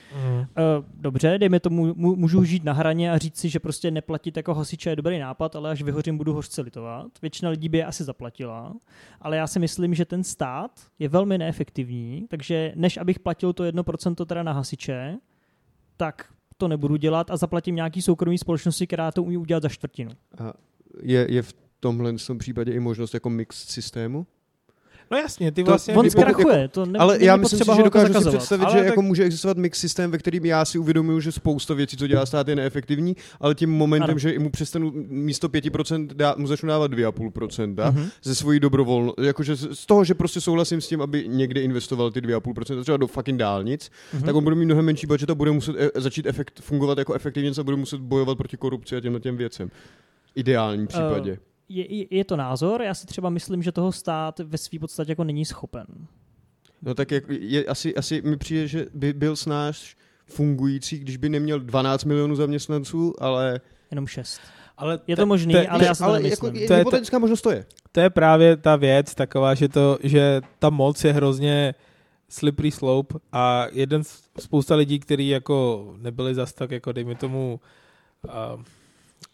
Dobře, dejme tomu, můžu žít na hraně a říct si, že prostě neplatit jako hasiče je dobrý nápad, ale až vyhořím, budu hořce litovat. Většina lidí by je asi zaplatila, ale já si myslím, že ten stát je velmi neefektivní, takže než abych platil to 1% teda na hasiče, tak to nebudu dělat a zaplatím nějaký soukromý společnosti, která to umí udělat za čtvrtinu. A je v tomhle případě i možnost jako mix systému? No jasně, ty vlastně... On zkrachuje, to ale já myslím si, že dokážu si představit, že jako může existovat mix systém, ve kterým já si uvědomuju, že spousta věcí, co dělá stát, je neefektivní, ale tím momentem, že mu přestanu místo 5% mu začnu dávat 2,5% ze svojí dobrovolno, jakože z toho, že prostě souhlasím s tím, aby někde investoval ty 2,5% třeba do fucking dálnic, tak on bude mít mnohem menší budget a bude muset začít fungovat jako efektivně a bude muset bojovat proti korupci a těm věcem. Ideálním případě. Je to názor, já si třeba myslím, že toho stát ve své podstatě jako není schopen. No tak asi mi přijde, že by byl snáš fungující, když by neměl 12 milionů zaměstnanců, ale... Jenom 6. Ale je to možný, ale já si to nemyslím. Hypotetická možnost to je. To je právě ta věc taková, že ta moc je hrozně slippery slope a spousta lidí, kteří jako nebyli zas tak, jako dejme tomu...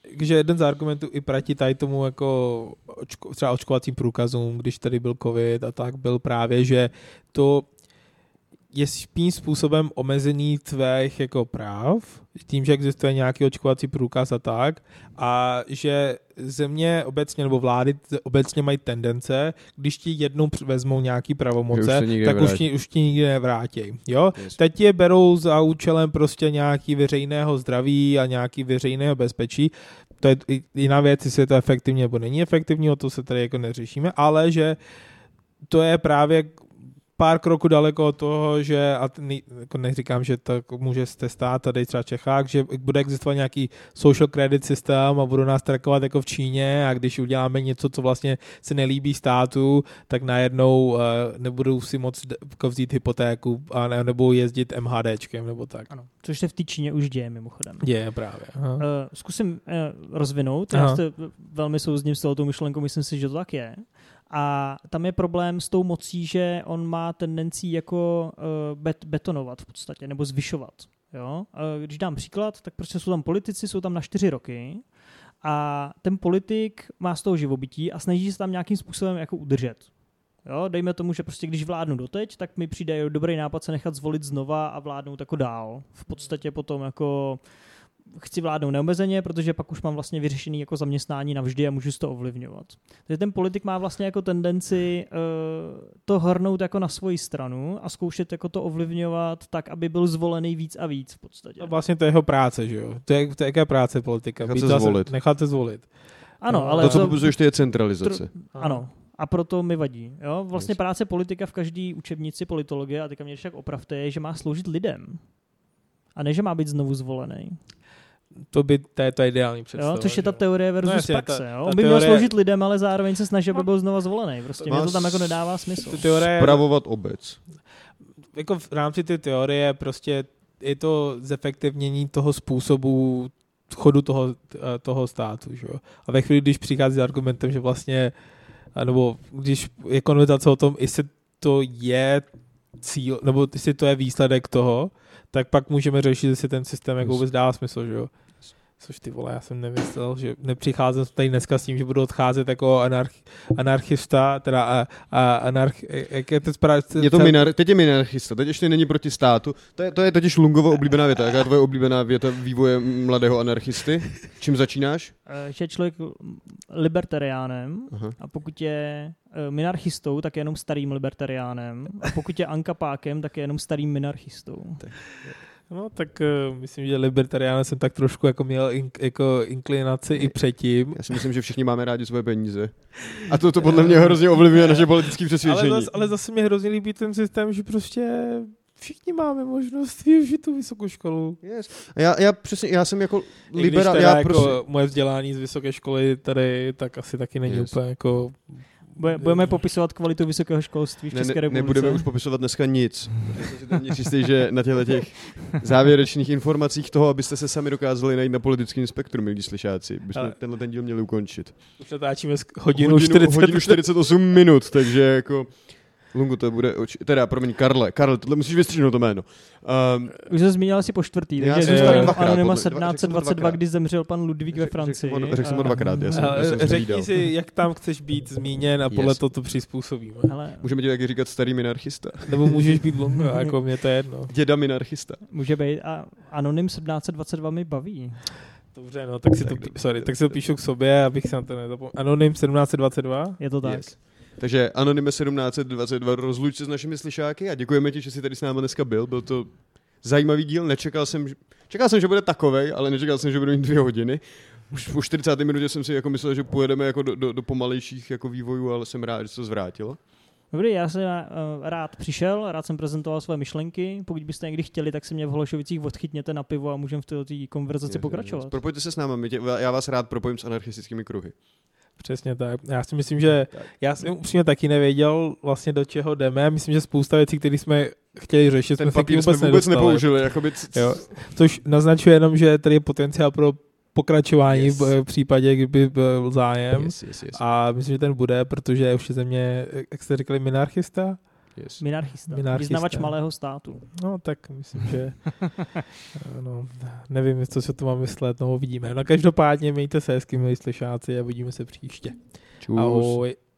že jeden z argumentů i proti tady tomu jako třeba očkovacím průkazům, když tady byl covid a tak, byl právě, že to je spíš způsobem omezený tvých jako práv, tím, že existuje nějaký očkovací průkaz a tak, a že země obecně nebo vlády obecně mají tendence, když ti jednou vezmou nějaký pravomoce, tak už ti nikdy nevrátí. Jo? Yes. Teď je berou za účelem prostě nějaký veřejného zdraví a nějaký veřejného bezpečí. To je jiná věc, jestli je to efektivní nebo není efektivní, o to se tady jako neřešíme, ale že to je právě pár kroků daleko od toho, že a jako neříkám, že to může se stát tady třeba v Čechách, že bude existovat nějaký social credit systém a budou nás trackovat jako v Číně a když uděláme něco, co vlastně se nelíbí státu, tak najednou nebudou si moc vzít hypotéku a nebo jezdit MHDčkem nebo tak. Ano, což se v té Číně už děje mimochodem. Děje právě. Zkusím rozvinout. Já se velmi souzním s touto myšlenkou, myslím si, že to tak je. A tam je problém s tou mocí, že on má tendenci jako betonovat v podstatě, nebo zvyšovat. Jo? Když dám příklad, tak prostě jsou tam politici, jsou tam na 4 roky a ten politik má z toho živobytí a snaží se tam nějakým způsobem jako udržet. Jo? Dejme tomu, že prostě když vládnu doteď, tak mi přijde dobrý nápad se nechat zvolit znova a vládnout jako dál. V podstatě potom jako chci vládnout neomezeně, protože pak už mám vlastně vyřešený jako zaměstnání navždy a můžu to ovlivňovat. Takže ten politik má vlastně jako tendenci to hrnout jako na svoji stranu a zkoušet jako to ovlivňovat tak, aby byl zvolený víc a víc v podstatě. A vlastně to je jeho práce, že jo? To je jaká práce politika? Nechat se zvolit. Ano, ale to, co popuzuješ, to je centralizace. Ano. A proto mi vadí. Jo? Vlastně práce politika v každé učebnici politologie, a teďka mě však opravte, je, že má sloužit lidem. A ne, že má být znovu zvolený. To je ideální představa. Jo, což je ta teorie versus praxe. On by měl sloužit lidem, ale zároveň se snaží, aby byl znova zvolený. Prostě mě to tam jako nedává smysl. Spravovat obec. Jako v rámci té teorie prostě je to zefektivnění toho způsobu chodu toho státu. Že? A ve chvíli, když přichází s argumentem, že vlastně, nebo když je konverzace o tom, jestli to je cíl, nebo jestli to je výsledek toho, tak pak můžeme řešit, jestli ten systém jako vůbec dává smysl, že jo. Což ty vole, já jsem nemyslel, že nepřicházím tady dneska s tím, že budu odcházet jako anarchista, teda jak je to správně? Teď je minarchista, teď ještě není proti státu. To je totiž Lungova oblíbená věta. Jaká je tvoje oblíbená věta vývoje mladého anarchisty? Čím začínáš? Že je člověk libertariánem a pokud je minarchistou, tak je jenom starým libertariánem a pokud je ankapákem, tak je jenom starým minarchistou. No, tak myslím, že libertarián jsem tak trošku jako měl jako inklinaci i předtím. Já si myslím, že všichni máme rádi svoje peníze. A to podle mě hrozně ovlivňuje naše politické přesvědčení. Ale zase mě hrozně líbí ten systém, že prostě všichni máme možnost využít tu vysokou školu. Yes. Já jsem jako liberál. Jako moje vzdělání z vysoké školy tady tak asi taky není úplně jako... Budeme popisovat kvalitu vysokého školství v České republice. Nebudeme už popisovat dneska nic. Já jsem si téměř jistý, že na těch závěrečných informacích toho, abyste se sami dokázali najít na politickém spektru, milí slyšáci, bychom tenhle ten díl měli ukončit. Už natáčíme hodinu 48 minut, takže jako... Lungu, to bude... Karle, tohle musíš vystřihnout to jméno. Už se zmínil asi po čtvrtý, takže zůstavím Anonyma 1722, kdy zemřel pan Ludvík ve Francii. Řekl jsem ho dvakrát. Řekni si, jak tam chceš být zmíněn a podle toho to přizpůsobíme. Můžeme ti taky říkat starý minarchista. Nebo můžeš být Lungu, jako mě to je jedno. Děda minarchista. Může být a Anonym 1722 mi baví. Dobře, no, tak si to píšu k sobě, abych se na to nezapomněl. Anonym 1722? Je to tak. Yes. Takže Anonyme 1722, rozluč se s našimi slyšáky a děkujeme ti, že jsi tady s námi dneska byl. Byl to zajímavý díl, čekal jsem, že bude takovej, ale nečekal jsem, že bude mít 2 hodiny. Už po 40. minutě jsem si jako myslel, že pojedeme jako do pomalejších jako vývojů, ale jsem rád, že se to zvrátilo. Dobrý, já jsem rád přišel, rád jsem prezentoval své myšlenky. Pokud byste někdy chtěli, tak si mě v Holešovicích odchytněte na pivo a můžeme v této konverzaci pokračovat. Propojte se s námi, já vás rád propojím s anarchistickými kruhy. Přesně tak. Já si myslím, že já jsem upřímně taky nevěděl vlastně do čeho jdeme. Myslím, že spousta věcí, které jsme chtěli řešit, ten papír jsme vůbec nepoužili. Jo. Což naznačuje jenom, že tady je potenciál pro pokračování v případě, kdyby byl zájem. Yes. A myslím, že ten bude, protože už je země, jak jste říkali, minarchista? Yes. Minarchista. Vyznavač malého státu. No tak myslím, že no, nevím, co si to mám myslet, no uvidíme. No každopádně mějte se hezky, milí slyšáci, a vidíme se příště. Čus. Ahoj.